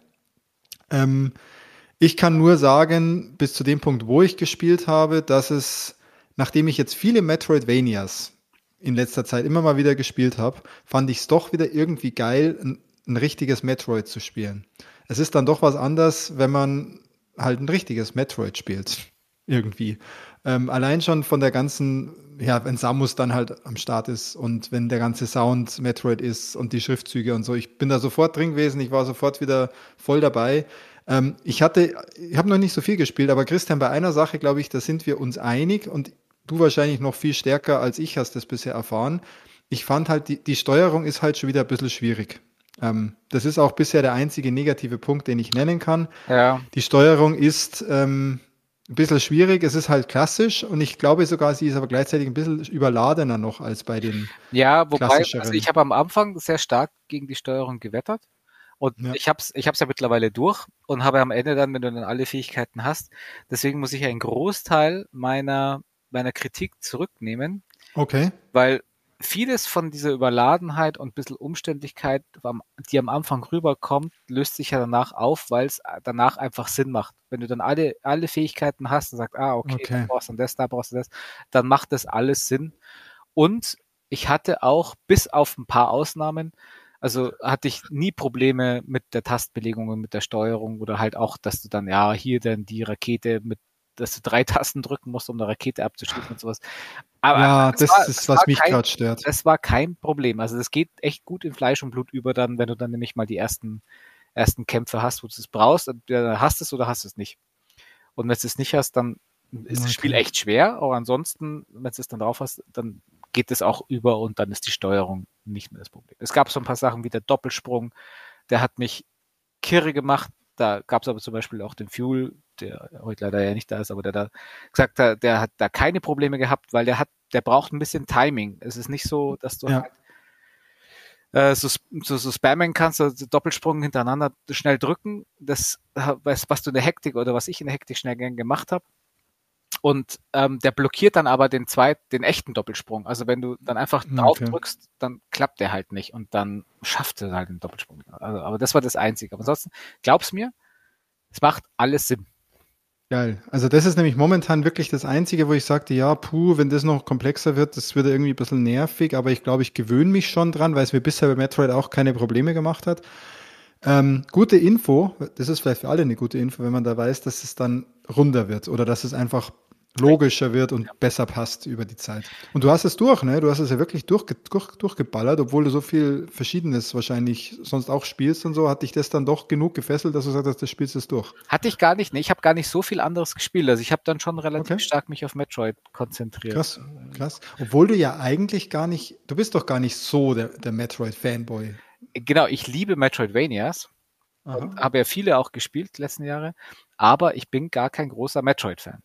Ähm, ich kann nur sagen, bis zu dem Punkt, wo ich gespielt habe, dass es, nachdem ich jetzt viele Metroidvanias in letzter Zeit immer mal wieder gespielt habe, fand ich es doch wieder irgendwie geil, ein, ein richtiges Metroid zu spielen. Es ist dann doch was anderes, wenn man halt ein richtiges Metroid spielt. Irgendwie. Ähm, allein schon von der ganzen, ja, wenn Samus dann halt am Start ist und wenn der ganze Sound Metroid ist und die Schriftzüge und so. Ich bin da sofort drin gewesen, ich war sofort wieder voll dabei. Ähm, ich hatte, ich habe noch nicht so viel gespielt, aber Christian, bei einer Sache, glaube ich, da sind wir uns einig und du wahrscheinlich noch viel stärker als ich hast das bisher erfahren. Ich fand halt, die, die Steuerung ist halt schon wieder ein bisschen schwierig. Ähm, das ist auch bisher der einzige negative Punkt, den ich nennen kann. Ja. Die Steuerung ist ähm, ein bisschen schwierig, es ist halt klassisch und ich glaube sogar, sie ist aber gleichzeitig ein bisschen überladener noch als bei den Ja, wobei, klassischeren. also ich habe am Anfang sehr stark gegen die Steuerung gewettert. Und Ja. ich habe es ich hab's ja mittlerweile durch und habe am Ende dann, wenn du dann alle Fähigkeiten hast, deswegen muss ich einen Großteil meiner, meiner Kritik zurücknehmen, Okay. weil vieles von dieser Überladenheit und ein bisschen Umständlichkeit, die am Anfang rüberkommt, löst sich ja danach auf, weil es danach einfach Sinn macht. Wenn du dann alle, alle Fähigkeiten hast und sagst, ah, okay, Okay. da brauchst du das, da brauchst du das, dann macht das alles Sinn. Und ich hatte auch, bis auf ein paar Ausnahmen, also hatte ich nie Probleme mit der Tastbelegung und mit der Steuerung oder halt auch, dass du dann, ja, hier dann die Rakete mit, dass du drei Tasten drücken musst, um eine Rakete abzuschießen und sowas. Aber Ja, es das war- ist, es was war mich kein- gerade stört. Das war kein Problem. Also das geht echt gut in Fleisch und Blut über dann, wenn du dann nämlich mal die ersten, ersten Kämpfe hast, wo du es brauchst, entweder hast es oder hast es nicht. Und wenn du es nicht hast, dann ist das Okay. Spiel echt schwer, aber ansonsten, wenn du es dann drauf hast, dann geht es auch über und dann ist die Steuerung nicht mehr das Problem. Es gab so ein paar Sachen wie der Doppelsprung, der hat mich kirre gemacht. Da gab es aber zum Beispiel auch den Fuel, der heute leider ja nicht da ist, aber der da gesagt hat, der hat da keine Probleme gehabt, weil der hat, der braucht ein bisschen Timing. Es ist nicht so, dass du Ja. halt äh, so, so, so spammen kannst, also Doppelsprung hintereinander schnell drücken, das, was, was du in der Hektik oder was ich in der Hektik schnell gern gemacht habe. Und ähm, der blockiert dann aber den zweiten, den echten Doppelsprung. Also wenn du dann einfach Okay. drauf drückst, dann klappt der halt nicht und dann schafft er halt den Doppelsprung. Also, aber das war das Einzige. Aber ansonsten, glaub's mir, es macht alles Sinn. Geil. Also das ist nämlich momentan wirklich das Einzige, wo ich sagte, ja, puh, wenn das noch komplexer wird, das wird irgendwie ein bisschen nervig, aber ich glaube, ich gewöhne mich schon dran, weil es mir bisher bei Metroid auch keine Probleme gemacht hat. Ähm, gute Info, das ist vielleicht für alle eine gute Info, wenn man da weiß, dass es dann runder wird oder dass es einfach logischer wird und besser passt über die Zeit. Und du hast es durch, ne? Du hast es ja wirklich durchge durch, durchgeballert, obwohl du so viel Verschiedenes wahrscheinlich sonst auch spielst und so. Hat dich das dann doch genug gefesselt, dass du sagst, das spielst du durch? Hatte ich gar nicht, ne? Ich habe gar nicht so viel anderes gespielt. Also ich habe dann schon relativ Okay. stark mich auf Metroid konzentriert. Krass, krass. Obwohl du ja eigentlich gar nicht, du bist doch gar nicht so der, der Metroid-Fanboy. Genau, ich liebe Metroidvanias und habe ja viele auch gespielt die letzten Jahre, aber ich bin gar kein großer Metroid-Fan.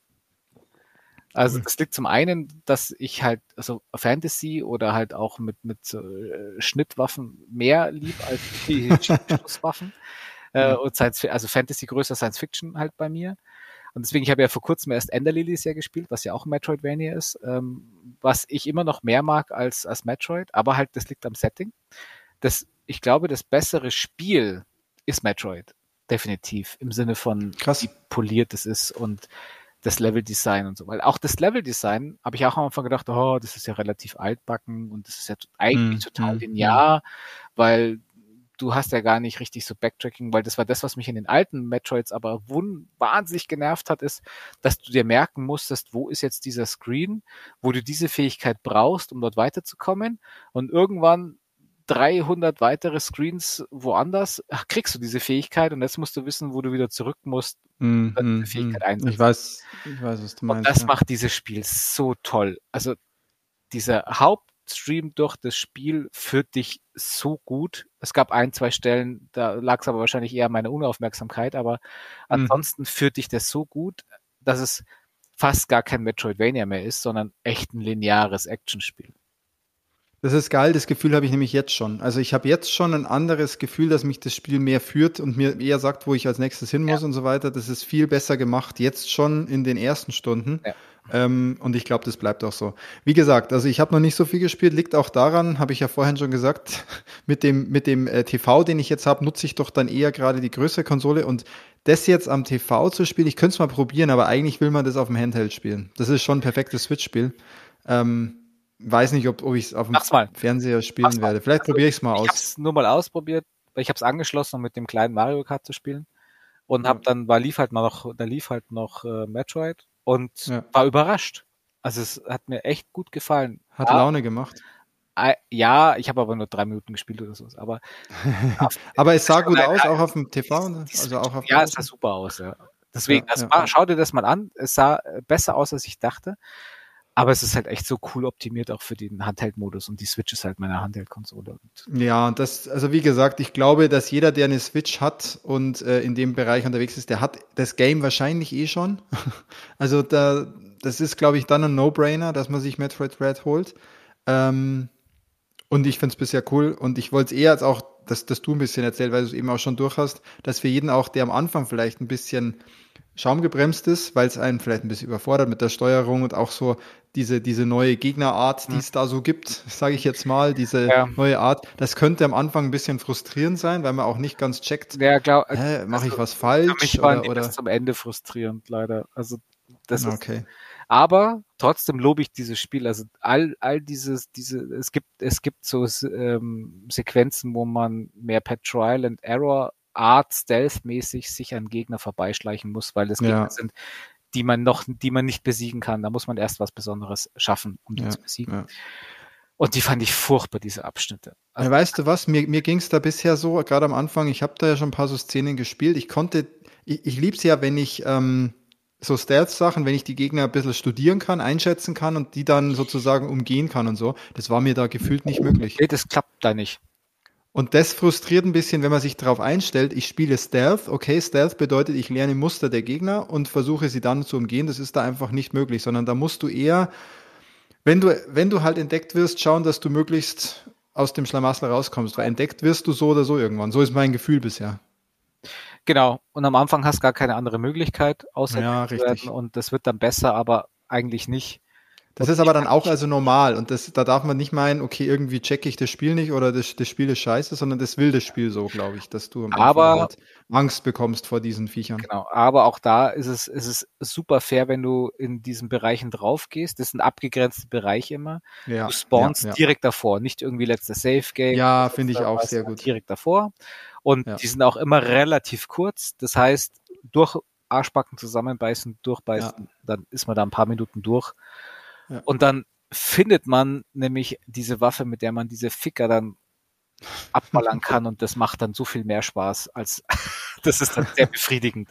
Also Cool. das liegt zum einen, dass ich halt also Fantasy oder halt auch mit mit so, äh, Schnittwaffen mehr lieb als die Schusswaffen äh, Ja. und Science, also Fantasy größer Science Fiction halt bei mir. Und deswegen, ich habe ja vor kurzem erst Ender Lilies ja gespielt, was ja auch ein Metroidvania ist, ähm, was ich immer noch mehr mag als als Metroid, aber halt das liegt am Setting. Das, ich glaube, das bessere Spiel ist Metroid, definitiv, im Sinne von Krass. wie poliert es ist und das Leveldesign und so. Weil auch das Leveldesign habe ich auch am Anfang gedacht, oh, das ist ja relativ altbacken und das ist ja eigentlich Mm, total mm, linear, weil du hast ja gar nicht richtig so Backtracking, weil das war das, was mich in den alten Metroids aber wun- wahnsinnig genervt hat, ist, dass du dir merken musstest, wo ist jetzt dieser Screen, wo du diese Fähigkeit brauchst, um dort weiterzukommen und irgendwann dreihundert weitere Screens woanders, ach, kriegst du diese Fähigkeit und jetzt musst du wissen, wo du wieder zurück musst, Mm, dann mm, diese Fähigkeit mm. einsetzen. Ich weiß, ich weiß, was du Und meinst. das ja. macht dieses Spiel so toll. Also dieser Hauptstream durch das Spiel führt dich so gut. Es gab ein, zwei Stellen, da lag es aber wahrscheinlich eher an meiner Unaufmerksamkeit, aber Mhm. ansonsten führt dich das so gut, dass es fast gar kein Metroidvania mehr ist, sondern echt ein lineares Actionspiel. Das ist geil, das Gefühl habe ich nämlich jetzt schon. Also ich habe jetzt schon ein anderes Gefühl, dass mich das Spiel mehr führt und mir eher sagt, wo ich als nächstes hin muss und so weiter. Das ist viel besser gemacht, jetzt schon in den ersten Stunden. Ja. Ähm, und ich glaube, das bleibt auch so. Wie gesagt, also ich habe noch nicht so viel gespielt, liegt auch daran, habe ich ja vorhin schon gesagt, mit dem, mit dem äh, T V, den ich jetzt habe, nutze ich doch dann eher gerade die größere Konsole und das jetzt am T V zu spielen, ich könnte es mal probieren, aber eigentlich will man das auf dem Handheld spielen. Das ist schon ein perfektes Switch-Spiel. Ähm, weiß nicht, ob, ob ich es auf dem Mach's mal. Fernseher spielen Mach's mal. werde. Vielleicht Also, probiere ich es mal Ich habe aus. es nur mal ausprobiert, weil ich habe es angeschlossen, um mit dem kleinen Mario Kart zu spielen und Ja. habe dann war lief halt noch, da lief halt noch äh, Metroid und Ja. war überrascht. Also es hat mir echt gut gefallen. Hat Ja, Laune gemacht. äh, ja, ich habe aber nur drei Minuten gespielt oder so. Aber auf, Aber es sah schon gut ein- aus, auch auf dem T V. die- ne? die Also Switch- auch auf ja, der es sah großen. super aus. Ja. Deswegen, Ja, also ja, mal, ja. schau dir das mal an. Es sah äh, besser aus, als ich dachte. Aber es ist halt echt so cool optimiert auch für den Handheld-Modus und die Switch ist halt meine Handheld-Konsole. Und Ja, das, also wie gesagt, ich glaube, dass jeder, der eine Switch hat und äh, in dem Bereich unterwegs ist, der hat das Game wahrscheinlich eh schon. Also da, das ist, glaube ich, dann ein No-Brainer, dass man sich Metroid Dread holt. Ähm, und ich finde es bisher cool und ich wollte es eher als auch, dass, dass du ein bisschen erzählst, weil du es eben auch schon durch hast, dass für jeden auch, der am Anfang vielleicht ein bisschen schaumgebremst ist, weil es einen vielleicht ein bisschen überfordert mit der Steuerung und auch so diese, diese neue Gegnerart, die es da so gibt, sage ich jetzt mal, diese Ja. neue Art, das könnte am Anfang ein bisschen frustrierend sein, weil man auch nicht ganz checkt, ja, glaub, hä, mache ich also was für falsch mich waren oder, die oder bis zum Ende frustrierend, leider. Also das ist, okay. aber trotzdem lobe ich dieses Spiel. Also all, all dieses, diese, es gibt, es gibt so ähm, Sequenzen, wo man mehr per Trial and Error Art Stealth-mäßig sich an Gegner vorbeischleichen muss, weil es Ja. Gegner sind, die man noch, die man nicht besiegen kann. Da muss man erst was Besonderes schaffen, um die Ja, zu besiegen. ja. Und die fand ich furchtbar, diese Abschnitte. Also, Ja, weißt du was, mir, mir ging es da bisher so, gerade am Anfang, ich habe da ja schon ein paar so Szenen gespielt, ich konnte, ich, ich liebe es ja, wenn ich ähm, so Stealth-Sachen, wenn ich die Gegner ein bisschen studieren kann, einschätzen kann und die dann sozusagen umgehen kann und so, das war mir da gefühlt nicht möglich. nee, das klappt da nicht. Und das frustriert ein bisschen, wenn man sich darauf einstellt, ich spiele Stealth, okay, Stealth bedeutet, ich lerne Muster der Gegner und versuche sie dann zu umgehen, das ist da einfach nicht möglich, sondern da musst du eher, wenn du, wenn du halt entdeckt wirst, schauen, dass du möglichst aus dem Schlamassel rauskommst, weil entdeckt wirst du so oder so irgendwann, so ist mein Gefühl bisher. Genau. Und am Anfang hast du gar keine andere Möglichkeit, außer Ja, entdeckt zu richtig. werden. Und das wird dann besser, aber eigentlich nicht. Das ist aber dann auch also normal und das, da darf man nicht meinen, okay, irgendwie checke ich das Spiel nicht oder das, das Spiel ist scheiße, sondern das will das Spiel so, glaube ich, dass du am Anfang Aber- halt Angst bekommst vor diesen Viechern. Genau, aber auch da ist es, ist es super fair, wenn du in diesen Bereichen drauf gehst. Das sind abgegrenzte Bereiche immer. Ja, Du spawnst ja, ja. direkt davor, nicht irgendwie letztes Safe Game. Ja, oder finde ich sonst auch was, sehr sondern gut. Direkt davor. Und Ja. die sind auch immer relativ kurz. Das heißt, durch Arschbacken zusammenbeißen, durchbeißen, dann ist man da ein paar Minuten durch. Ja. Und dann findet man nämlich diese Waffe, mit der man diese Ficker dann abballern kann und das macht dann so viel mehr Spaß als das ist dann sehr befriedigend.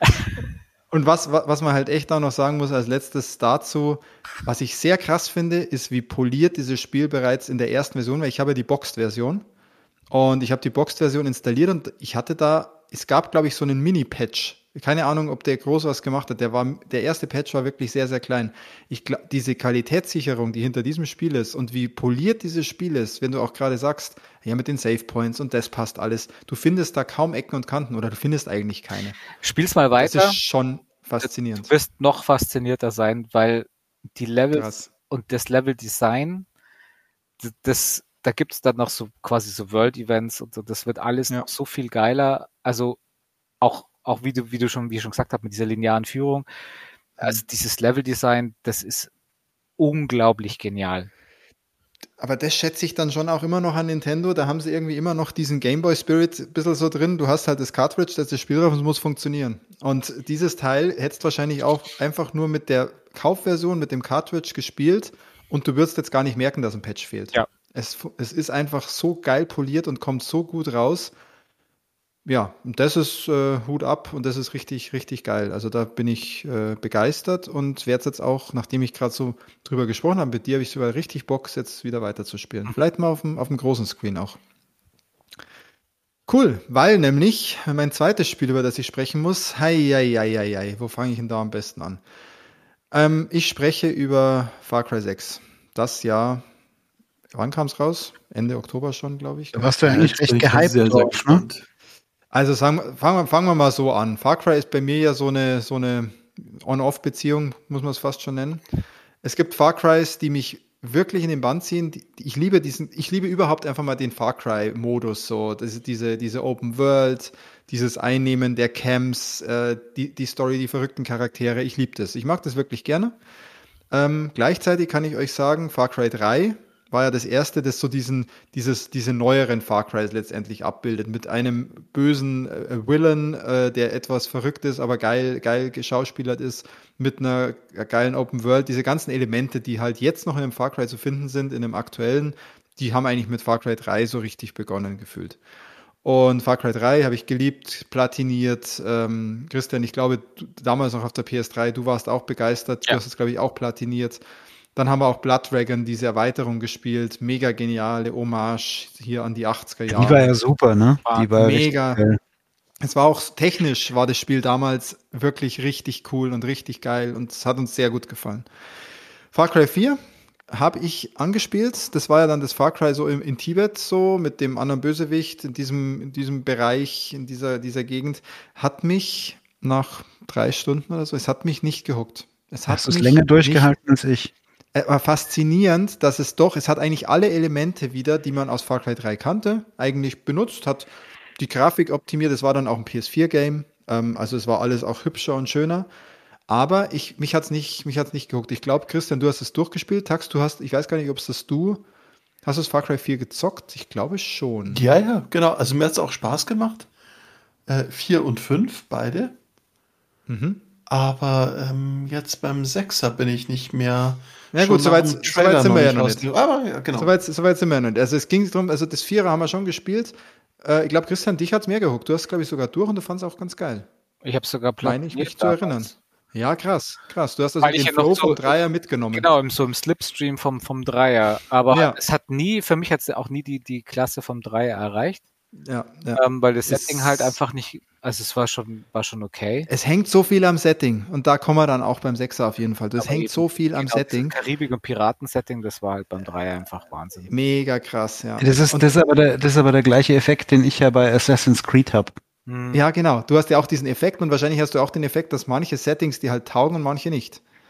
Und was, wa- was man halt echt auch noch sagen muss als letztes dazu, was ich sehr krass finde, ist, wie poliert dieses Spiel bereits in der ersten Version war. Ich habe ja die Boxed-Version und ich habe die Boxed-Version installiert und ich hatte da, es gab, glaube ich, so einen Mini-Patch. Keine Ahnung, ob der groß was gemacht hat. Der war, der erste Patch war wirklich sehr, sehr klein. Ich glaub, diese Qualitätssicherung, die hinter diesem Spiel ist und wie poliert dieses Spiel ist, wenn du auch gerade sagst, ja, mit den Save Points und das passt alles. Du findest da kaum Ecken und Kanten oder du findest eigentlich keine. Spiel's mal Das weiter. ist schon faszinierend. Du wirst noch faszinierter sein, weil die Levels Krass. und das Level-Design, d- das, da gibt's dann noch so quasi so World-Events und so, das wird alles Ja. noch so viel geiler. Also auch, auch wie du, wie du schon, wie ich schon gesagt habe, mit dieser linearen Führung. Also dieses Level-Design, das ist unglaublich genial. Aber das schätze ich dann schon auch immer noch an Nintendo. Da haben sie irgendwie immer noch diesen Gameboy Spirit ein bisschen so drin. Du hast halt das Cartridge, da ist das Spiel drauf und es muss funktionieren. Und dieses Teil hättest wahrscheinlich auch einfach nur mit der Kaufversion, mit dem Cartridge gespielt und du würdest jetzt gar nicht merken, dass ein Patch fehlt. Ja. Es, es ist einfach so geil poliert und kommt so gut raus. Ja, und das ist äh, Hut ab und das ist richtig, richtig geil. Also da bin ich äh, begeistert und werde jetzt auch, nachdem ich gerade so drüber gesprochen habe, mit dir habe ich sogar richtig Bock, jetzt wieder weiterzuspielen. Vielleicht mal auf dem, auf dem großen Screen auch. Cool, weil nämlich mein zweites Spiel, über das ich sprechen muss, hei, hei, hei, hei, hei, wo fange ich denn da am besten an? Ähm, ich spreche über Far Cry sechs. Das Jahr, wann kam es raus? Ende Oktober schon, glaube ich. Da warst du ja eigentlich Jetzt recht bin ich gehypt sehr, sehr drauf, ne? gespannt. Also sagen, wir- fangen, wir, fangen wir mal so an. Far Cry ist bei mir ja so eine, so eine On-Off-Beziehung, muss man es fast schon nennen. Es gibt Far Crys, die mich wirklich in den Bann ziehen. Die, die- ich liebe diesen, ich liebe überhaupt einfach mal den Far Cry-Modus, so. Das ist diese, diese Open World, dieses Einnehmen der Camps, äh, die, die Story, die verrückten Charaktere. Ich liebe das. Ich mag das wirklich gerne. Ähm, gleichzeitig kann ich euch sagen, Far Cry drei war ja das erste, das so diesen, dieses, diese neueren Far Crys letztendlich abbildet, mit einem bösen äh, Villain, äh, der etwas verrückt ist, aber geil, geil geschauspielert ist, mit einer geilen Open World. Diese ganzen Elemente, die halt jetzt noch in einem Far Cry zu finden sind, in dem aktuellen, die haben eigentlich mit Far Cry drei so richtig begonnen gefühlt. Und Far Cry drei habe ich geliebt, platiniert. Ähm, Christian, ich glaube, du, damals noch auf der P S drei, du warst auch begeistert. Ja. Du hast es, glaube ich, auch platiniert. Dann haben wir auch Blood Dragon, diese Erweiterung gespielt. Mega geniale Hommage hier an die achtziger Jahre. Die war ja super, ne? War Die war mega. richtig geil. Es war auch technisch, war das Spiel damals wirklich richtig cool und richtig geil und es hat uns sehr gut gefallen. Far Cry vier habe ich angespielt. Das war ja dann das Far Cry so im, in Tibet, so mit dem anderen Bösewicht in diesem, in diesem Bereich, in dieser, dieser Gegend. Hat mich nach drei Stunden oder so, es hat mich nicht gehuckt. Es hat Hast du es mich länger nicht- durchgehalten als ich? äh, war faszinierend, dass es doch, es hat eigentlich alle Elemente wieder, die man aus Far Cry drei kannte, eigentlich benutzt, hat die Grafik optimiert, es war dann auch ein P S vier Game, ähm, also es war alles auch hübscher und schöner, aber ich, mich hat's nicht, mich hat's nicht gehuckt. Ich glaube, Christian, du hast es durchgespielt, Tax, du hast, ich weiß gar nicht, ob es das du, hast du das Far Cry vier gezockt? Ich glaube schon. Ja, ja, genau. Also mir hat es auch Spaß gemacht. Äh, vier und fünf, beide. Mhm. Aber ähm, jetzt beim Sechser bin ich nicht mehr. Ja schon gut, nach soweit- dem soweit Trailer sind noch wir ja nicht noch raus- nicht. Aber ja, genau. Soweit, soweit sind wir noch nicht. Also es ging darum, also das Vierer haben wir schon gespielt. Äh, ich glaube, Christian, dich hat's mehr gehuckt. Du hast, glaube ich, sogar durch und du fandst auch ganz geil. Ich habe sogar Meine ich platiniert mich zu damals. erinnern. Ja, krass, krass. Du hast also Weil ich den ja noch Flow so- vom Dreier mitgenommen. Genau, im, so im Slipstream vom, vom Dreier. Aber Ja. es hat nie, für mich hat es auch nie die, die Klasse vom Dreier erreicht, Ja, ja. ähm, weil das Es- Setting halt einfach nicht, also es war schon, war schon okay. Es hängt so viel am Setting und da kommen wir dann auch beim Sechser auf jeden Fall. Das Aber hängt eben, so viel am Genau, Setting. dieses Karibik- und Piraten-Setting, das war halt beim Dreier einfach Wahnsinn. Mega krass, ja. Das ist, das, ist aber der, das ist aber der gleiche Effekt, den ich ja bei Assassin's Creed habe. Hm. Ja, genau. Du hast ja auch diesen Effekt und wahrscheinlich hast du auch den Effekt, dass manche Settings dir halt taugen und manche nicht.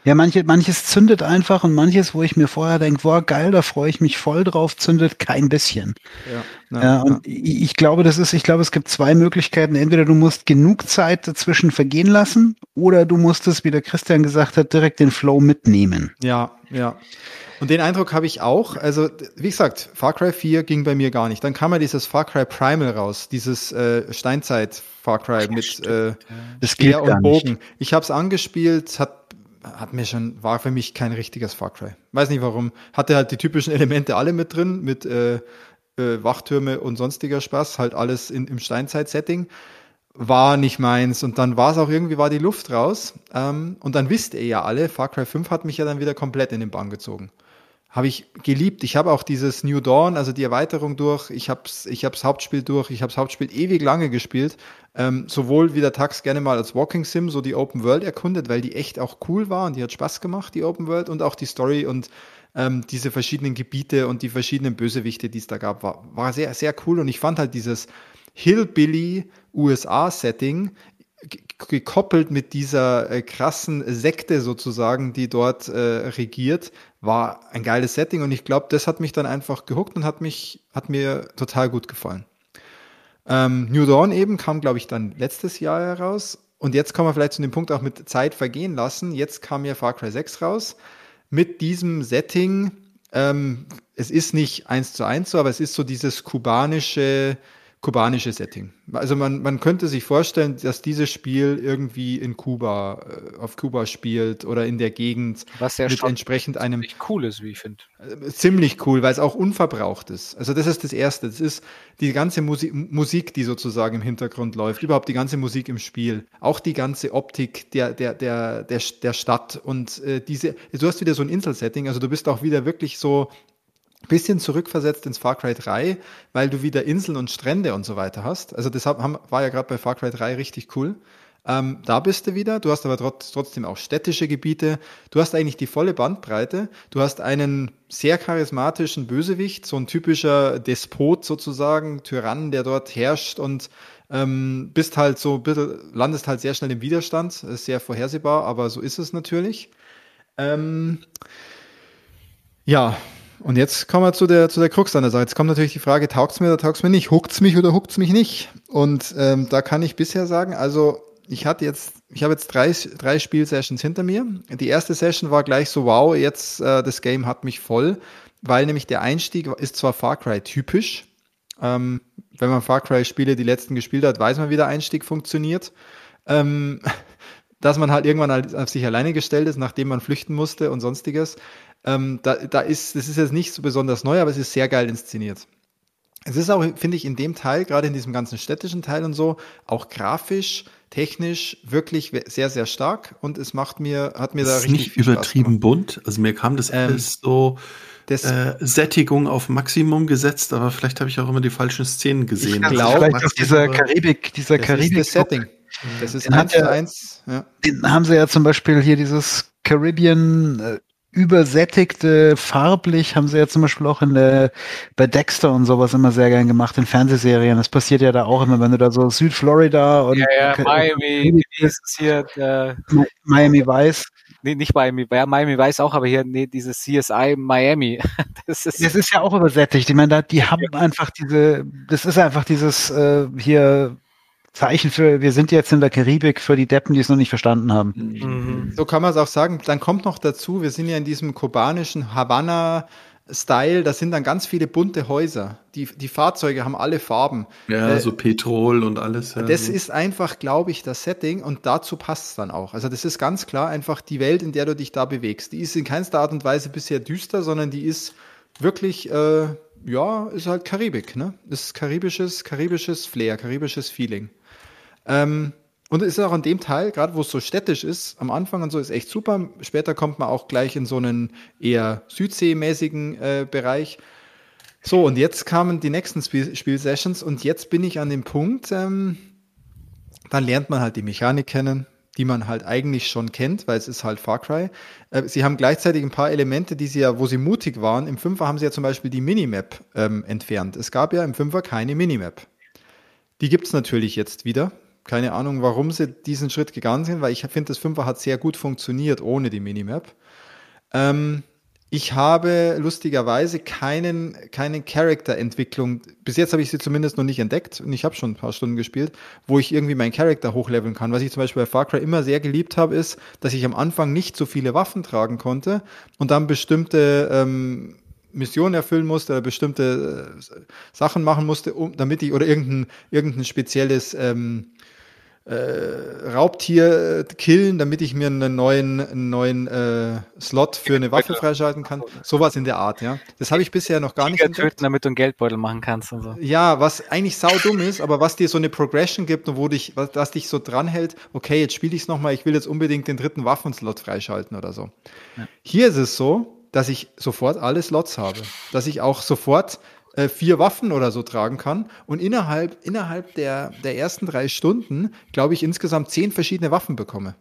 Ja, manche, manches zündet einfach und manches, wo ich mir vorher denke, boah, geil, da freue ich mich voll drauf, zündet kein bisschen. Ja, ja, Ja, und ja. ich, ich glaube, das ist, ich glaube, es gibt zwei Möglichkeiten. Entweder du musst genug Zeit dazwischen vergehen lassen oder du musst es, wie der Christian gesagt hat, direkt den Flow mitnehmen. Ja, ja. Und den Eindruck habe ich auch. Also, wie gesagt, Far Cry vier ging bei mir gar nicht. Dann kam ja dieses Far Cry Primal raus, dieses äh, Steinzeit-Far Cry mit äh, Das gilt Speer gar und nicht. Bogen. Ich habe es angespielt, hat, hat mir schon, war für mich kein richtiges Far Cry. Weiß nicht warum. Hatte halt die typischen Elemente alle mit drin, mit äh, äh, Wachtürme und sonstiger Spaß, halt alles in, im Steinzeit-Setting. War nicht meins. Und dann war es auch irgendwie, war die Luft raus. Ähm, und dann wisst ihr ja alle, Far Cry fünf hat mich ja dann wieder komplett in den Bann gezogen. Habe ich geliebt. Ich habe auch dieses New Dawn, also die Erweiterung durch. Ich habe ich hab's Hauptspiel durch. Ich habe das Hauptspiel ewig lange gespielt. Ähm, sowohl wie der Tax gerne mal als Walking Sim, so die Open World erkundet, weil die echt auch cool war und die hat Spaß gemacht, die Open World. Und auch die Story und ähm, diese verschiedenen Gebiete und die verschiedenen Bösewichte, die es da gab, war, war sehr, sehr cool. Und ich fand halt dieses Hillbilly-U S A-Setting gekoppelt mit dieser äh, krassen Sekte sozusagen, die dort äh, regiert, war ein geiles Setting und ich glaube, das hat mich dann einfach gehuckt und hat mich, hat mir total gut gefallen. Ähm, New Dawn eben kam, glaube ich, dann letztes Jahr heraus und jetzt kommen wir vielleicht zu dem Punkt auch mit Zeit vergehen lassen. Jetzt kam ja Far Cry sechs raus mit diesem Setting. Ähm, es ist nicht eins zu eins so, aber es ist so dieses kubanische kubanische Setting. Also man, man könnte sich vorstellen, dass dieses Spiel irgendwie in Kuba, äh, auf Kuba spielt oder in der Gegend Was ja mit schon entsprechend einem ziemlich cool ist, wie ich finde. äh, ziemlich cool, weil es auch unverbraucht ist. Also das ist das Erste. Das ist die ganze Musik, Musik, die sozusagen im Hintergrund läuft, überhaupt die ganze Musik im Spiel, auch die ganze Optik der der der der, der Stadt und äh, diese. Du hast wieder so ein Inselsetting, also du bist auch wieder wirklich so bisschen zurückversetzt ins Far Cry drei, weil du wieder Inseln und Strände und so weiter hast. Also das haben, war ja gerade bei Far Cry drei richtig cool. Ähm, da bist du wieder. Du hast aber trotz, trotzdem auch städtische Gebiete. Du hast eigentlich die volle Bandbreite. Du hast einen sehr charismatischen Bösewicht, so ein typischer Despot sozusagen, Tyrann, der dort herrscht und ähm, bist halt so, bitte, landest halt sehr schnell im Widerstand. Ist sehr vorhersehbar, aber so ist es natürlich. Ähm, ja, und jetzt kommen wir zu der, zu der Krux an der Sache. Jetzt kommt natürlich die Frage, taugt's mir oder taugt's mir nicht? Huckt's mich oder huckt's mich nicht? Und ähm, da kann ich bisher sagen, also ich hatte jetzt, ich habe jetzt drei, drei Spielsessions hinter mir. Die erste Session war gleich so, wow, jetzt äh, das Game hat mich voll, weil nämlich der Einstieg ist zwar Far Cry typisch. Ähm, wenn man Far Cry Spiele die letzten gespielt hat, weiß man, wie der Einstieg funktioniert. Ähm, dass man halt irgendwann auf sich alleine gestellt ist, nachdem man flüchten musste und sonstiges. Ähm, da, da ist, das ist jetzt nicht so besonders neu, aber es ist sehr geil inszeniert. Es ist auch, finde ich, in dem Teil, gerade in diesem ganzen städtischen Teil und so, auch grafisch, technisch wirklich sehr, sehr stark und es macht mir, hat mir da Ist richtig nicht viel Spaß übertrieben gemacht. bunt. Also mir kam das Ähm, alles so Das, äh, Sättigung auf Maximum gesetzt, aber vielleicht habe ich auch immer die falschen Szenen gesehen. Ich Also glaub, Vielleicht mag's auch nicht, dieser aber- Karibik, dieser das ist Karibik. das Setting. Das ist Den hat eins zu ja- eins. Ja. Den haben sie ja zum Beispiel hier dieses Caribbean äh, übersättigte, farblich, haben sie ja zum Beispiel auch in der, bei Dexter und sowas immer sehr gern gemacht, in Fernsehserien. Das passiert ja da auch immer, wenn du da so Südflorida und Ja, ja, Ka- Miami, wie ist es hier? Der, Mi- Miami Vice. nee, nicht Miami, ja, Miami weiß auch, aber hier, nee, dieses C S I Miami. Das ist, Das ist ja auch übersättigt. Ich meine, da, die haben einfach diese, das ist einfach dieses äh, hier Zeichen für, wir sind jetzt in der Karibik für die Deppen, die es noch nicht verstanden haben. Mhm. So kann man es auch sagen. Dann kommt noch dazu, wir sind ja in diesem kubanischen Havanna-Style, da sind dann ganz viele bunte Häuser. Die, die Fahrzeuge haben alle Farben. Ja, Äh, so Petrol und alles. Ja, Das so. ist einfach, glaube ich, das Setting und dazu passt es dann auch. Also das ist ganz klar einfach die Welt, in der du dich da bewegst. Die ist in keinster Art und Weise bisher düster, sondern die ist wirklich, äh, ja, ist halt Karibik, ne? Ist karibisches, karibisches Flair, karibisches Feeling. Ähm, und es ist auch an dem Teil, gerade wo es so städtisch ist, am Anfang und so, ist echt super. Später kommt man auch gleich in so einen eher südseemäßigen äh, Bereich. So, und jetzt kamen die nächsten Spiel Spielsessions und jetzt bin ich an dem Punkt, ähm, dann lernt man halt die Mechanik kennen, die man halt eigentlich schon kennt, weil es ist halt Far Cry. Äh, sie haben gleichzeitig ein paar Elemente, die sie ja, wo sie mutig waren. Im Fünfer haben sie ja zum Beispiel die Minimap ähm, entfernt. Es gab ja im Fünfer keine Minimap. Die gibt's natürlich jetzt wieder. Keine Ahnung, warum sie diesen Schritt gegangen sind, weil ich finde, das Fünfer hat sehr gut funktioniert ohne die Minimap. Ähm, ich habe lustigerweise keinen, keinen Charakterentwicklung, bis jetzt habe ich sie zumindest noch nicht entdeckt und ich habe schon ein paar Stunden gespielt, wo ich irgendwie meinen Charakter hochleveln kann. Was ich zum Beispiel bei Far Cry immer sehr geliebt habe, ist, dass ich am Anfang nicht so viele Waffen tragen konnte und dann bestimmte ähm, Missionen erfüllen musste oder bestimmte äh, Sachen machen musste, um, damit ich, oder irgendein, irgendein spezielles ähm, äh, Raubtier äh, killen, damit ich mir einen neuen, einen neuen äh, Slot für eine Waffe freischalten kann. Sowas in der Art, ja. Das habe ich bisher noch gar nicht Tiger entdeckt. töten, damit du einen Geldbeutel machen kannst und so. Ja, was eigentlich saudumm ist, aber was dir so eine Progression gibt und wo dich, was, was dich so dranhält, okay, jetzt spiele ich es nochmal, ich will jetzt unbedingt den dritten Waffenslot freischalten oder so. Ja. Hier ist es so, dass ich sofort alle Slots habe. Dass ich auch sofort äh, vier Waffen oder so tragen kann und innerhalb, innerhalb der, der ersten drei Stunden, glaube ich, insgesamt zehn verschiedene Waffen bekomme.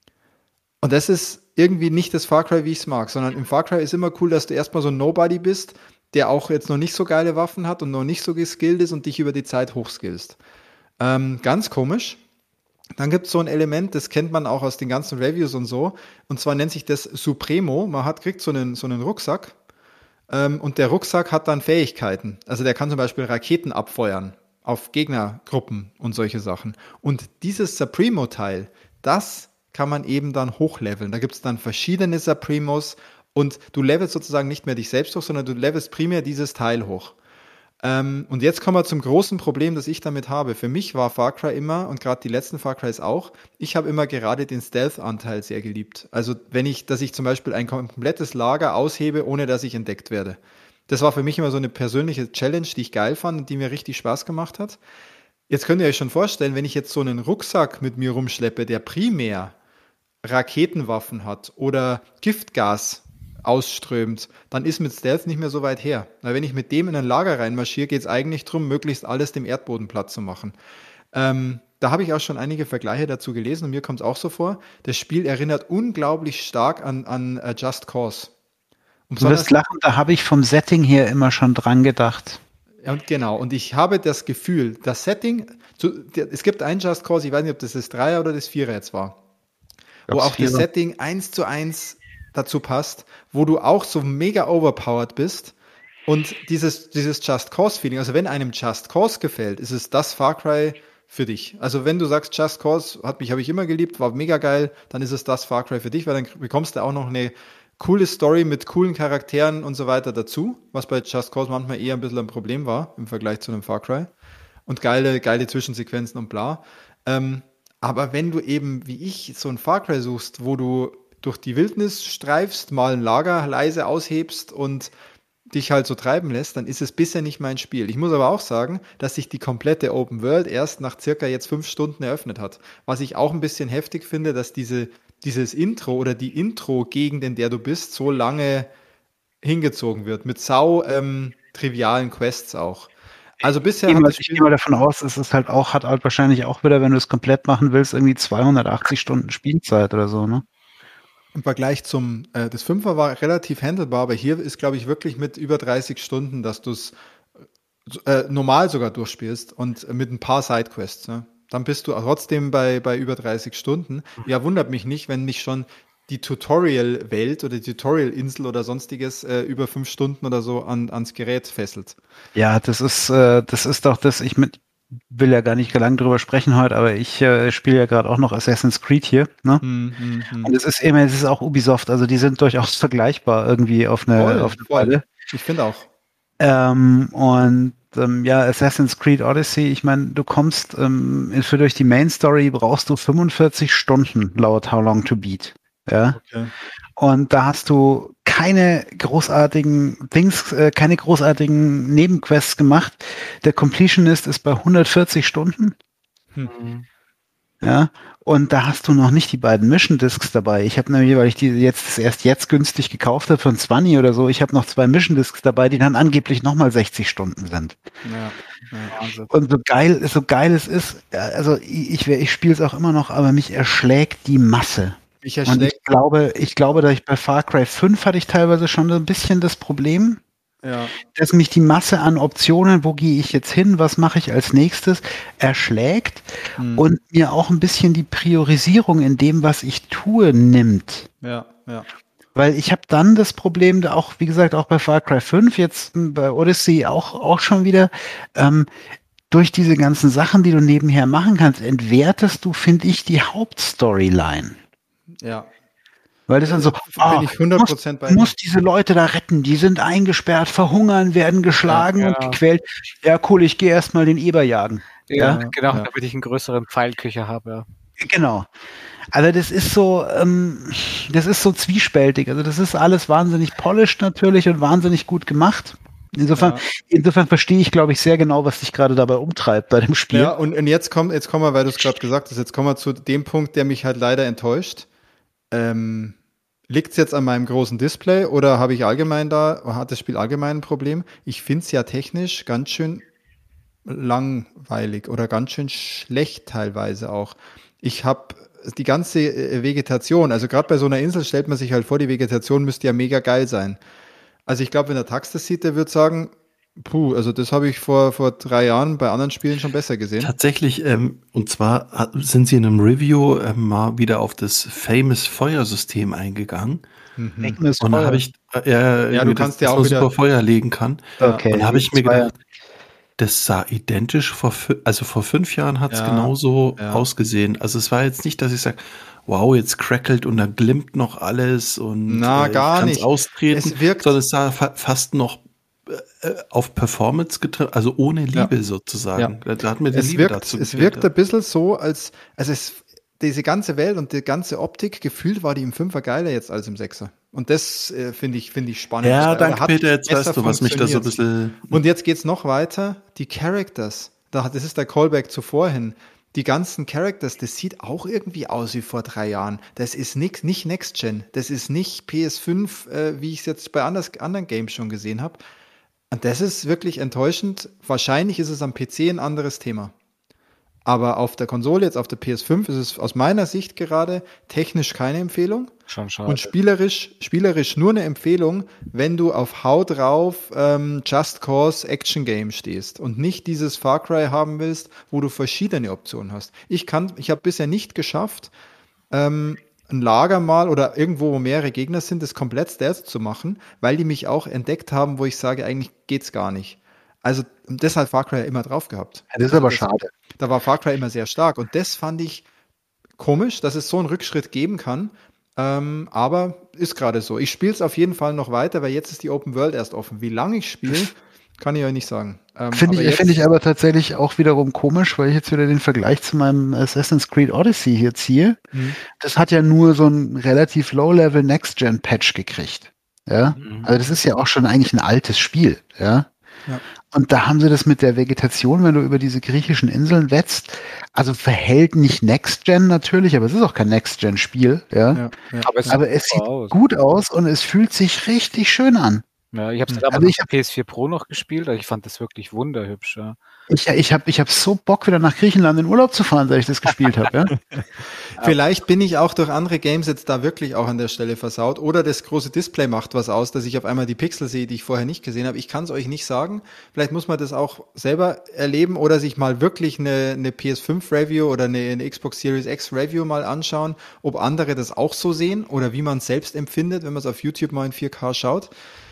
Und das ist irgendwie nicht das Far Cry, wie ich es mag, sondern im Far Cry ist immer cool, dass du erstmal so ein Nobody bist, der auch jetzt noch nicht so geile Waffen hat und noch nicht so geskillt ist und dich über die Zeit hochskillst. Ähm, ganz komisch. Dann gibt es so ein Element, das kennt man auch aus den ganzen Reviews und so, und zwar nennt sich das Supremo. Man hat, kriegt so einen, so einen Rucksack ähm, und der Rucksack hat dann Fähigkeiten. Also der kann zum Beispiel Raketen abfeuern auf Gegnergruppen und solche Sachen. Und dieses Supremo-Teil, das kann man eben dann hochleveln. Da gibt es dann verschiedene Supremos und du levelst sozusagen nicht mehr dich selbst hoch, sondern du levelst primär dieses Teil hoch. Ähm, und jetzt kommen wir zum großen Problem, das ich damit habe. Für mich war Far Cry immer, und gerade die letzten Far Crys auch, ich habe immer gerade den Stealth-Anteil sehr geliebt. Also wenn ich, dass ich zum Beispiel ein komplettes Lager aushebe, ohne dass ich entdeckt werde. Das war für mich immer so eine persönliche Challenge, die ich geil fand und die mir richtig Spaß gemacht hat. Jetzt könnt ihr euch schon vorstellen, wenn ich jetzt so einen Rucksack mit mir rumschleppe, der primär Raketenwaffen hat oder Giftgas ausströmt, dann ist mit Stealth nicht mehr so weit her. Weil wenn ich mit dem in ein Lager reinmarschiere, geht es eigentlich darum, möglichst alles dem Erdboden platt zu machen. Ähm, da habe ich auch schon einige Vergleiche dazu gelesen und mir kommt es auch so vor, das Spiel erinnert unglaublich stark an, an uh, Just Cause. Und du wirst lachen, da habe ich vom Setting her immer schon dran gedacht. Ja, und genau, und ich habe das Gefühl, das Setting, zu, es gibt ein Just Cause, ich weiß nicht, ob das das Dreier oder das Vierer jetzt war, wo auch das Setting eins zu eins dazu passt, wo du auch so mega overpowered bist und dieses, dieses Just Cause Feeling, also wenn einem Just Cause gefällt, ist es das Far Cry für dich. Also wenn du sagst, Just Cause hat mich, habe ich immer geliebt, war mega geil, dann ist es das Far Cry für dich, weil dann bekommst du auch noch eine coole Story mit coolen Charakteren und so weiter dazu, was bei Just Cause manchmal eher ein bisschen ein Problem war im Vergleich zu einem Far Cry und geile, geile Zwischensequenzen und bla. Ähm, aber wenn du eben, wie ich, so ein Far Cry suchst, wo du durch die Wildnis streifst, mal ein Lager leise aushebst und dich halt so treiben lässt, dann ist es bisher nicht mein Spiel. Ich muss aber auch sagen, dass sich die komplette Open World erst nach circa jetzt fünf Stunden eröffnet hat. Was ich auch ein bisschen heftig finde, dass diese, dieses Intro oder die Intro-Gegend, in der du bist, so lange hingezogen wird. Mit sau ähm, trivialen Quests auch. Also bisher hat das Spiel, ich gehe mal davon aus, es ist halt auch, hat halt wahrscheinlich auch wieder, wenn du es komplett machen willst, irgendwie zweihundertachtzig Stunden Spielzeit oder so, ne? Im Vergleich zum, äh, das Fünfer war relativ handelbar, aber hier ist, glaube ich, wirklich mit über dreißig Stunden, dass du es äh, normal sogar durchspielst und mit ein paar Sidequests. Ne? Dann bist du trotzdem bei, bei über dreißig Stunden. Ja, wundert mich nicht, wenn mich schon die Tutorial-Welt oder die Tutorial-Insel oder sonstiges äh, über fünf Stunden oder so an, ans Gerät fesselt. Ja, das ist, äh, das ist doch das, ich mit will ja gar nicht lang drüber sprechen heute, aber ich äh, spiele ja gerade auch noch Assassin's Creed hier, ne? Mm, mm, mm. Und es ist immer, es ist auch Ubisoft, also die sind durchaus vergleichbar irgendwie auf eine, voll, auf eine voll. Weile. Ich finde auch. Ähm, und ähm, ja, Assassin's Creed Odyssey, ich meine, du kommst ähm, für durch die Main Story brauchst du fünfundvierzig Stunden laut How Long to Beat. Ja. Okay. Und da hast du keine großartigen Dings, äh, keine großartigen Nebenquests gemacht. Der Completionist ist bei hundertvierzig Stunden. Hm. Ja. Und da hast du noch nicht die beiden Mission Discs dabei. Ich habe nämlich, weil ich die jetzt erst jetzt günstig gekauft habe für ein zwanzig oder so, ich habe noch zwei Mission Discs dabei, die dann angeblich nochmal sechzig Stunden sind. Ja, ja, also. Und so geil, so geil es ist, also ich, ich, ich spiele es auch immer noch, aber mich erschlägt die Masse. Ich und ich glaube, ich glaube, dass ich bei Far Cry fünf hatte ich teilweise schon so ein bisschen das Problem, Ja. Dass mich die Masse an Optionen, wo gehe ich jetzt hin, was mache ich als nächstes, erschlägt Hm. und mir auch ein bisschen die Priorisierung in dem, was ich tue, nimmt. Ja, ja. Weil ich habe dann das Problem, da auch, wie gesagt, auch bei Far Cry fünf, jetzt bei Odyssey auch, auch schon wieder, ähm, durch diese ganzen Sachen, die du nebenher machen kannst, entwertest du, finde ich, die Hauptstoryline. Ja. Weil das dann so, Bin ah, ich hundert Prozent bei du dir. musst diese Leute da retten, die sind eingesperrt, verhungern, werden geschlagen Ja, und ja. gequält. Ja, cool, ich gehe erstmal den Eber jagen. Ja, Ja, genau, ja. damit ich einen größeren Pfeilköcher habe. Ja. Genau. Also das ist so, ähm, das ist so zwiespältig. Also das ist alles wahnsinnig polished natürlich und wahnsinnig gut gemacht. Insofern, Ja. insofern verstehe ich, glaube ich, sehr genau, was dich gerade dabei umtreibt bei dem Spiel. Ja, und, und jetzt kommen, jetzt kommen wir, weil du es gerade gesagt hast, jetzt kommen wir zu dem Punkt, der mich halt leider enttäuscht. Ähm, liegt es jetzt an meinem großen Display oder habe ich allgemein da, hat das Spiel allgemein ein Problem? Ich finde es ja technisch ganz schön langweilig oder ganz schön schlecht teilweise auch. Ich habe die ganze äh, Vegetation, also gerade bei so einer Insel stellt man sich halt vor, die Vegetation müsste ja mega geil sein. Also ich glaube, wenn der Tax das sieht, der wird sagen, puh, also das habe ich vor, vor drei Jahren bei anderen Spielen schon besser gesehen. Tatsächlich, ähm, und zwar hat- sind sie in einem Review ähm, mal wieder auf das Famous Feuersystem eingegangen. Denken ist Und da Feuer. habe ich, äh, ja, Ja, du irgendwie, kannst dass, ja dass auch man wieder- super Feuer legen kann. Okay. Und da habe ich mir Zwei- gedacht, das sah identisch vor, fü- also vor fünf Jahren hat es Ja, genauso ja. ausgesehen. Also es war jetzt nicht, dass ich sage, wow, jetzt crackelt und da glimmt noch alles und Na, äh, gar ich kann's nicht. austreten, Es wirkt- sondern es sah fa fast noch äh, auf Performance getrimmt, also ohne Liebe Ja. sozusagen. Da, da hat mir die Es Liebe wirkt, dazu es gefehlt, wirkt ein bisschen so, als, also es, diese ganze Welt und die ganze Optik, gefühlt war die im Fünfer geiler jetzt als im Sechser. Und das äh, finde ich, finde ich spannend. Ja, Weil danke er hat Peter, jetzt besser weißt du, was mich da so ein funktioniert. bisschen... Und jetzt geht's noch weiter. Die Characters, da, das ist der Callback zuvorhin. Die ganzen Characters, das sieht auch irgendwie aus wie vor drei Jahren. Das ist nix, nicht Next Gen. Das ist nicht P S fünf, äh, wie ich es jetzt bei anders, anderen Games schon gesehen habe. Und das ist wirklich enttäuschend. Wahrscheinlich ist es am P C ein anderes Thema. Aber auf der Konsole, jetzt auf der P S fünf, ist es aus meiner Sicht gerade technisch keine Empfehlung. Schon schade. Und spielerisch, spielerisch nur eine Empfehlung, wenn du auf Hau drauf ähm, Just Cause Action Game stehst und nicht dieses Far Cry haben willst, wo du verschiedene Optionen hast. Ich kann, ich habe bisher nicht geschafft, ähm, ein Lager mal oder irgendwo, wo mehrere Gegner sind, das komplett Stealth zu machen, weil die mich auch entdeckt haben, wo ich sage, eigentlich geht's gar nicht. Also deshalb Far Cry ja immer drauf gehabt. Das ist Also aber das- schade. Da war Far Cry immer sehr stark und das fand ich komisch, dass es so einen Rückschritt geben kann. Ähm, aber ist gerade so. Ich spiele es auf jeden Fall noch weiter, weil jetzt ist die Open World erst offen. Wie lange ich spiele, kann ich euch nicht sagen. Ähm, Finde aber ich, jetzt- finde ich aber tatsächlich auch wiederum komisch, weil ich jetzt wieder den Vergleich zu meinem Assassin's Creed Odyssey hier ziehe. Mhm. Das hat ja nur so ein relativ Low-Level Next-Gen-Patch gekriegt. Ja, Mhm. also das ist ja auch schon eigentlich ein altes Spiel. Ja. Ja. Und da haben sie das mit der Vegetation, wenn du über diese griechischen Inseln wetzt, also verhält nicht Next-Gen natürlich, aber es ist auch kein Next-Gen-Spiel. Ja. Ja, ja. Aber es, Aber es super sieht aus. gut aus und es fühlt sich richtig schön an. Ja, ich habe es Hm. damals Also auf ich der P S vier Pro noch gespielt, also ich fand das wirklich wunderhübsch. Ja. Ich, ich habe ich hab so Bock, wieder nach Griechenland in Urlaub zu fahren, seit ich das gespielt habe. Ja? Vielleicht bin ich auch durch andere Games jetzt da wirklich auch an der Stelle versaut oder das große Display macht was aus, dass ich auf einmal die Pixel sehe, die ich vorher nicht gesehen habe. Ich kann es euch nicht sagen. Vielleicht muss man das auch selber erleben oder sich mal wirklich eine, eine P S fünf Review oder eine, eine Xbox Series X Review mal anschauen, ob andere das auch so sehen oder wie man es selbst empfindet, wenn man es auf YouTube mal in vier K schaut.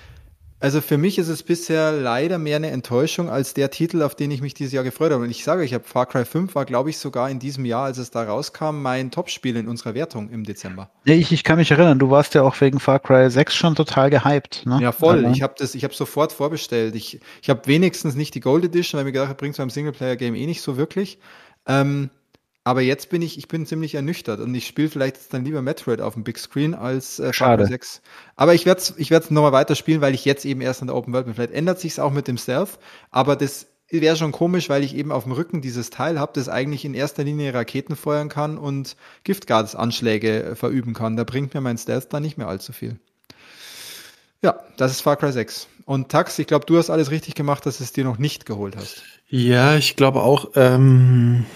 Also für mich ist es bisher leider mehr eine Enttäuschung als der Titel, auf den ich mich dieses Jahr gefreut habe. Und ich sage, ich habe Far Cry fünf war, glaube ich, sogar in diesem Jahr, als es da rauskam, mein Topspiel in unserer Wertung im Dezember. Nee, ich, ich kann mich erinnern, du warst ja auch wegen Far Cry sechs schon total gehypt. Ne? Ja, voll. Aber- Ich habe das, ich habe sofort vorbestellt. Ich, ich habe wenigstens nicht die Gold Edition, weil mir gedacht, bringt es beim Singleplayer-Game eh nicht so wirklich. Ähm, aber jetzt bin ich, ich bin ziemlich ernüchtert und ich spiele vielleicht jetzt dann lieber Metroid auf dem Big Screen als äh, Far Schade. Cry sechs. Aber ich werde es ich werd's nochmal weiterspielen, weil ich jetzt eben erst an der Open World bin. Vielleicht ändert sich's auch mit dem Stealth, aber das wäre schon komisch, weil ich eben auf dem Rücken dieses Teil habe, das eigentlich in erster Linie Raketen feuern kann und Giftgas-Anschläge äh, verüben kann. Da bringt mir mein Stealth dann nicht mehr allzu viel. Ja, das ist Far Cry sechs. Und Tax, ich glaube, du hast alles richtig gemacht, dass du es dir noch nicht geholt hast. Ja, ich glaube auch, ähm,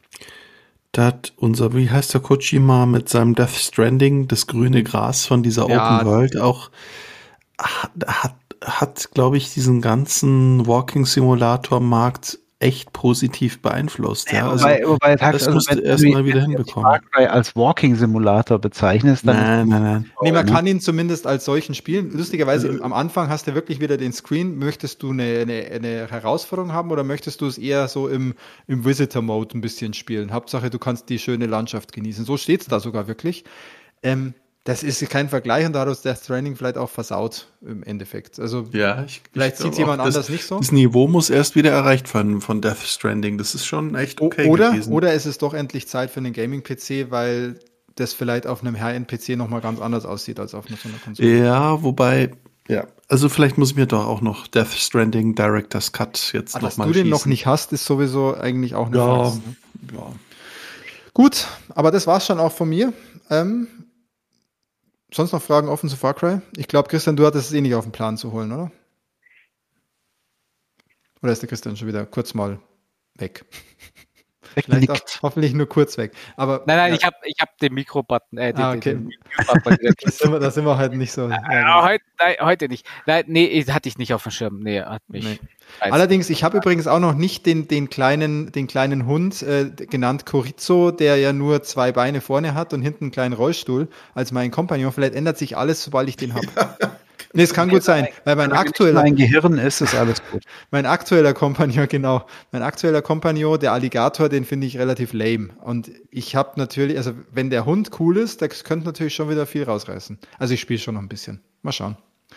da hat unser, wie heißt der Kojima mit seinem Death Stranding, das grüne Gras von dieser Ja. Open World auch, hat, hat hat, glaube ich, diesen ganzen Walking-Simulator-Markt echt positiv beeinflusst. Ja, Ja, also, wobei, wobei das also, musst du wenn erst du mal wieder jetzt hinbekommen. Far Cry als Walking-Simulator bezeichnest, dann Nein, nein, nein. Nee, man ne? kann ihn zumindest als solchen spielen. Lustigerweise, im, am Anfang hast du wirklich wieder den Screen. Möchtest du eine, eine, eine Herausforderung haben oder möchtest du es eher so im, im Visitor-Mode ein bisschen spielen? Hauptsache, du kannst die schöne Landschaft genießen. So steht es da sogar wirklich. Ähm, das ist kein Vergleich und da hat uns Death Stranding vielleicht auch versaut im Endeffekt. Also Ja, ich, vielleicht ich sieht glaub jemand auch, das, anders nicht so. Das Niveau muss erst wieder erreicht werden von Death Stranding. Das ist schon echt okay oder, gewesen. oder ist es doch endlich Zeit für einen Gaming-P C, weil das vielleicht auf einem High-End-P C nochmal ganz anders aussieht als auf so einer Konsole. Ja, wobei, ja, also vielleicht muss ich mir doch auch noch Death Stranding Director's Cut jetzt Ah, dass nochmal du den schießen. noch nicht hast, ist sowieso eigentlich auch eine Ja, Farce, ne? ja. Gut, aber das war's schon auch von mir. Ähm, sonst noch Fragen offen zu Far Cry? Ich glaube, Christian, du hattest es eh nicht auf dem Plan zu holen, oder? Oder ist der Christian schon wieder kurz mal weg? Vielleicht auch, hoffentlich nur kurz weg. Aber, Nein, nein, ja. ich habe ich hab den Mikro-Button. Äh, den, Ah, okay. den, den Mute-Button wieder Da sind, wir, da sind wir halt nicht so. Ja, äh, genau. heute, nein, heute nicht. Nein, nee, hatte ich nicht auf dem Schirm. Nee, hat mich. Nee. Weiß Allerdings, ich habe übrigens auch noch nicht den, den, kleinen, den kleinen Hund, äh, genannt Chorizo, der ja nur zwei Beine vorne hat und hinten einen kleinen Rollstuhl, als mein Kompagnon. Vielleicht ändert sich alles, sobald ich den habe. Nee, es kann gut sein, weil mein aktueller, Mein Gehirn ist, ist alles gut. mein aktueller Kompagnon, genau, mein aktueller Kompagnon, der Alligator, den finde ich relativ lame. Und ich habe natürlich, also wenn der Hund cool ist, das könnte natürlich schon wieder viel rausreißen. Also ich spiele schon noch ein bisschen. Mal schauen.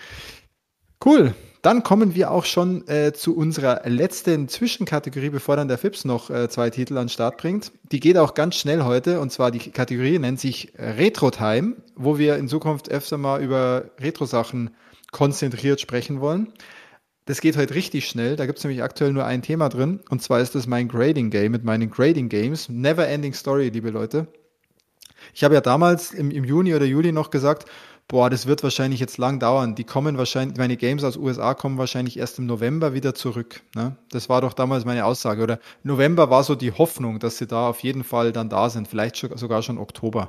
Cool. Dann kommen wir auch schon äh, zu unserer letzten Zwischenkategorie, bevor dann der Fips noch äh, zwei Titel an den Start bringt. Die geht auch ganz schnell heute, und zwar die Kategorie nennt sich Retro Time, wo wir in Zukunft öfter mal über Retro-Sachen konzentriert sprechen wollen. Das geht heute richtig schnell, da gibt es nämlich aktuell nur ein Thema drin, und zwar ist das mein Grading Game mit meinen Grading Games. Never Ending Story, liebe Leute. Ich habe ja damals im, im Juni oder Juli noch gesagt, boah, das wird wahrscheinlich jetzt lang dauern. Die kommen wahrscheinlich, meine Games aus U S A kommen wahrscheinlich erst im November wieder zurück. Ne? Das war doch damals meine Aussage. Oder November war so die Hoffnung, dass sie da auf jeden Fall dann da sind. Vielleicht sogar schon Oktober.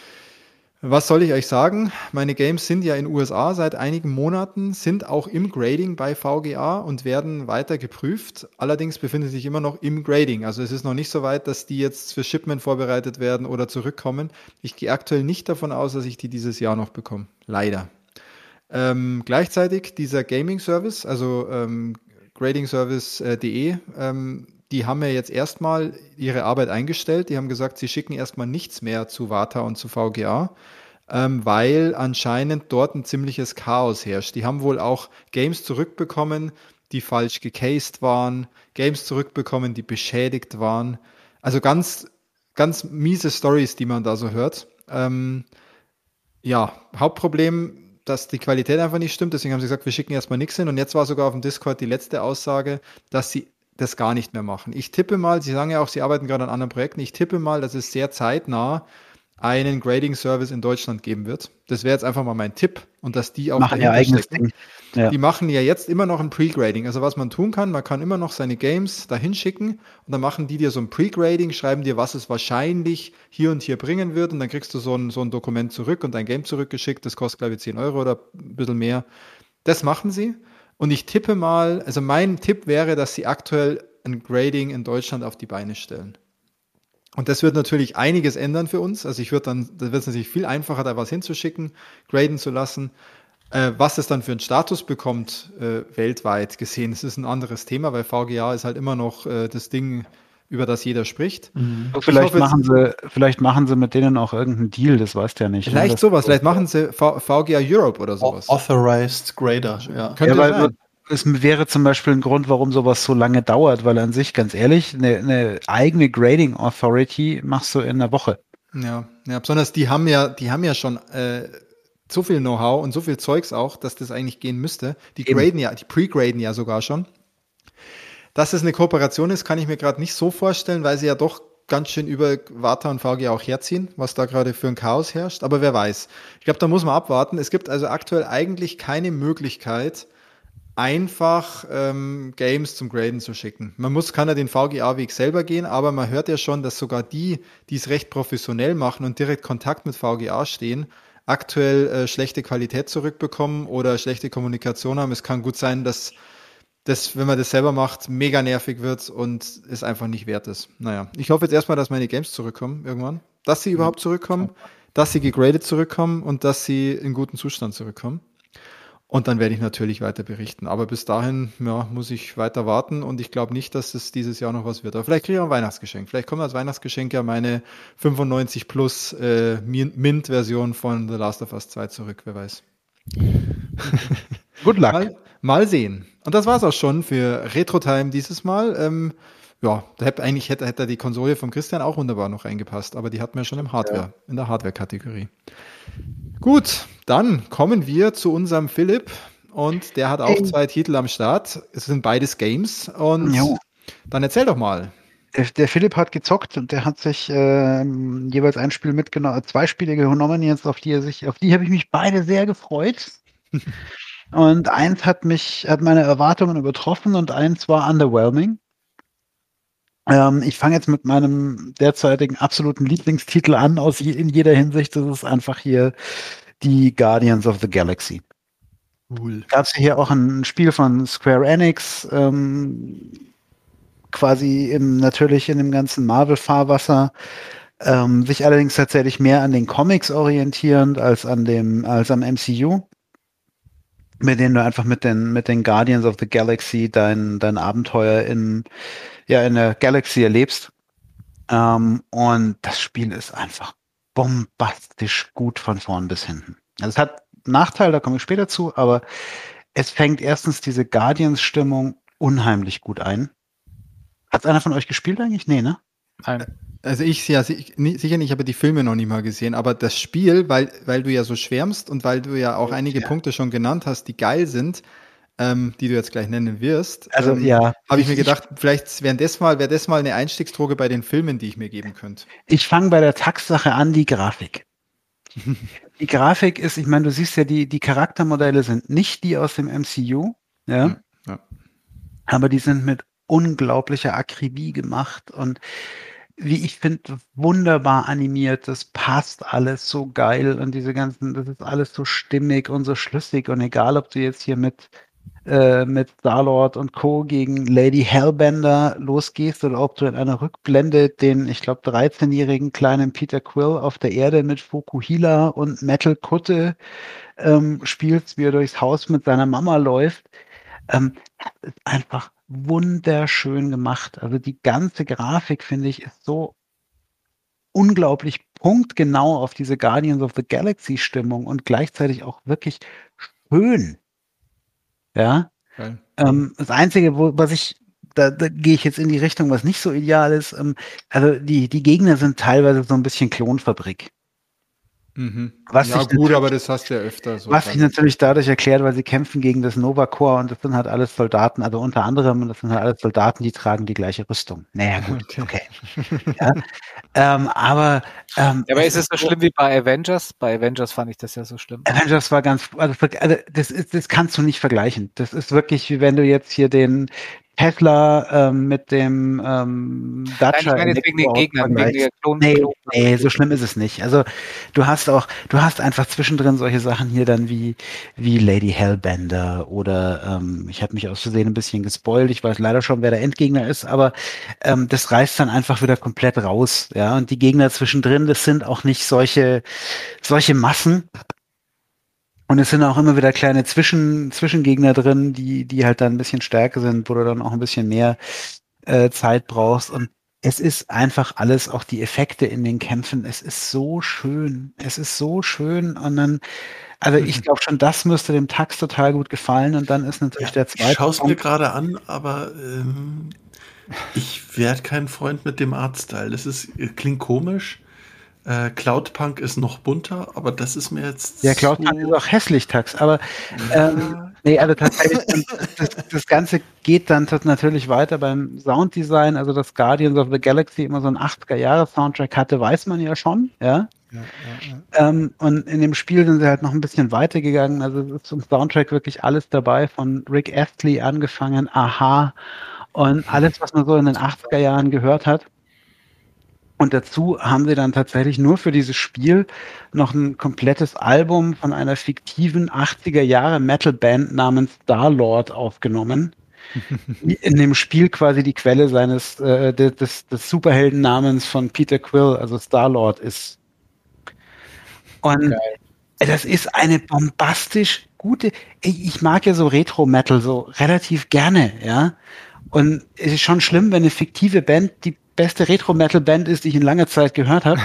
Was soll ich euch sagen? Meine Games sind ja in U S A seit einigen Monaten, sind auch im Grading bei V G A und werden weiter geprüft. Allerdings befinden sie sich immer noch im Grading. Also es ist noch nicht so weit, dass die jetzt für Shipment vorbereitet werden oder zurückkommen. Ich gehe aktuell nicht davon aus, dass ich die dieses Jahr noch bekomme. Leider. Ähm, gleichzeitig dieser Gaming-Service, also ähm, gradingservice punkt de, ähm, die haben ja jetzt erstmal ihre Arbeit eingestellt. Die haben gesagt, sie schicken erstmal nichts mehr zu Warta und zu V G A, ähm, weil anscheinend dort ein ziemliches Chaos herrscht. Die haben wohl auch Games zurückbekommen, die falsch gecased waren, Games zurückbekommen, die beschädigt waren. Also ganz, ganz miese Stories, die man da so hört. Ähm, ja, Hauptproblem, dass die Qualität einfach nicht stimmt. Deswegen haben sie gesagt, wir schicken erstmal nichts hin. Und jetzt war sogar auf dem Discord die letzte Aussage, dass sie das gar nicht mehr machen. Ich tippe mal, Sie sagen ja auch, Sie arbeiten gerade an anderen Projekten, ich tippe mal, dass es sehr zeitnah einen Grading-Service in Deutschland geben wird. Das wäre jetzt einfach mal mein Tipp, und dass die auch machen ihr eigenes stecken. Ding. Ja. Die machen ja jetzt immer noch ein Pre-Grading. Also was man tun kann, man kann immer noch seine Games dahin schicken und dann machen die dir so ein Pre-Grading, schreiben dir, was es wahrscheinlich hier und hier bringen wird, und dann kriegst du so ein, so ein Dokument zurück und dein Game zurückgeschickt. Das kostet, glaube ich, zehn Euro oder ein bisschen mehr. Das machen sie. Und ich tippe mal, also mein Tipp wäre, dass sie aktuell ein Grading in Deutschland auf die Beine stellen. Und das wird natürlich einiges ändern für uns. Also ich würde dann, da wird es natürlich viel einfacher, da was hinzuschicken, graden zu lassen. Äh, was es dann für einen Status bekommt, äh, weltweit gesehen, das ist ein anderes Thema, weil V G A ist halt immer noch äh, das Ding, über das jeder spricht. Mhm. Vielleicht, hoffe, machen sie, vielleicht machen sie mit denen auch irgendeinen Deal, das weißt du ja nicht. Vielleicht ne? sowas, vielleicht machen sie v- VGA Europe oder sowas. Authorized Grader, ja. Könnte ja, weil, sein. Es wäre zum Beispiel ein Grund, warum sowas so lange dauert, weil an sich, ganz ehrlich, eine, eine eigene Grading Authority machst du in einer Woche. Ja, ja, besonders die haben ja, die haben ja schon äh, so viel Know-how und so viel Zeugs auch, dass das eigentlich gehen müsste. Die graden ja, die pre-graden ja sogar schon. Dass es eine Kooperation ist, kann ich mir gerade nicht so vorstellen, weil sie ja doch ganz schön über Warta und V G A auch herziehen, was da gerade für ein Chaos herrscht. Aber wer weiß. Ich glaube, da muss man abwarten. Es gibt also aktuell eigentlich keine Möglichkeit, einfach ähm, Games zum Graden zu schicken. Man muss, kann ja den V G A-Weg selber gehen, aber man hört ja schon, dass sogar die, die es recht professionell machen und direkt Kontakt mit V G A stehen, aktuell äh, schlechte Qualität zurückbekommen oder schlechte Kommunikation haben. Es kann gut sein, dass das, wenn man das selber macht, mega nervig wird und es einfach nicht wert ist. Naja, ich hoffe jetzt erstmal, dass meine Games zurückkommen irgendwann. Dass sie überhaupt zurückkommen, dass sie gegradet zurückkommen und dass sie in guten Zustand zurückkommen. Und dann werde ich natürlich weiter berichten. Aber bis dahin ja, muss ich weiter warten und ich glaube nicht, dass es dieses Jahr noch was wird. Aber vielleicht kriege ich ein Weihnachtsgeschenk. Vielleicht kommt als Weihnachtsgeschenk ja meine fünfundneunzig plus äh, Mint-Version von The Last of Us zwei zurück, wer weiß. Good luck. Mal, mal sehen. Und das war's auch schon für Retro-Time dieses Mal. Ähm, ja, da hätte eigentlich hätte, hätte die Konsole vom Christian auch wunderbar noch reingepasst, aber die hatten wir schon im Hardware, ja. in der Hardware-Kategorie. Gut, dann kommen wir zu unserem Philipp und der hat auch Ey. zwei Titel am Start. Es sind beides Games und jo. Dann erzähl doch mal. Der, der Philipp hat gezockt und der hat sich äh, jeweils ein Spiel mitgenommen, zwei Spiele genommen jetzt, auf die er sich, auf die habe ich mich beide sehr gefreut. Und eins hat mich, hat meine Erwartungen übertroffen und eins war underwhelming. Ähm, ich fange jetzt mit meinem derzeitigen absoluten Lieblingstitel an, aus je, in jeder Hinsicht. Das ist einfach hier die Guardians of the Galaxy. Cool. Gab es hier auch ein Spiel von Square Enix, ähm, quasi im, natürlich in dem ganzen Marvel-Fahrwasser, ähm, sich allerdings tatsächlich mehr an den Comics orientierend als an dem, als am M C U. Mit denen du einfach mit den, mit den Guardians of the Galaxy dein, dein Abenteuer in, ja, in der Galaxy erlebst. Ähm, und das Spiel ist einfach bombastisch gut von vorn bis hinten. Also es hat Nachteile, da komme ich später zu, aber es fängt erstens diese Guardians-Stimmung unheimlich gut ein. Hat einer von euch gespielt eigentlich? Nee, ne? Nein. Also ich ja sicher nicht, ich habe die Filme noch nicht mal gesehen, aber das Spiel, weil, weil du ja so schwärmst und weil du ja auch einige ja. Punkte schon genannt hast, die geil sind, ähm, die du jetzt gleich nennen wirst, also ähm, ja, habe ich mir gedacht, vielleicht wäre das mal, wäre das mal eine Einstiegsdroge bei den Filmen, die ich mir geben könnte. Ich fange bei der Tatsache an, die Grafik. Die Grafik ist, ich meine, du siehst ja, die, die Charaktermodelle sind nicht die aus dem M C U, ja, ja, ja. aber die sind mit unglaublicher Akribie gemacht und wie ich finde, wunderbar animiert, das passt alles so geil und diese ganzen, das ist alles so stimmig und so schlüssig und egal, ob du jetzt hier mit äh, mit Star-Lord und Co. gegen Lady Hellbender losgehst oder ob du in einer Rückblende den, ich glaube, dreizehnjährigen kleinen Peter Quill auf der Erde mit Fukuhila und Metal Kutte ähm, spielst, wie er durchs Haus mit seiner Mama läuft. Ähm, das ist einfach wunderschön gemacht. Also die ganze Grafik, finde ich, ist so unglaublich punktgenau auf diese Guardians of the Galaxy Stimmung und gleichzeitig auch wirklich schön. Ja. Okay. Ähm, das Einzige, wo, was ich, da, da gehe ich jetzt in die Richtung, was nicht so ideal ist, ähm, also die, die Gegner sind teilweise so ein bisschen Klonfabrik. Mhm. Was ja gut, aber das hast du ja öfter so. Was sich natürlich dadurch erklärt, weil sie kämpfen gegen das Nova Corps und das sind halt alles Soldaten, also unter anderem, das sind halt alles Soldaten, die tragen die gleiche Rüstung. Naja gut, okay. okay. Ja. ähm, aber ähm, ja, aber ist es so schlimm wie bei Avengers? Bei Avengers fand ich das ja so schlimm. Avengers war ganz, also, also das ist, das kannst du nicht vergleichen. Das ist wirklich, wie wenn du jetzt hier den Tesla ähm, mit dem ähm, Dacia. Nein, ich meine jetzt wegen den Gegnern, wegen der Klon nee, Klon nee, so schlimm ist es nicht. Also du hast auch, du hast einfach zwischendrin solche Sachen hier dann wie wie Lady Hellbender oder ähm, ich habe mich aus Versehen ein bisschen gespoilt. Ich weiß leider schon, wer der Endgegner ist, aber ähm, das reißt dann einfach wieder komplett raus. Ja, und die Gegner zwischendrin, das sind auch nicht solche solche Massen. Und es sind auch immer wieder kleine Zwischen, Zwischengegner drin, die, die halt dann ein bisschen stärker sind, wo du dann auch ein bisschen mehr äh, Zeit brauchst. Und es ist einfach alles, auch die Effekte in den Kämpfen, es ist so schön. Es ist so schön. Und dann, also ich glaube schon, das müsste dem Tax total gut gefallen. Und dann ist natürlich ja, der zweite. Ich schaue es mir gerade an, aber ähm, ich werde kein Freund mit dem Artstyle. Das ist, klingt komisch. Äh, Cloudpunk ist noch bunter, aber das ist mir jetzt. Ja, Cloudpunk so ist auch hässlich, Tax, aber ja. ähm, nee, also tatsächlich, das, das Ganze geht dann natürlich weiter beim Sounddesign, also dass Guardians of the Galaxy immer so einen achtziger-Jahre-Soundtrack hatte, weiß man ja schon, ja. Ja, ja, ja. Ähm, und in dem Spiel sind sie halt noch ein bisschen weiter gegangen, also es ist zum Soundtrack wirklich alles dabei, von Rick Astley angefangen, Aha, und alles, was man so in den achtziger Jahren gehört hat. Und dazu haben sie dann tatsächlich nur für dieses Spiel noch ein komplettes Album von einer fiktiven achtziger Jahre Metal-Band namens Starlord aufgenommen, die in dem Spiel quasi die Quelle seines äh, des, des, des Superheldennamens von Peter Quill, also Starlord, ist. Und Geil. das ist eine bombastisch gute. Ich, ich mag ja so Retro-Metal so relativ gerne, ja. Und es ist schon schlimm, wenn eine fiktive Band die beste Retro-Metal-Band ist, die ich in langer Zeit gehört habe.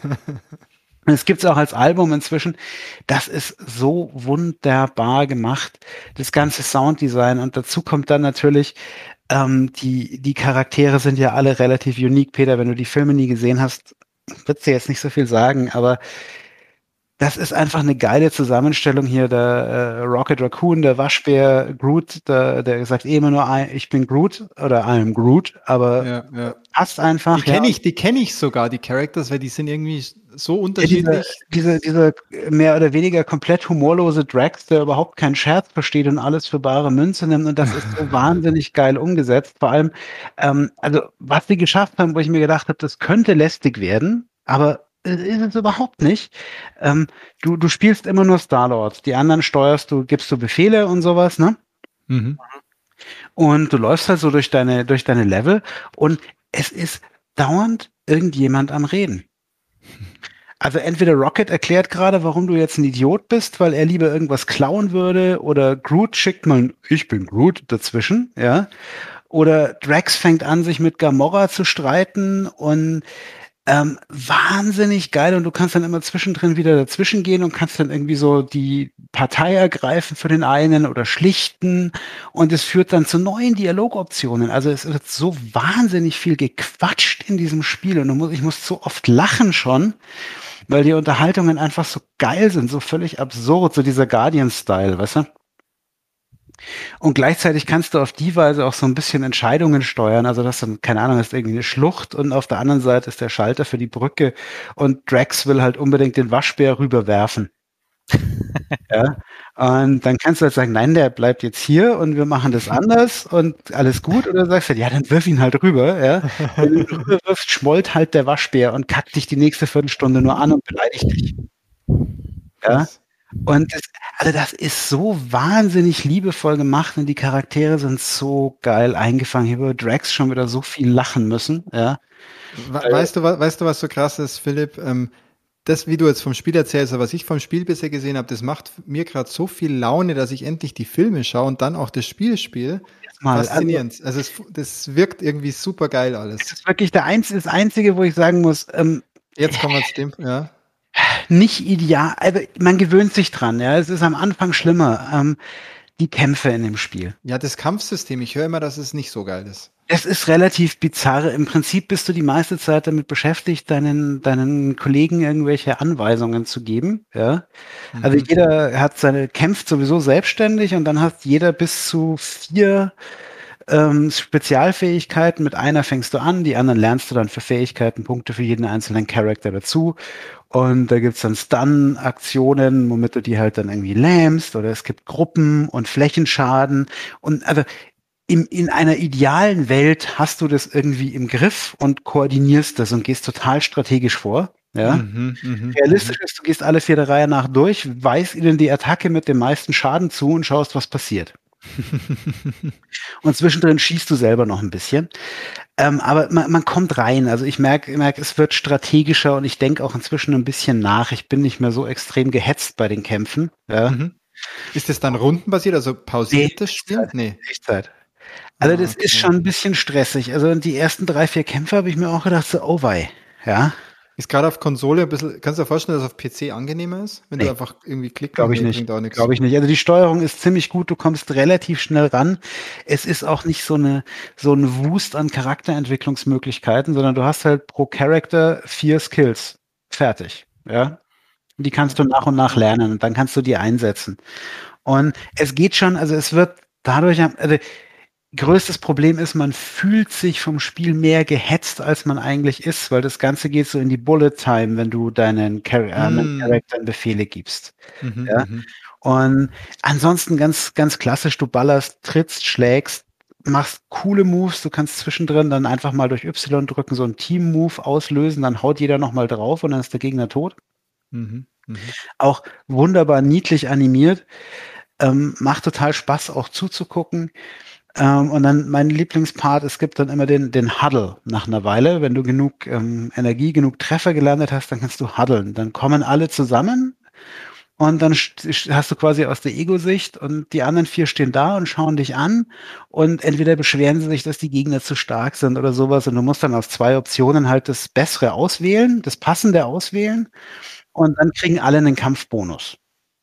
Und es gibt es auch als Album inzwischen. Das ist so wunderbar gemacht, das ganze Sounddesign. Und dazu kommt dann natürlich, ähm, die, die Charaktere sind ja alle relativ unique. Peter, wenn du die Filme nie gesehen hast, wird's dir jetzt nicht so viel sagen, aber das ist einfach eine geile Zusammenstellung hier. Der äh, Rocket Raccoon, der Waschbär, Groot, der, der sagt eh immer nur, I, ich bin Groot oder I am Groot, aber Ja, ja. passt einfach. Die kenne ja. ich, die kenne ich sogar, die Characters, weil die sind irgendwie so Ja, unterschiedlich. diese, diese, diese mehr oder weniger komplett humorlose Drax, der überhaupt keinen Scherz versteht und alles für bare Münze nimmt. Und das ist so wahnsinnig geil umgesetzt. Vor allem, ähm, also was sie geschafft haben, wo ich mir gedacht habe, das könnte lästig werden, aber ist es überhaupt nicht. Ähm, du, du spielst immer nur Star-Lord. Die anderen steuerst du, gibst du Befehle und sowas, ne? Mhm. Und du läufst halt so durch deine, durch deine Level und es ist dauernd irgendjemand am Reden. Also entweder Rocket erklärt gerade, warum du jetzt ein Idiot bist, weil er lieber irgendwas klauen würde, oder Groot schickt mal ein Ich bin Groot dazwischen, ja. Oder Drax fängt an, sich mit Gamora zu streiten und ähm, wahnsinnig geil, und du kannst dann immer zwischendrin wieder dazwischen gehen und kannst dann irgendwie so die Partei ergreifen für den einen oder schlichten, und es führt dann zu neuen Dialogoptionen. Also es wird so wahnsinnig viel gequatscht in diesem Spiel, und du musst, ich muss so oft lachen schon, weil die Unterhaltungen einfach so geil sind, so völlig absurd, so dieser Guardian-Style, weißt du? Und gleichzeitig kannst du auf die Weise auch so ein bisschen Entscheidungen steuern. Also das dann, keine Ahnung, ist irgendwie eine Schlucht und auf der anderen Seite ist der Schalter für die Brücke und Drax will halt unbedingt den Waschbär rüberwerfen. Ja. Und dann kannst du halt sagen, nein, der bleibt jetzt hier und wir machen das anders und alles gut. Oder sagst du, ja, dann wirf ihn halt rüber. Ja. Wenn du ihn rüberwirfst, schmollt halt der Waschbär und kackt dich die nächste Viertelstunde nur an und beleidigt dich. Ja. Und das, also das ist so wahnsinnig liebevoll gemacht und die Charaktere sind so geil eingefangen. Ich habe über Drax schon wieder so viel lachen müssen. Ja. Weißt du, weißt du, was so krass ist, Philipp? Ähm, das, wie du jetzt vom Spiel erzählst, was ich vom Spiel bisher gesehen habe, das macht mir gerade so viel Laune, dass ich endlich die Filme schaue und dann auch das Spiel spiele. Mal, Faszinierend. Also, also es, das wirkt irgendwie super geil alles. Das ist wirklich der einzige, das Einzige, wo ich sagen muss, ähm, jetzt kommen wir zu dem, ja. Nicht ideal, also man gewöhnt sich dran, ja. Es ist am Anfang schlimmer. Ähm, die Kämpfe in dem Spiel. Ja, das Kampfsystem, ich höre immer, dass es nicht so geil ist. Es ist relativ bizarr. Im Prinzip bist du die meiste Zeit damit beschäftigt, deinen, deinen Kollegen irgendwelche Anweisungen zu geben, ja. Mhm. Also jeder hat seine, kämpft sowieso selbstständig und dann hat jeder bis zu vier ähm, Spezialfähigkeiten. Mit einer fängst du an, die anderen lernst du dann für Fähigkeiten, Punkte für jeden einzelnen Charakter dazu. Und da gibt's dann Stun-Aktionen, womit du die halt dann irgendwie lähmst, oder es gibt Gruppen und Flächenschaden. Und also in, in einer idealen Welt hast du das irgendwie im Griff und koordinierst das und gehst total strategisch vor. Ja. Mhm, mh, Realistisch mh. ist, du gehst alle vier der Reihe nach durch, weist ihnen die Attacke mit dem meisten Schaden zu und schaust, was passiert. Und zwischendrin schießt du selber noch ein bisschen. Ähm, aber man, man kommt rein. Also ich merke, merk, es wird strategischer und ich denke auch inzwischen ein bisschen nach. Ich bin nicht mehr so extrem gehetzt bei den Kämpfen. Ja. Mhm. Ist das dann rundenbasiert, also pausiert nee, das Spiel? Nee. Echtzeit. Also das okay. ist schon ein bisschen stressig. Also die ersten drei, vier Kämpfe habe ich mir auch gedacht, so, oh wei. Ja. Ist gerade auf Konsole ein bisschen, kannst du dir vorstellen, dass es auf P C angenehmer ist? Wenn nee. du einfach irgendwie klickst? Glaube ich nicht. Glaube ich nicht. Also die Steuerung ist ziemlich gut, du kommst relativ schnell ran. Es ist auch nicht so eine, so ein Wust an Charakterentwicklungsmöglichkeiten, sondern du hast halt pro Charakter vier Skills. Fertig. Ja. Und die kannst du nach und nach lernen und dann kannst du die einsetzen. Und es geht schon, also es wird dadurch, also größtes Problem ist, man fühlt sich vom Spiel mehr gehetzt, als man eigentlich ist, weil das Ganze geht so in die Bullet Time, wenn du deinen Char- mm. Charakteren Befehle gibst. Mhm, ja? Und ansonsten ganz, ganz klassisch, du ballerst, trittst, schlägst, machst coole Moves, du kannst zwischendrin dann einfach mal durch Y drücken, so einen Team-Move auslösen, dann haut jeder nochmal drauf und dann ist der Gegner tot. Mhm. Mhm. Auch wunderbar niedlich animiert. Ähm, macht total Spaß, auch zuzugucken. Ähm, und dann mein Lieblingspart, es gibt dann immer den, den Huddle nach einer Weile. Wenn du genug ähm, Energie, genug Treffer gelandet hast, dann kannst du huddeln. Dann kommen alle zusammen und dann st- hast du quasi aus der Ego-Sicht und die anderen vier stehen da und schauen dich an und entweder beschweren sie sich, dass die Gegner zu stark sind oder sowas und du musst dann aus zwei Optionen halt das Bessere auswählen, das Passende auswählen und dann kriegen alle einen Kampfbonus.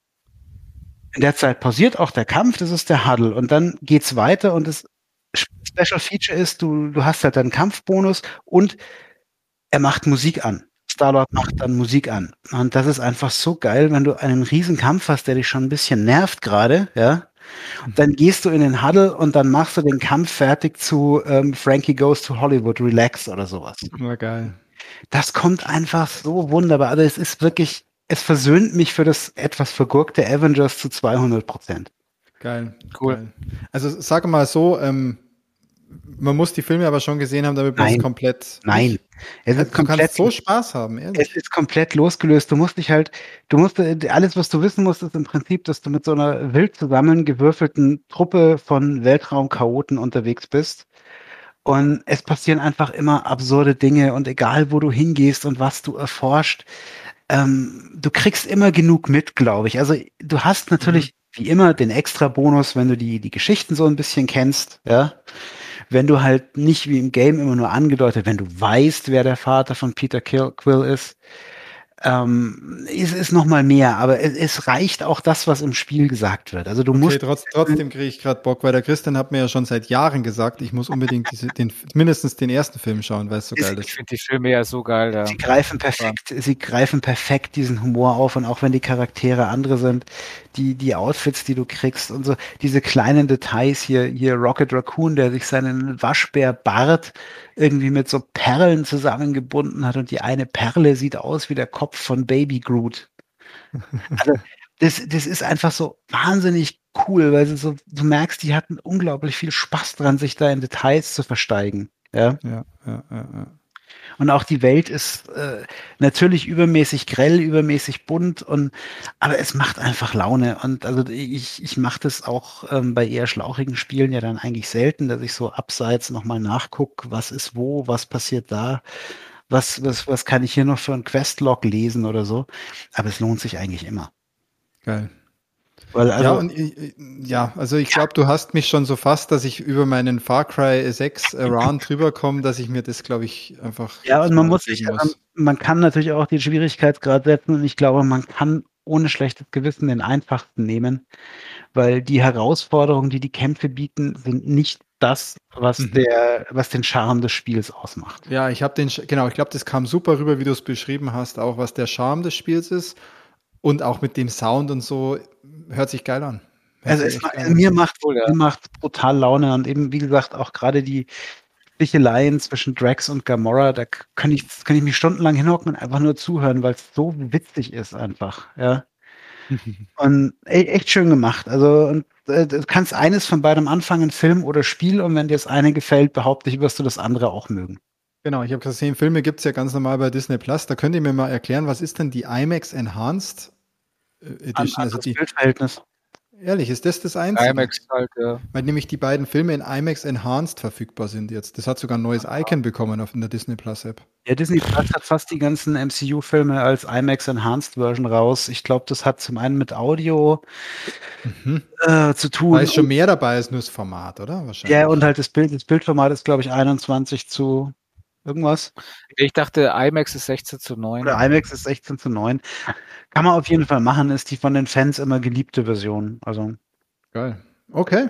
In der Zeit pausiert auch der Kampf, das ist der Huddle. Und dann geht's weiter und das Special Feature ist, du, du hast halt einen Kampfbonus und er macht Musik an. Star-Lord macht dann Musik an. Und das ist einfach so geil, wenn du einen riesen Kampf hast, der dich schon ein bisschen nervt gerade, ja. Dann gehst du in den Huddle und dann machst du den Kampf fertig zu ähm, Frankie Goes to Hollywood, Relax oder sowas. War geil. Das kommt einfach so wunderbar. Also es ist wirklich, es versöhnt mich für das etwas vergurkte Avengers zu zweihundert Prozent. Geil. Cool. Geil. Also sag mal so, ähm, man muss die Filme aber schon gesehen haben, damit man es Nein. komplett. Nein. Es Also, ist du kannst komplett, so Spaß haben, es ehrlich. ist komplett losgelöst. Du musst dich halt, du musst, äh, alles, was du wissen musst, ist im Prinzip, dass du mit so einer wild zusammengewürfelten Truppe von Weltraumchaoten unterwegs bist. Und es passieren einfach immer absurde Dinge und egal, wo du hingehst und was du erforscht, ähm, du kriegst immer genug mit, glaube ich. Also du hast natürlich wie immer den Extra-Bonus, wenn du die, die Geschichten so ein bisschen kennst, ja. Wenn du halt nicht wie im Game immer nur angedeutet, wenn du weißt, wer der Vater von Peter Kill, Quill ist, ähm, es ist noch mal mehr, aber es, es reicht auch das, was im Spiel gesagt wird. Also du Okay, musst trotz, trotzdem kriege ich gerade Bock, weil der Christian hat mir ja schon seit Jahren gesagt, ich muss unbedingt diese, den, mindestens den ersten Film schauen, weil es so Ist- geil Ich ist. finde die Filme ja so geil. Ja. Sie greifen perfekt, sie greifen perfekt diesen Humor auf und auch wenn die Charaktere andere sind, die, die Outfits, die du kriegst und so, diese kleinen Details hier, hier Rocket Raccoon, der sich seinen Waschbärbart irgendwie mit so Perlen zusammengebunden hat und die eine Perle sieht aus wie der Kopf von Baby Groot. Also, das, das ist einfach so wahnsinnig cool, weil sie so, du merkst, die hatten unglaublich viel Spaß dran, sich da in Details zu versteigen. Ja. Ja, ja, ja, ja. Und auch die Welt ist äh, natürlich übermäßig grell, übermäßig bunt und aber es macht einfach Laune. Und also ich, ich mache das auch ähm, bei eher schlauchigen Spielen ja dann eigentlich selten, dass ich so abseits nochmal nachgucke, was ist wo, was passiert da, was, was, was kann ich hier noch für einen Questlog lesen oder so. Aber es lohnt sich eigentlich immer. Geil. Weil also, ja, und ich, ja, also ich glaube, du hast mich schon so fast, dass ich über meinen Far Cry sechs äh, Run drüber komme, dass ich mir das, glaube ich, einfach ja, und man mal muss sich, geben ähm, man kann natürlich auch den Schwierigkeitsgrad setzen und ich glaube, man kann ohne schlechtes Gewissen den einfachsten nehmen, weil die Herausforderungen, die die Kämpfe bieten, sind nicht das, was Mhm. der, was den Charme des Spiels ausmacht. Ja, ich habe den, Sch- genau, ich glaube, das kam super rüber, wie du es beschrieben hast, auch was der Charme des Spiels ist und auch mit dem Sound und so, hört sich geil an. Hört Also sich es, echt ma- geil an. mir macht, Cool, ja. mir macht brutal Laune und eben, wie gesagt, auch gerade die Sticheleien zwischen Drax und Gamora, da k- kann ich, kann ich mich stundenlang hinhocken und einfach nur zuhören, weil es so witzig ist einfach, ja. Und e echt schön gemacht. Also, und äh, du kannst eines von beidem anfangen, Film oder Spiel, und wenn dir das eine gefällt, behaupte ich, wirst du das andere auch mögen. Genau, ich habe gesehen, Filme gibt es ja ganz normal bei Disney Plus. Da könnt ihr mir mal erklären, was ist denn die IMAX Enhanced äh, An, Edition? Also anderes die, Bildverhältnis. ehrlich, ist das das Einzige? IMAX halt, ja. Weil nämlich die beiden Filme in IMAX Enhanced verfügbar sind jetzt. Das hat sogar ein neues Icon bekommen auf in der Disney Plus App. Ja, Disney Plus hat fast die ganzen M C U-Filme als IMAX Enhanced Version raus. Ich glaube, das hat zum einen mit Audio Mhm. äh, zu Da tun. ist schon mehr dabei als nur das Format, oder? Wahrscheinlich. Ja, und halt das Bild, das Bildformat ist, glaube ich, einundzwanzig zu irgendwas. Ich dachte, IMAX ist sechzehn zu neun. Oder IMAX ist sechzehn zu neun. Kann man auf jeden Fall machen, ist die von den Fans immer geliebte Version. Also, Geil. Okay.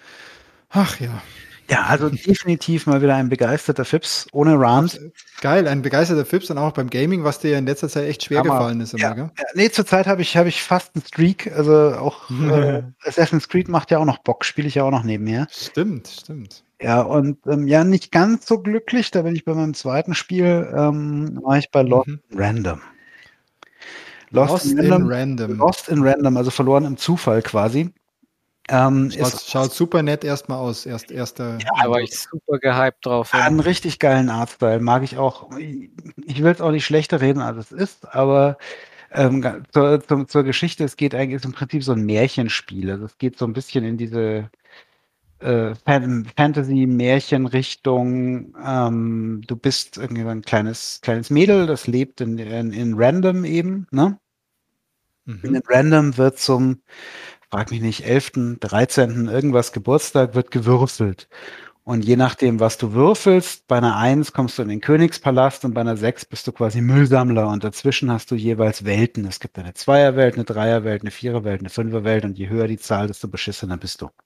Ach ja. ja, also definitiv mal wieder ein begeisterter Fips, ohne Rant. Geil, ein begeisterter Fips und auch beim Gaming, was dir ja in letzter Zeit echt schwer Hammer. gefallen ist immer, Ja, gell? ja, nee, zurzeit habe ich, habe ich fast einen Streak. Also auch äh, Assassin's Creed macht ja auch noch Bock, spiele ich ja auch noch nebenher. Stimmt, stimmt. Ja, und ähm, ja, nicht ganz so glücklich. Da bin ich bei meinem zweiten Spiel, ähm, war ich bei Lost Mhm. in Random. Lost in Random. Lost in Random, also verloren im Zufall quasi. Ähm, Schaut, ist schaut super nett erstmal aus. Erst, erster Da war Eindruck. ich super gehypt drauf. Ja. einen richtig geilen Artstyle, mag ich auch. Ich will es auch nicht schlechter reden, als es ist, aber ähm, ga- zur, zur, zur Geschichte, es geht eigentlich, ist im Prinzip so ein Märchenspiel. Also es geht so ein bisschen in diese äh, Fan Fantasy-Märchen-Richtung. Ähm, du bist irgendwie so ein kleines, kleines Mädel, das lebt in, in, in Random eben, ne? Und in Mhm. Random wird zum, frag mich nicht, elften, dreizehnten irgendwas Geburtstag wird gewürfelt. Und je nachdem, was du würfelst, bei einer Eins kommst du in den Königspalast und bei einer Sechs bist du quasi Müllsammler und dazwischen hast du jeweils Welten. Es gibt eine Zweierwelt, eine Dreierwelt, eine Viererwelt, eine Fünferwelt und je höher die Zahl, desto beschissener bist du.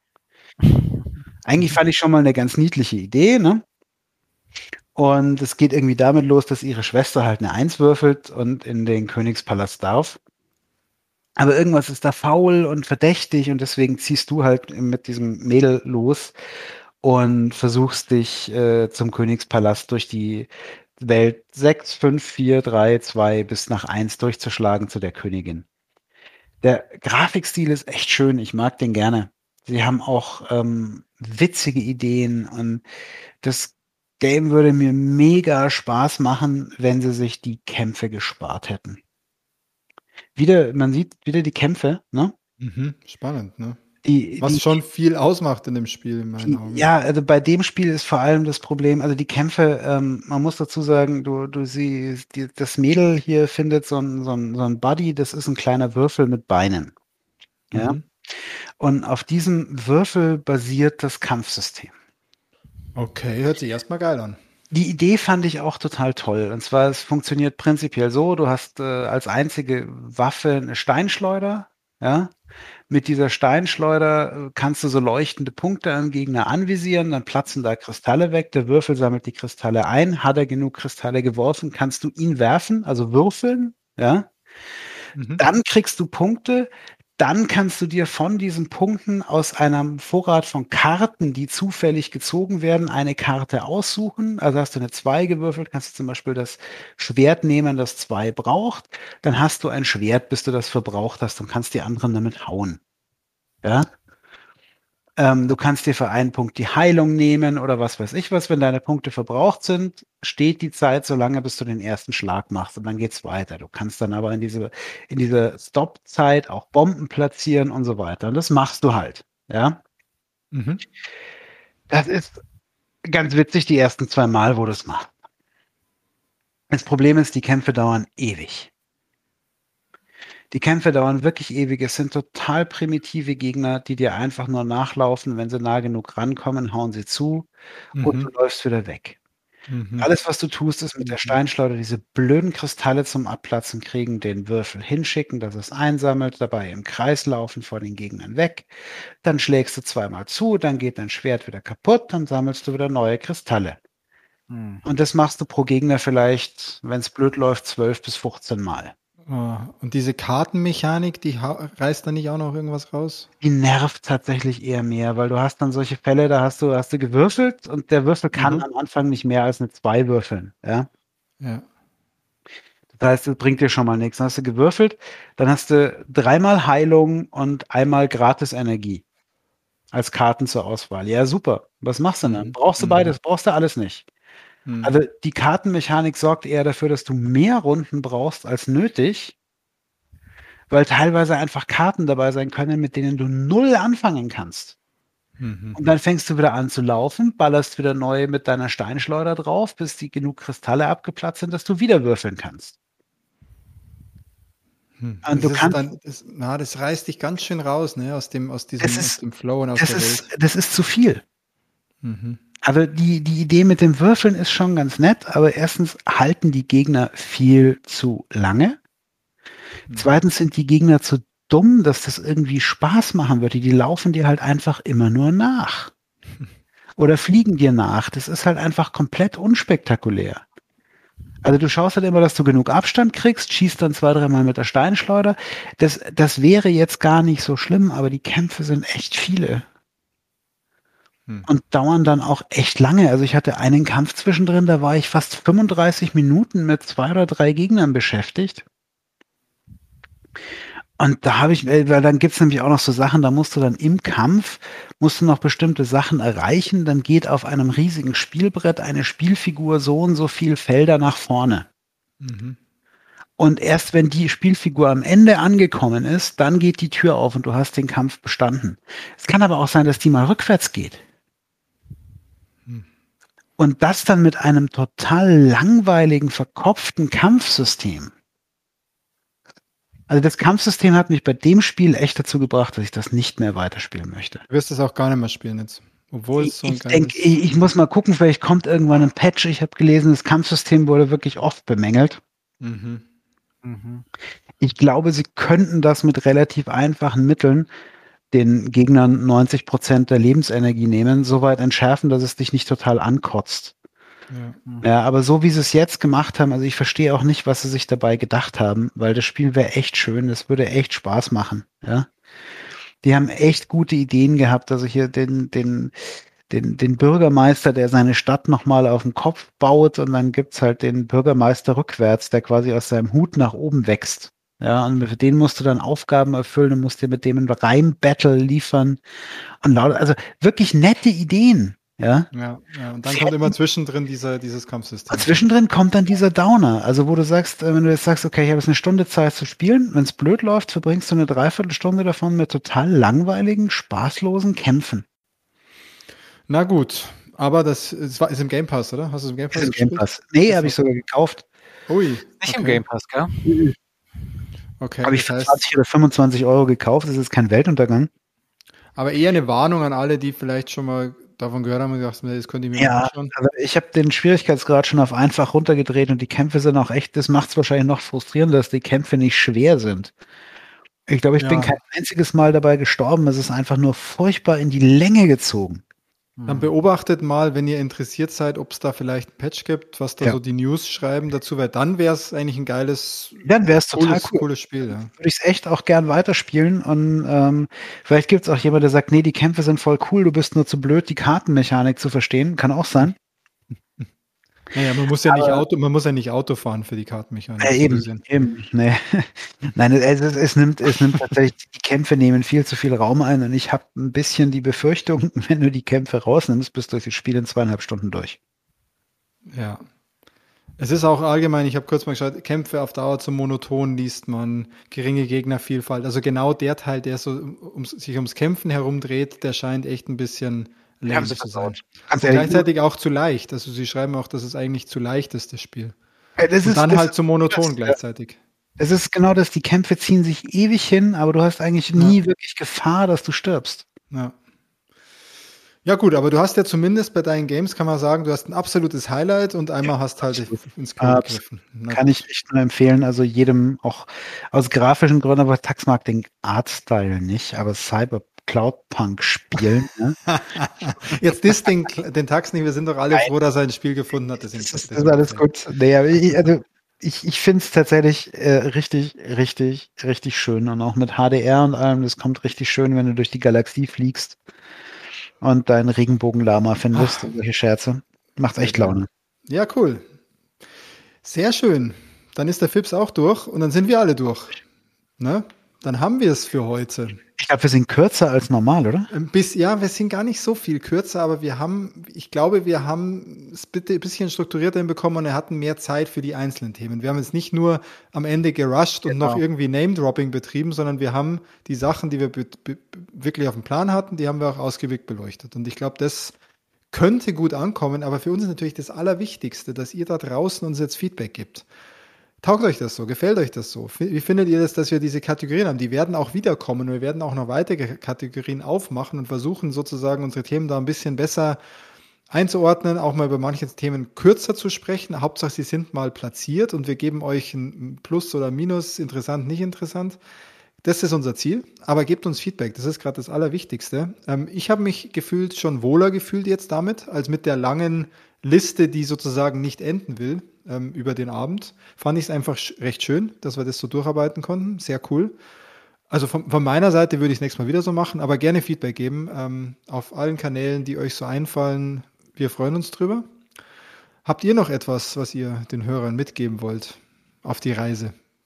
Eigentlich Mhm. fand ich schon mal eine ganz niedliche Idee, ne? Und es geht irgendwie damit los, dass ihre Schwester halt eine Eins würfelt und in den Königspalast darf. Aber irgendwas ist da faul und verdächtig und deswegen ziehst du halt mit diesem Mädel los und versuchst dich äh, zum Königspalast durch die Welt sechs, fünf, vier, drei, zwei bis nach eins durchzuschlagen zu der Königin. Der Grafikstil ist echt schön, ich mag den gerne. Sie haben auch ähm, witzige Ideen und das Game würde mir mega Spaß machen, wenn sie sich die Kämpfe gespart hätten. Wieder, man sieht wieder die Kämpfe, ne? Mhm. Spannend, ne? Die, Was die, schon viel ausmacht in dem Spiel, in meinen die, Augen. ja, also bei dem Spiel ist vor allem das Problem, also die Kämpfe, ähm, man muss dazu sagen, du, du siehst, die, das Mädel hier findet so ein, so ein, so ein Buddy, das ist ein kleiner Würfel mit Beinen. Ja. Mhm. Und auf diesem Würfel basiert das Kampfsystem. Okay, hört sich erstmal geil an. Die Idee fand ich auch total toll. Und zwar, es funktioniert prinzipiell so, du hast äh, als einzige Waffe eine Steinschleuder, ja. Mit dieser Steinschleuder äh, kannst du so leuchtende Punkte am Gegner anvisieren, dann platzen da Kristalle weg, der Würfel sammelt die Kristalle ein, hat er genug Kristalle geworfen, kannst du ihn werfen, also würfeln, ja. Mhm. Dann kriegst du Punkte, dann kannst du dir von diesen Punkten aus einem Vorrat von Karten, die zufällig gezogen werden, eine Karte aussuchen. Also hast du eine zwei gewürfelt, kannst du zum Beispiel das Schwert nehmen, das zwei braucht. Dann hast du ein Schwert, bis du das verbraucht hast und kannst die anderen damit hauen. Ja? Ähm, du kannst dir für einen Punkt die Heilung nehmen oder was weiß ich was. Wenn deine Punkte verbraucht sind, steht die Zeit so lange, bis du den ersten Schlag machst und dann geht's weiter. Du kannst dann aber in diese, in diese Stop-Zeit auch Bomben platzieren und so weiter. Und das machst du halt. Ja, Mhm. das ist ganz witzig die ersten zwei Mal, wo du es machst. Das Problem ist, die Kämpfe dauern ewig. Die Kämpfe dauern wirklich ewig. Es sind total primitive Gegner, die dir einfach nur nachlaufen. Wenn sie nah genug rankommen, hauen sie zu und du Mhm. läufst wieder weg. Mhm. Alles, was du tust, ist mit der Steinschleuder diese blöden Kristalle zum Abplatzen kriegen, den Würfel hinschicken, dass es einsammelt, dabei im Kreis laufen vor den Gegnern weg. Dann schlägst du zweimal zu, dann geht dein Schwert wieder kaputt, dann sammelst du wieder neue Kristalle. Hm. Und das machst du pro Gegner vielleicht, wenn es blöd läuft, zwölf bis fünfzehn Mal. Oh, und diese Kartenmechanik, die hau- reißt da nicht auch noch irgendwas raus? Die nervt tatsächlich eher mehr, weil du hast dann solche Fälle, da hast du, hast du gewürfelt und der Würfel kann Mhm. am Anfang nicht mehr als eine zwei würfeln. Ja? Ja. Das heißt, es bringt dir schon mal nichts. Dann hast du gewürfelt, dann hast du dreimal Heilung und einmal gratis Energie als Karten zur Auswahl. Ja, super. Was machst du dann? Mhm. Brauchst du Mhm. beides? Brauchst du alles nicht. Mhm. Also die Kartenmechanik sorgt eher dafür, dass du mehr Runden brauchst als nötig, weil teilweise einfach Karten dabei sein können, mit denen du null anfangen kannst. Mhm. Und dann fängst du wieder an zu laufen, ballerst wieder neu mit deiner Steinschleuder drauf, bis die genug Kristalle abgeplatzt sind, dass du wieder würfeln kannst. Hm. Und Das du ist kannst, dann, das, na, das reißt dich ganz schön raus, ne, aus dem, aus diesem, das aus ist, dem Flow und aus das der ist, Welt. das ist zu viel. Mhm. Also die, die Idee mit dem Würfeln ist schon ganz nett, aber erstens halten die Gegner viel zu lange. Mhm. Zweitens sind die Gegner zu dumm, dass das irgendwie Spaß machen würde. Die laufen dir halt einfach immer nur nach. Oder fliegen dir nach. Das ist halt einfach komplett unspektakulär. Also du schaust halt immer, dass du genug Abstand kriegst, schießt dann zwei, dreimal mit der Steinschleuder. Das, das wäre jetzt gar nicht so schlimm, aber die Kämpfe sind echt viele. Hm. Und dauern dann auch echt lange. Also ich hatte einen Kampf zwischendrin, da war ich fast fünfunddreißig Minuten mit zwei oder drei Gegnern beschäftigt. Und da habe ich, weil dann gibt's nämlich auch noch so Sachen, da musst du dann im Kampf, musst du noch bestimmte Sachen erreichen, dann geht auf einem riesigen Spielbrett eine Spielfigur so und so viel Felder nach vorne. Mhm. Und erst wenn die Spielfigur am Ende angekommen ist, dann geht die Tür auf und du hast den Kampf bestanden. Es kann aber auch sein, dass die mal rückwärts geht. Hm. Und das dann mit einem total langweiligen, verkopften Kampfsystem. Also das Kampfsystem hat mich bei dem Spiel echt dazu gebracht, dass ich das nicht mehr weiterspielen möchte. Du wirst es auch gar nicht mehr spielen jetzt. Obwohl es Ich, so ein ich denke, geiles... ich, ich muss mal gucken, vielleicht kommt irgendwann ein Patch. Ich habe gelesen, das Kampfsystem wurde wirklich oft bemängelt. Mhm. Mhm. Ich glaube, sie könnten das mit relativ einfachen Mitteln den Gegnern neunzig Prozent der Lebensenergie nehmen, so weit entschärfen, dass es dich nicht total ankotzt. Ja. Ja, aber so wie sie es jetzt gemacht haben, also ich verstehe auch nicht, was sie sich dabei gedacht haben, weil das Spiel wäre echt schön, das würde echt Spaß machen, ja. Die haben echt gute Ideen gehabt, also hier den, den, den, den Bürgermeister, der seine Stadt nochmal auf den Kopf baut und dann gibt's halt den Bürgermeister rückwärts, der quasi aus seinem Hut nach oben wächst. Ja, und für den musst du dann Aufgaben erfüllen und musst dir mit dem ein Reim-Battle liefern. Und lauter, also wirklich nette Ideen. Ja. Ja, ja. Und dann kommt immer zwischendrin dieser, dieses Kampfsystem. Zwischendrin kommt dann dieser Downer, also wo du sagst, äh, wenn du jetzt sagst, okay, ich habe jetzt eine Stunde Zeit zu spielen, wenn es blöd läuft, verbringst du eine Dreiviertelstunde davon mit total langweiligen, spaßlosen Kämpfen. Na gut, aber das ist, ist im Game Pass, oder? Hast du es im Game Pass Ist im gespielt? Game Pass. Nee, Das habe ich war- sogar gekauft. Ui. Nicht okay. im Game Pass, gell? Okay, Habe ich das für heißt, zwanzig oder fünfundzwanzig Euro gekauft, das ist kein Weltuntergang. aber eher eine Warnung an alle, die vielleicht schon mal davon gehört haben und gedacht, das könnte ich mir mal Ja, anschauen. also ich habe den Schwierigkeitsgrad schon auf einfach runtergedreht und die Kämpfe sind auch echt, das macht es wahrscheinlich noch frustrierender, dass die Kämpfe nicht schwer sind. Ich glaube, ich bin Ja. kein einziges Mal dabei gestorben, es ist einfach nur furchtbar in die Länge gezogen. Dann beobachtet mal, wenn ihr interessiert seid, ob es da vielleicht ein Patch gibt, was da Ja. so die News schreiben dazu, weil dann wäre es eigentlich ein geiles, Dann wäre es total cooles, cool. cooles Spiel. Ja. Würde ich es echt auch gern weiterspielen und ähm, vielleicht gibt es auch jemand, der sagt, nee, die Kämpfe sind voll cool, du bist nur zu blöd, die Kartenmechanik zu verstehen. Kann auch sein. Naja, man muss ja nicht Auto, man muss ja nicht Auto fahren für die Kartenmechanik. Äh, so eben, gesehen. eben. Nee. Nein, es, es, es, nimmt, es nimmt tatsächlich, die Kämpfe nehmen viel zu viel Raum ein und ich habe ein bisschen die Befürchtung, wenn du die Kämpfe rausnimmst, bist du durch das Spiel in zweieinhalb Stunden durch. Ja. Es ist auch allgemein, ich habe kurz mal geschaut, Kämpfe auf Dauer zum Monoton liest man, geringe Gegnervielfalt. Also genau der Teil, der so um, sich ums Kämpfen herumdreht, der scheint echt ein bisschen haben sie lazy zu sein. Ganz Und ehrlich, gleichzeitig auch zu leicht. Also sie schreiben auch, dass es eigentlich zu leicht ist, das Spiel. äh, das Und ist, dann das, halt zu monoton das- gleichzeitig. es ist genau das, die Kämpfe ziehen sich ewig hin, aber du hast eigentlich nie wirklich Gefahr, dass du stirbst. Ja. Ja gut, aber du hast ja zumindest bei deinen Games, kann man sagen, du hast ein absolutes Highlight und einmal hast halt ins Klo Absolut. gegriffen. Na Kann gut. ich echt nur empfehlen, also jedem, auch aus grafischen Gründen, aber Tax mag den Artstyle nicht, aber Cyber Cloudpunk spielen, ne? Jetzt disst den, den Tax nicht, wir sind doch alle Nein. froh, dass er ein Spiel gefunden hat. Das, Das das ist, das ist alles gut. Nee, aber ich, also ich, ich finde es tatsächlich äh, richtig, richtig, richtig schön. Und auch mit H D R und allem, das kommt richtig schön, wenn du durch die Galaxie fliegst und deinen Regenbogenlama findest und solche Scherze. Macht echt Laune. Ja, cool. Sehr schön. Dann ist der Fips auch durch und dann sind wir alle durch. Ne? Dann haben wir es für heute. Ich glaube, wir sind kürzer als normal, oder? Ein bisschen, ja, wir sind gar nicht so viel kürzer, aber wir haben, ich glaube, wir haben es bitte ein bisschen strukturierter hinbekommen und wir hatten mehr Zeit für die einzelnen Themen. Wir haben jetzt nicht nur am Ende gerusht und Genau. noch irgendwie Name-Dropping betrieben, sondern wir haben die Sachen, die wir be- be- wirklich auf dem Plan hatten, die haben wir auch ausgiebig beleuchtet. Und ich glaube, das könnte gut ankommen, aber für uns ist natürlich das Allerwichtigste, dass ihr da draußen uns jetzt Feedback gibt. Taugt euch das so? Gefällt euch das so? Wie findet ihr das, dass wir diese Kategorien haben? Die werden auch wiederkommen. Wir werden auch noch weitere Kategorien aufmachen und versuchen sozusagen unsere Themen da ein bisschen besser einzuordnen, auch mal über manche Themen kürzer zu sprechen. Hauptsache, sie sind mal platziert und wir geben euch ein Plus oder Minus, interessant, nicht interessant. Das ist unser Ziel, aber gebt uns Feedback, das ist gerade das Allerwichtigste. Ähm, ich habe mich gefühlt schon wohler gefühlt jetzt damit, als mit der langen Liste, die sozusagen nicht enden will ähm, über den Abend. Fand ich es einfach sch- recht schön, dass wir das so durcharbeiten konnten, sehr cool. Also von, von meiner Seite würde ich es nächstes Mal wieder so machen, aber gerne Feedback geben ähm, auf allen Kanälen, die euch so einfallen. Wir freuen uns drüber. Habt ihr noch etwas, was ihr den Hörern mitgeben wollt auf die Reise?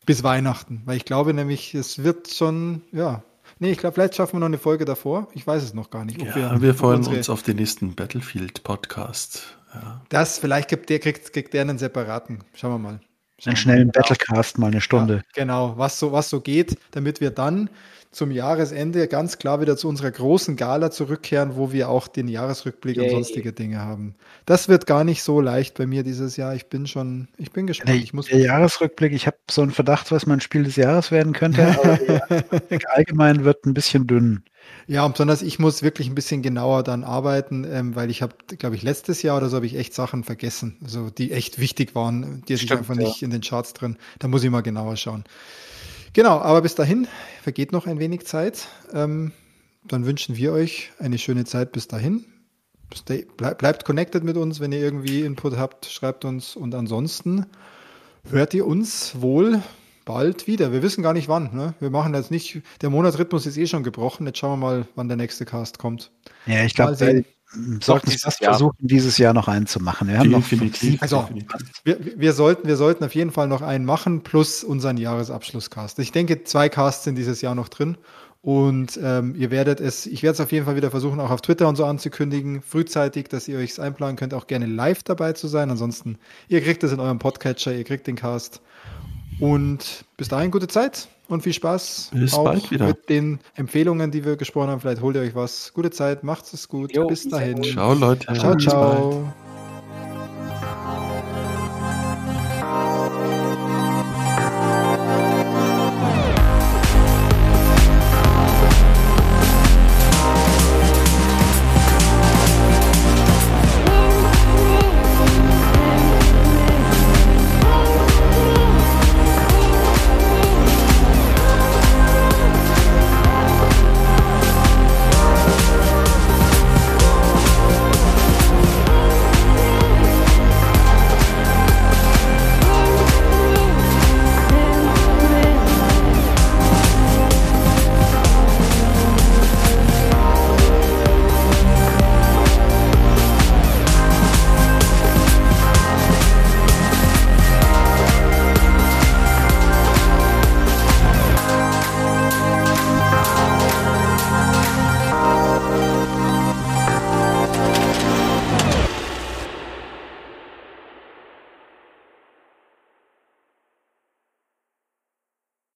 bis Weihnachten. Weil ich glaube nämlich, es wird schon, ja, nee, ich glaube, vielleicht schaffen wir noch eine Folge davor. Ich weiß es noch gar nicht. Ja, wir, wir freuen unsere, uns auf den nächsten Battlefield-Podcast. Ja. Das, vielleicht gibt der, kriegt, kriegt der einen separaten. Schauen wir mal. Einen schnellen Battlecast, mal eine Stunde. Ja, genau, was so, was so geht, damit wir dann zum Jahresende ganz klar wieder zu unserer großen Gala zurückkehren, wo wir auch den Jahresrückblick Yay. und sonstige Dinge haben. Das wird gar nicht so leicht bei mir dieses Jahr. Ich bin schon, ich bin gespannt. Der, ich muss der Jahresrückblick, ich habe so einen Verdacht, was mein Spiel des Jahres werden könnte, aber der Jahresrückblick allgemein wird ein bisschen dünn. Ja, und besonders ich muss wirklich ein bisschen genauer dann arbeiten, ähm, weil ich habe, glaube ich, letztes Jahr oder so habe ich echt Sachen vergessen, also die echt wichtig waren, die sind einfach ja. nicht in den Charts drin. Da muss ich mal genauer schauen. Genau, aber bis dahin vergeht noch ein wenig Zeit. Ähm, dann wünschen wir euch eine schöne Zeit bis dahin. Stay, bleib, bleibt connected mit uns, wenn ihr irgendwie Input habt, schreibt uns. Und ansonsten hört ihr uns wohl bald wieder. Wir wissen gar nicht wann. Ne? Wir machen jetzt nicht, der Monatsrhythmus ist eh schon gebrochen. Jetzt schauen wir mal, wann der nächste Cast kommt. Ja, ich glaube, wir sollten es fast versuchen, dieses Jahr noch einen zu machen. Wir haben Definitiv. noch also, wir, wir, sollten, wir sollten auf jeden Fall noch einen machen, plus unseren Jahresabschlusscast. Ich denke, zwei Casts sind dieses Jahr noch drin. Und ähm, ihr werdet es, ich werde es auf jeden Fall wieder versuchen, auch auf Twitter und so anzukündigen, frühzeitig, dass ihr euch einplanen könnt, auch gerne live dabei zu sein. Ansonsten, ihr kriegt es in eurem Podcatcher, ihr kriegt den Cast. Und bis dahin gute Zeit und viel Spaß. Bis auch bald wieder. Mit den Empfehlungen, die wir gesprochen haben. Vielleicht holt ihr euch was. Gute Zeit, macht's es gut. Jo, bis dahin. Ciao, Leute. Ciao, Bis ciao. bald.